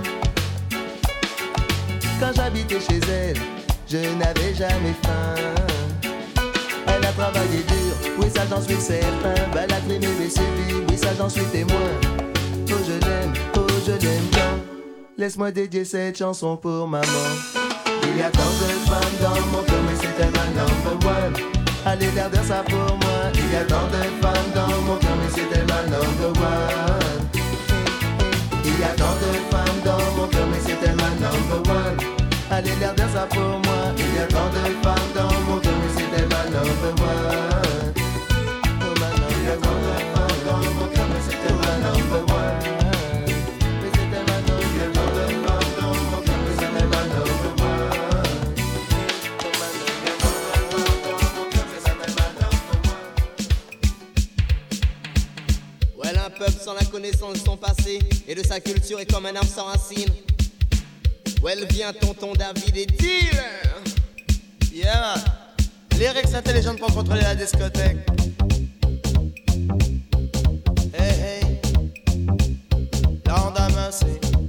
Quand j'habitais chez elle, je n'avais jamais faim. Elle a travaillé dur, oui ça j'en suis certain. Elle a traîné mes sévices, oui ça j'en suis témoin. Oh je l'aime, oh je l'aime tant. Laisse-moi dédier cette chanson pour maman. Il y a tant de femmes dans mon cœur, mais c'est elle ma number one. Allez leur dire ça pour moi. Il y a tant de femmes dans mon cœur, mais c'est elle ma number one. Il y a tant de femmes dans mon cœur, mais c'est elle ma number one. Allez leur dire ça pour moi. Il y a tant de femmes dans mon cœur, mais c'est elle ma number one. Oh ma number one. Il y a tant de femmes dans mon cœur, mais c'est elle ma number one. Mais c'est elle ma number one. Il y a tant de femmes dans mon cœur, mais c'est elle ma number one.
Un peuple sans la connaissance de son passé et de sa culture est comme un arbre sans racines. Où elle vient tonton David et dealer.
Yeah, lyrics intelligents pour contrôler la discothèque. Hey hey, lendemain c'est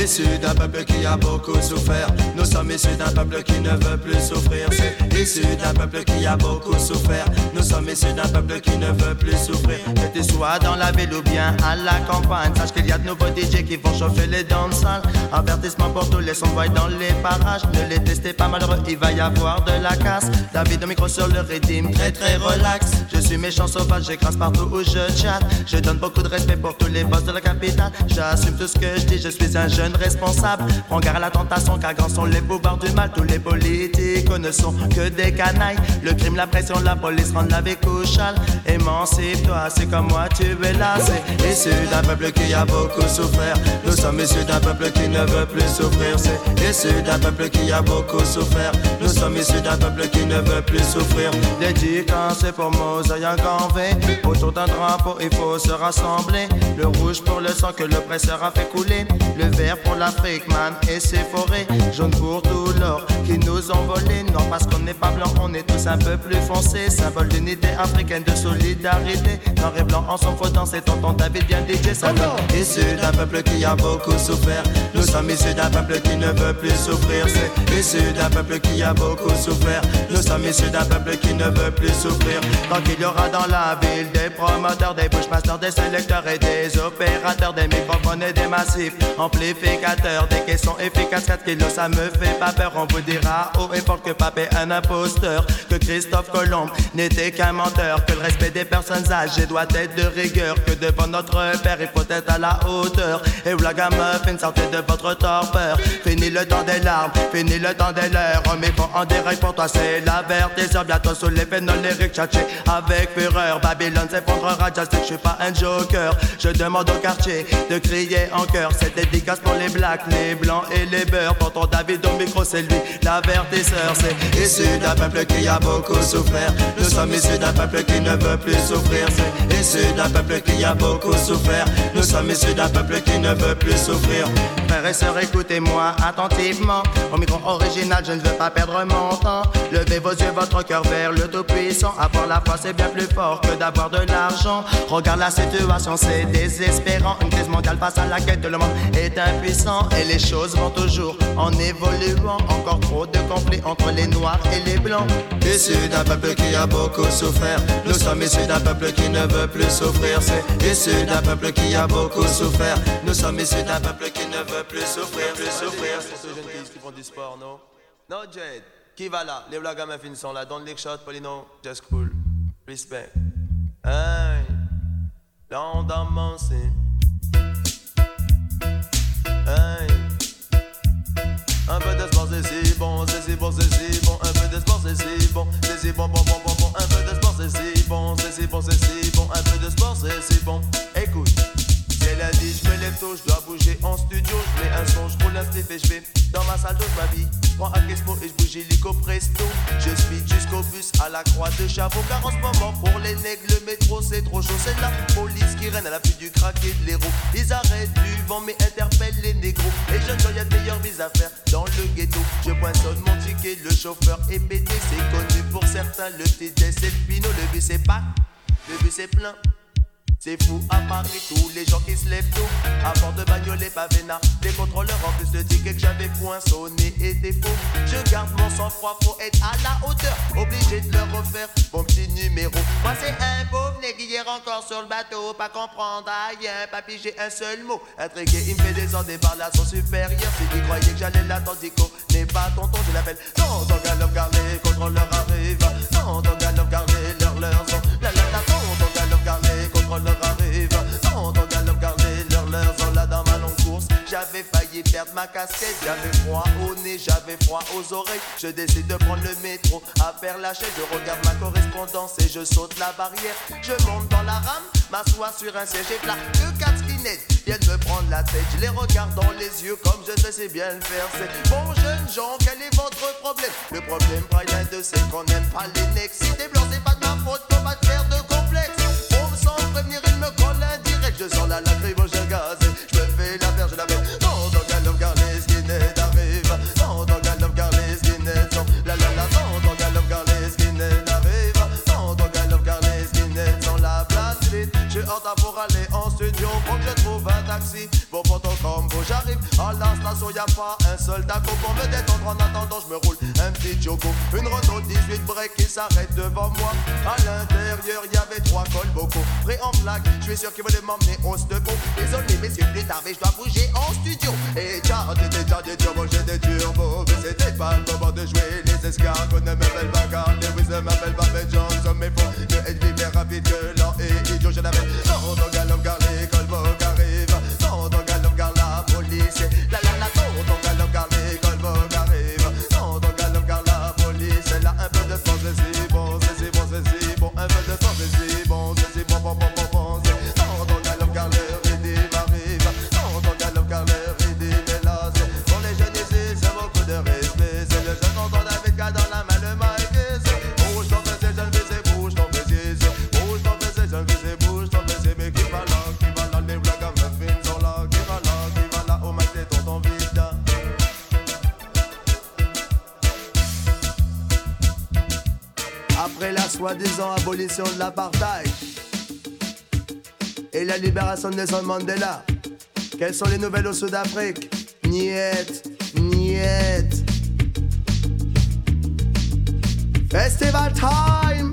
issus d'un peuple qui a beaucoup souffert. Nous sommes issus d'un peuple qui ne veut plus souffrir. C'est issu d'un peuple qui a beaucoup souffert. Nous sommes issus d'un peuple qui ne veut plus souffrir. Que tu sois dans la ville ou bien à la campagne, sache qu'il y a de nouveaux D J qui vont chauffer les danses. Avertissement pour tous les sons voient dans les parages. Ne les testez pas malheureux, il va y avoir de la casse. David au micro sur le rythme, très très relax. Je suis méchant sauvage, j'écrase partout où je chatte. Je donne beaucoup de respect pour tous les boss de la capitale. J'assume tout ce que je dis, je suis un jeune responsable. Prends garde à la tentation car grands sont les pouvoirs du mal. Tous les politiques ne sont que des canailles. Le crime, la pression, la police rendent la vie couchale. Émancipe-toi, c'est comme moi tu es là. C'est issu d'un peuple qui a beaucoup souffert. Nous sommes issus d'un peuple qui ne veut plus souffrir. C'est issu d'un peuple qui a beaucoup souffert. Nous sommes issus d'un peuple qui ne veut plus souffrir. Dédicace pour Mosaï en Ganvé. Autour d'un drapeau il faut se rassembler. Le rouge pour le sang que l'oppresseur a fait couler. Le vert pour l'Afrique, man et ses forêts. Jaune pour tout l'or qui nous ont volé. Non parce qu'on n'est pas blanc, on est tous un peu plus foncés. Symbole d'unité africaine, de solidarité. Noir et blanc en son faux dans c'est tonton David bien D J. Ça donne issu d'un peuple qui a beaucoup souffert. Nous sommes issus d'un peuple qui ne veut plus souffrir. C'est issu d'un peuple qui a beaucoup souffert. Nous sommes issus d'un peuple qui ne veut plus souffrir. Tant qu'il y aura dans la ville des promoteurs, des pushmasters, des sélecteurs et des opérateurs, des microphones et des massifs amplificateurs, des caissons efficaces, quatre kilos ça me fait pas peur. On vous dira haut et fort que Pape est un imposteur, que Christophe Colomb n'était qu'un menteur, que le respect des personnes âgées doit être de rigueur, que devant notre père il faut être à la hauteur. Et Blaga Muffin, sortez de votre torpeur. Fini le temps des larmes, fini le temps des leurs. Mais bon en direct pour toi c'est la vertiseur. Bientôt sous les phénols lyriques tchatché avec fureur. Babylone s'effondrera, just que je suis pas un joker. Je demande au quartier de crier en chœur. Cette dédicace pour les blacks, les blancs et les beurs. Pour ton David au micro c'est lui l'avertisseur. C'est issu d'un peuple qui a beaucoup souffert. Nous sommes issus d'un peuple qui ne veut plus souffrir. C'est issu d'un peuple qui a beaucoup souffert. Nous sommes issus d'un peuple qui ne veut plus souffrir. Frères et sœurs, écoutez-moi attentivement. Au micro original, je ne veux pas perdre mon temps. Levez vos yeux, votre cœur vers le Tout-Puissant. Avoir la foi, c'est bien plus fort que d'avoir de l'argent. Regarde la situation, c'est désespérant. Une crise mondiale face à laquelle le monde est impuissant. Et les choses vont toujours en évoluant. Encore trop de conflits entre les noirs et les blancs. Issus d'un peuple qui a beaucoup souffert. Nous sommes issus d'un peuple qui ne veut plus souffrir. C'est issu d'un peuple qui a beaucoup souffert. Nous sommes issus d'un peuple qui ne veut plus souffrir, plus souffrir.
C'est ces jeunes filles qui font du sport, non? Non, Jade. Qui va là? Les Blaga Muffins sont là. Don't lick shot, Polino. Just cool. Respect. Hey. L'endamment, c'est. Hey. Un peu de sport, c'est si bon, c'est si bon, c'est si bon. Un peu de sport, c'est si bon, c'est si bon, bon, bon, bon, bon. Un peu de sport, c'est si bon, c'est si bon, c'est si bon. Un peu de sport, c'est si bon. Écoute. C'est lundi, je me lève tôt, je dois bouger en studio. Je mets un son, je roule un slip et je vais dans ma salle de ma vie. Prends un Expo et je bouge illico presto. Je speed jusqu'au bus à la croix de Chavaux. Car en ce moment, pour les nègres, le métro c'est trop chaud. C'est la police qui règne à l'appui du crack et de l'héros. Ils arrêtent du vent mais interpellent les négros. Les jeunes gens, y'a de meilleures vies à faire dans le ghetto. Je poinçonne mon ticket, le chauffeur est pété. C'est connu pour certains, le T D c'est le pinot. Le bus c'est pas, le bus c'est plein. C'est fou à Paris, tous les gens qui se lèvent tôt. À bord de bagnole et pavena. Les contrôleurs en plus de tickets que j'avais poinçonné étaient faux. Je garde mon sang-froid, faut être à la hauteur. Obligé de leur refaire mon petit numéro. Moi c'est un pauvre nègre hier encore sur le bateau. Pas comprendre rien, pas piger un seul mot. Intrigué, il me fait descendre par la son supérieur. Si tu croyais que j'allais l'attendre, Dico n'est pas tonton, je l'appelle. Non, ton galop, car les contrôleurs arrivent. Non, ton galop, car les leurs leurs sont. La la la, non, ton galop, car les contrôleurs arrive. Non, ton galop, garder leurs leurs sont là dans ma longue course. J'avais failli perdre ma casquette. J'avais froid au nez, j'avais froid aux oreilles. Je décide de prendre le métro à Père Lachaise. Je regarde ma correspondance et je saute la barrière. Je monte dans la rame, m'assois sur un siège et là deux quatre skinheads viennent me prendre la tête. Je les regarde dans les yeux comme je sais c'est bien le faire. C'est bon jeunes gens, quel est votre problème? Le problème rien de c'est qu'on n'aime pas les necks. Si t'es blanc c'est pas de ma faute, faut pas te faire de complexe. Sans prévenir, il me colle indirect. Je sens la lacrymogène gazée. Je me fais la faire, je la fais. Non, dans galop, car les skinheads arrivent. Non, dans galop, car les skinheads sont. La la la, non, dans galop, car les skinheads arrivent. Non, dans galop, car les skinheads sont la place vite. Je hors pour aller en studio. Faut que je trouve un taxi. Pour prendre ton combo, j'arrive. En last
façon y'a pas un seul taco pour me détendre. En attendant je me roule un petit choco. Une Renault dix-huit break qui s'arrête devant moi. À l'intérieur y'avait trois colbocos prêts en flag, je suis sûr qu'ils voulaient m'emmener au stego. Désolé messieurs, plus tard mais je dois bouger en studio. Et tcha, t'étais déjà des turbos, j'ai des turbos. Mais c'était pas le moment de jouer les escargots. Ne m'appelle pas Carl Lewis, ne m'appelle pas Ben Johnson. Mais faut que être vivre rapide, violent et idiot. Je n'avais non, ton galop car les colbocos arrivent. Non, ton galop car la police. La la la, non, ton galop car les colbocos arrivent. Non, ton galop car la police. Là un peu de force, c'est si bon, c'est si bon, c'est si bon. Un peu de force, c'est si bon, c'est si bon, bon, bon, bon, bon. Non, ton galop car le rythme arrive. Non, ton galop car le rythme est là. Pour les jeunes ici, c'est beaucoup de respect. C'est le jeune tonton David qui a dans la main le mic. Bouge ton fessé, jeune fessé, bouge ton fessé. Bouge ton fessé, jeune fessé, bouge ton fessé. Mais qui va là, qui va là, les blagues à muffins sont là. Qui va là, qui va là, au mic c'est tonton Vida. Après la soi-disant abolition de l'apartheid et la libération de Nelson Mandela, quelles sont les nouvelles au Sud-Afrique? Niet, niet. Festival time.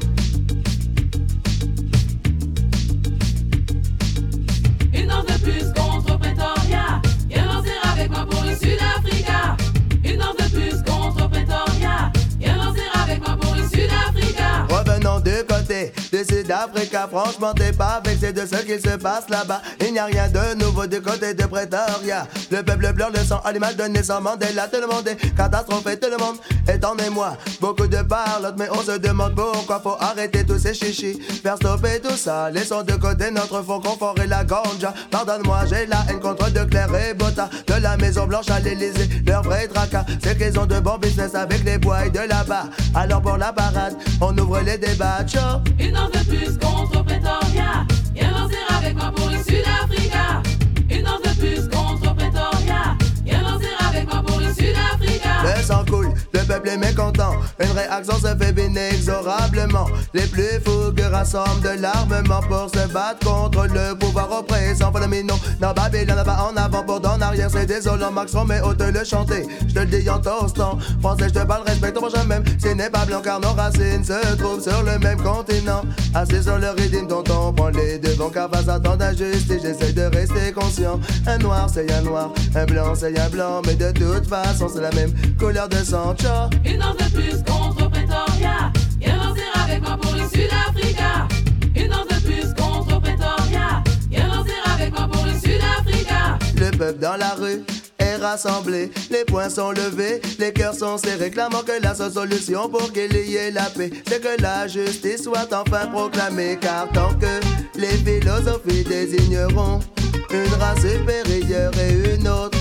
Une danse de plus contre Pretoria. Viens danser avec moi pour le Sud-Africa. Une danse de plus contre Pretoria. Viens danser avec moi pour le Sud-Africa.
Revenons du côté du Sud-Africa. Franchement t'es pas vexé de ce qu'il se passe là-bas. Il n'y a rien de nouveau du côté de Pretoria. Le peuple pleure le sang à l'image de Nelson Mandela. Tout le monde est catastrophé, tout le monde est en émoi. Beaucoup de parlotte mais on se demande pourquoi faut arrêter tous ces chichis. Faire stopper tout ça, laissons de côté notre fond confort et la ganja. Pardonne-moi, j'ai la haine contre de Claire et Botta. De la Maison Blanche à l'Élysée, leur vrai tracas. C'est qu'ils ont de bons business avec les bois et de là-bas. Alors pour la parade, on ouvre les débats, ciao.
Une danse de plus contre Pretoria. Viens danser avec moi pour le Sud-Africa. Une danse de plus contre Pretoria. Viens danser avec moi pour le Sud-Africa.
Le sang coule, le peuple est mécontent. Une réaction se fait inexorablement. Les plus fougueux rassemblent de l'armement pour se battre contre le pouvoir oppressant. Follow me, non, dans Babylone, pas en avant, pour en arrière. C'est désolant, Max Roméo te le chanter. Je te le dis en toastant. Français, je te parle, respecte ton prochain même. Ce n'est pas blanc car nos racines se trouvent sur le même continent. Assis sur le rythme dont on prend les devants. Car face à tant d'injustice, j'essaie de rester conscient. Un noir, c'est un noir. Un blanc, c'est un blanc. Mais de toute façon, c'est la même couleur de sang, ciao.
Une danse de plus contre Pretoria. Viens danser avec moi pour le Sud-Africa. Une danse de plus contre Pretoria. Viens danser avec moi pour le Sud-Africa.
Le peuple dans la rue est rassemblé, les poings sont levés, les cœurs sont serrés, clamant que la seule solution pour qu'il y ait la paix, c'est que la justice soit enfin proclamée. Car tant que les philosophies désigneront une race supérieure et une autre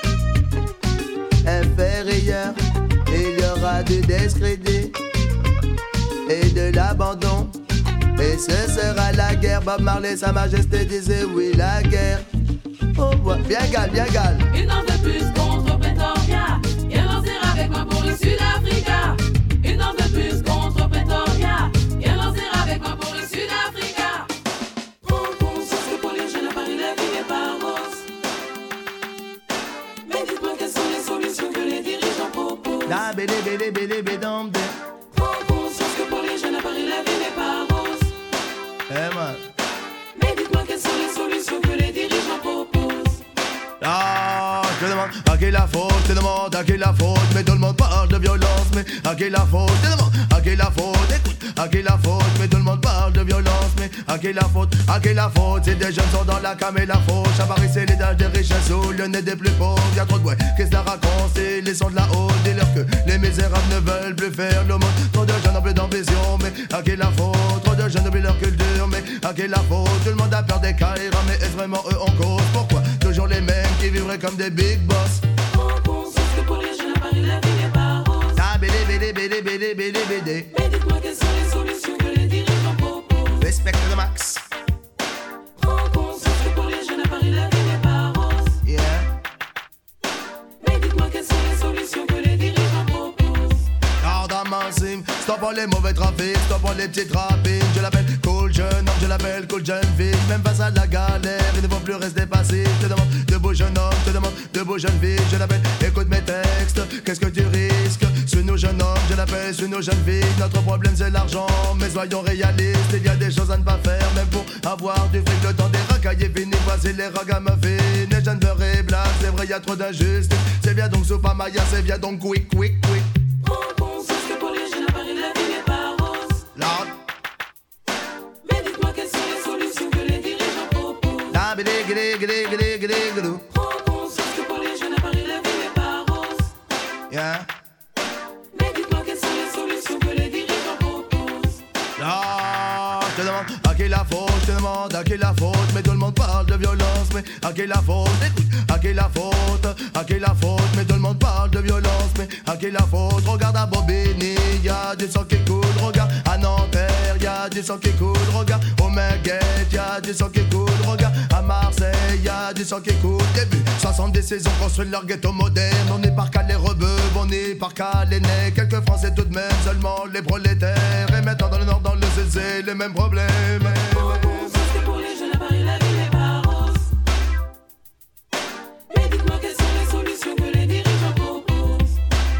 inférieure, il y aura du discrédit et de l'abandon. Et ce sera la guerre. Bob Marley, Sa Majesté disait oui, la guerre. Oh, ouais. Bien gal, bien gal.
Une danse de plus contre Pretoria. Viens danser avec moi pour le Sud-Africa. Une danse de plus contre Pretoria. Viens danser avec moi pour le Sud-Africa. Prends conscience que pour les jeunes à Paris, la vie n'est pas rose. Mais dites-moi quelles sont les solutions que les dirigeants proposent.
La bélé, bélé, bélé, bédom, bé.
Prends conscience que pour les jeunes à Paris, la vie n'est pas rose.
Eh, man.
Mais dites-moi quelles sont les solutions que les dirigeants proposent.
Ah, je demande à qui la faute, je demande à qui la faute. Mais tout le monde parle de violence, mais à qui la faute, je demande à qui la faute. Écoute, à qui la faute, mais tout le monde parle de violence, mais à qui la faute, à qui la faute. Si des jeunes sont dans la cam et la faute, à Paris c'est l'étage des riches sous le nez des plus pauvres. Y'a trop de bruit, qu'est-ce que ça raconte, c'est les sons de la haute. Dis-leur que les misérables ne veulent plus faire le monde. Trop de jeunes n'ont plus d'ambition, mais à qui la faute. Trop de jeunes oublient leur culture, mais à qui la faute. Tout le monde a peur des caïras, mais est-ce vraiment eux en cause? Pourquoi toujours les mêmes qui vivraient comme des big boss?
Prends conscience que pour les jeunes à Paris, la vie n'est pas rose.
Ah, bélé, bélé, bélé, bélé, bélé, bélé.
Mais dites-moi quelles sont les solutions que les dirigeants proposent.
Respecte le max.
Prends conscience que pour les jeunes à Paris, la vie n'est pas rose.
Yeah.
Mais dites-moi quelles sont les solutions que les dirigeants proposent.
Garde à main, stop les mauvais trafics, stop les petits trafics. Je l'appelle Cool
jeune homme, je l'appelle cool jeune fille. Même face à la galère, il ne faut plus rester passif. Je te demande de beau jeune homme, je te demande de beau jeune fille. Je l'appelle, écoute mes textes, qu'est-ce que tu risques? Suis-nous jeune homme, je l'appelle, suis-nous jeune fille. Notre problème c'est l'argent, mais soyons réalistes. Il y a des choses à ne pas faire, même pour avoir du fric. Le temps des racailles est fini, voici les ragamuffins. Les jeunes beurre et blagues, c'est vrai, y a trop d'injustice. C'est bien donc Soupa Maya, c'est bien donc quick, quick, quick.
Prends conscience que pour les jeunes à Paris, la vie n'est pas rose.
Lord.
Mais dites-moi quelles sont les solutions que les dirigeants proposent.
La bidé, gidé, gidé, gidé, gidé, gidé.
Prends conscience que pour les jeunes à Paris, la vie n'est pas rose.
Yeah.
Mais dites-moi quelles sont les solutions que les dirigeants proposent.
Ah, je te demande à qui la faute, je te demande à qui la faute. Mais tout le monde parle de violence, mais à qui la faute? Écoute, à qui la faute, à qui la faute? Mais tout le monde parle de violence, mais à qui la faute? Regarde à Bobigny, y'a du sang qui coule. Regarde à Nanterre, y'a du sang qui coule. Regarde au Minguette, y'a du sang qui coule. Regarde à Marseille, y'a du sang qui coule. Début soixante-dix saisons construisent leur ghetto moderne. On est par cas les rebeux, on est par cas les nez. Quelques Français tout de même, seulement les prolétaires. Et maintenant dans le nord, dans le sud, c'est les mêmes problèmes.
Pour les jeunes à Paris, la vie n'est pas rose. Mais dites-moi quelles sont les solutions que les dirigeants proposent.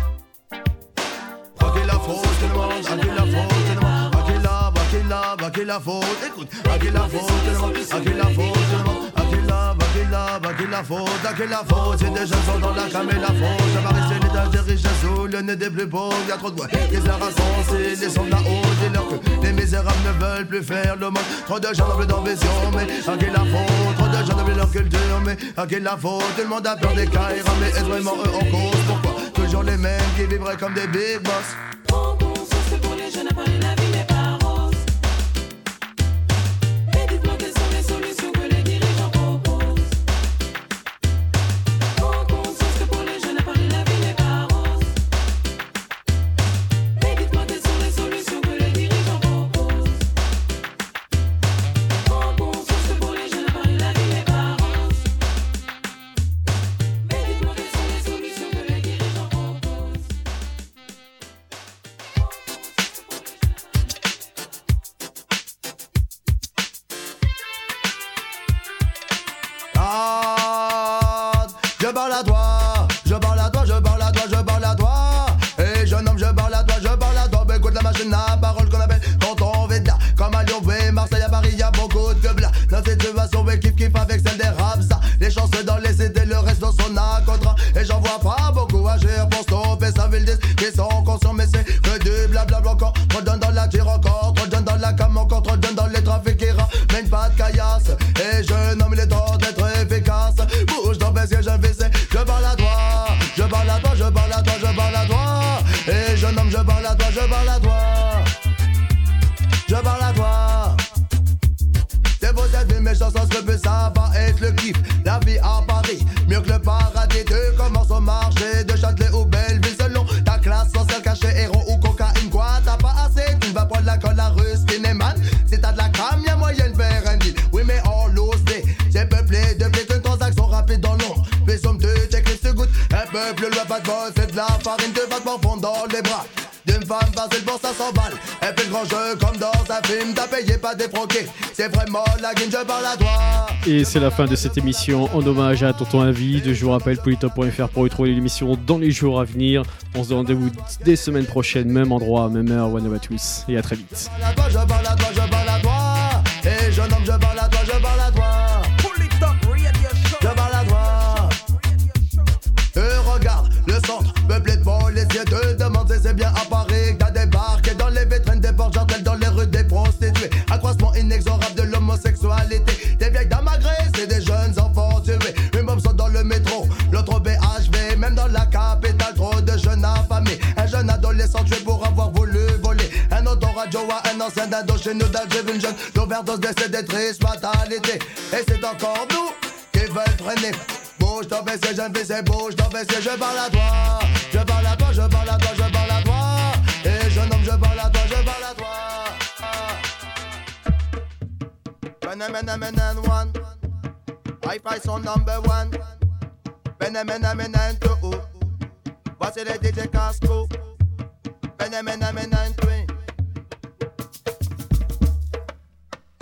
À qui la faute, je te demande, à qui la faute, je te demande, à qui la, à qui la, à qui la faute, écoute, à qui la faute, je te demande, à qui la faute, je te demande, à qui la, à qui la, à qui la faute, à qui la faute, c'est des jeunes sont dans la cam et la faute, je vais rester l'étage des richesses sous le nez des plus pauvres, y'a trop de bois, qui se la racontent, c'est les sons de la haute, dis-leur que les misérables ne veulent plus faire le monde, trop de gens n'ont plus d'ambition, mais à qui la faute, trop de gens n'ont plus leur culture, mais à qui la faute, tout le monde a peur des caïras, mais est-ce vraiment eux en cause, pourquoi toujours les mêmes qui vivraient comme des big boss?
Prends conscience que pour les jeunes à Paris, la vie n'est pas rose. Mais dites-moi quelles sont les solutions que les dirigeants proposent. Prends conscience que pour les jeunes à Paris, la vie n'est pas rose. Mais dites-moi quelles sont les solutions que les dirigeants proposent. Prends conscience que pour les jeunes à Paris, la vie n'est pas rose. Mais dites-moi quelles sont les solutions que les dirigeants proposent.
Ah, je parle à toi, je parle à toi, je parle à toi, je parle à toi. Et jeune homme, je parle à toi, je parle à toi. Ben, écoute la machine à parole qu'on appelle quand on veut de là. Comme à Lyon, ouais, Marseille, à Paris, y'a beaucoup de blas. Dans cette situation, ouais, kiff kiff avec celle des raps. Ça, les chances dans les C D, le reste dans son contrat. Et j'en vois pas beaucoup agir pour stopper sa ville dix. Ils sont conscients, mais c'est que du blablabla encore. Trop de jeunes dans la tire encore, trop de jeunes dans la cam encore, trop de jeunes dans les trafics qui ramènent pas de caillasse. Et jeune homme, il est temps d'être efficace. Bouge dans parce que je vais c'est, je parle à toi, je parle à toi, je parle à toi, je parle à toi. Et jeune homme, je parle à toi, je parle à toi, je parle à toi. C'est beau cette vie, mes chansons se plus ça va être le kiff. La vie à Paris, mieux que le paradis. Tu commences au marché de Châtelet ou Belleville selon ta classe sociale cachée, héros ou cocaïne. Quoi, t'as pas assez, tu ne vas prendre la colle à Rustin et man. Si t'as de la cam, y'a moyen de faire un deal. Oui, mais on l'ose, c'est peuplé de blé, une transaction rapide dans l'ombre. Puis somme tu t'écris, tu goûtes un peu plus loin, pas de bol, c'est de la farine, tu vas te morfondre dans les bras. D'une femme facile pour ça cent balles. Elle fait le grand jeu comme dans un film. T'as payé, pas défroqué. C'est vraiment la game, je parle à toi.
Et c'est la fin de cette émission en hommage à Tonton Invide. Je vous rappelle polytop point f r pour retrouver l'émission dans les jours à venir. On se donne rendez-vous des semaines prochaines, même endroit, même heure. One love à tous et à très vite.
Je parle à toi, je parle à toi, je parle à toi. Et jeune homme, je parle à toi, je parle à toi. Je parle à toi. Et regarde le centre peuplé de policiers. Te demande si c'est bien à Paris que t'as débarqué. Dans les vitrines des portes jartelles, dans les rues des prostituées. Accroissement inexorable de l'homosexualité. Des vieilles dames agressées, des jeunes enfants tués. Une bombe saute dans le métro, l'autre B H V. Même dans la capitale, trop de jeunes affamés. Un jeune adolescent tué pour avoir voulu voler. Un autoradio à un ancien d'Indochine ou d'Alger. Une jeune d'overdose décédée, triste fatalité. Et c'est encore nous qui veulent traîner. Bouge ton fessier, je me fais, c'est bouge ton fessier, je parle à toi. Je parle à toi, je parle à toi, je parle à toi. Et jeune homme, je parle à toi, je parle à toi. Benemenemen one, Wi-Fi son number one. Benemenemen two, voici les D J Casco. Benemenemen three.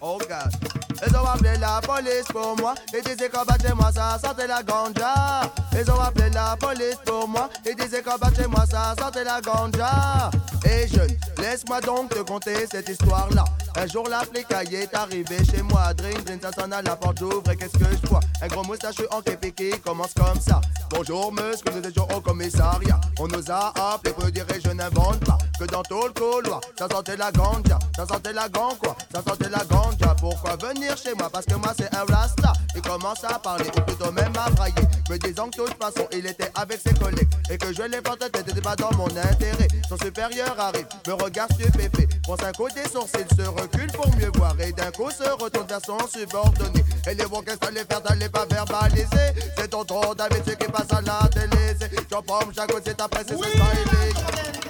Oh God. Ils ont appelé la police pour moi. Ils disaient qu'en bas de chez moi ça sentait la ganja. Ils ont appelé la police pour moi. Ils disaient qu'en bas de chez moi ça sentait la ganja. Et jeune, laisse-moi donc te conter cette histoire-là. Un jour la flicaille est arrivée chez moi. Drink, drink, ça sonne à la porte, j'ouvre et qu'est-ce que je vois? Un gros moustachu en képi qui commence comme ça. Bonjour monsieur, nous étions au commissariat. On nous a appelé pour dire et je n'invente pas que dans tout le couloir, ça sentait la ganja. Ça sentait la ganja quoi, ça sentait la ganja. Pourquoi venir chez moi? Parce que moi c'est un rasta. Il commence à parler, ou plutôt même à brailler, me disant que de toute façon il était avec ses collègues et que je l'ai porté, n'était pas dans mon intérêt. Son supérieur arrive, me regarde stupéfait, prend un coup des sourcils, se recule pour mieux voir et d'un coup se retourne vers son subordonné. Et les mots qu'est-ce que les faire, t'allais pas verbaliser. C'est ton ton d'habitude qui passe à la télé. C'est Jean-Paul, Jaco, c'est ta presse, c'est ce smiley.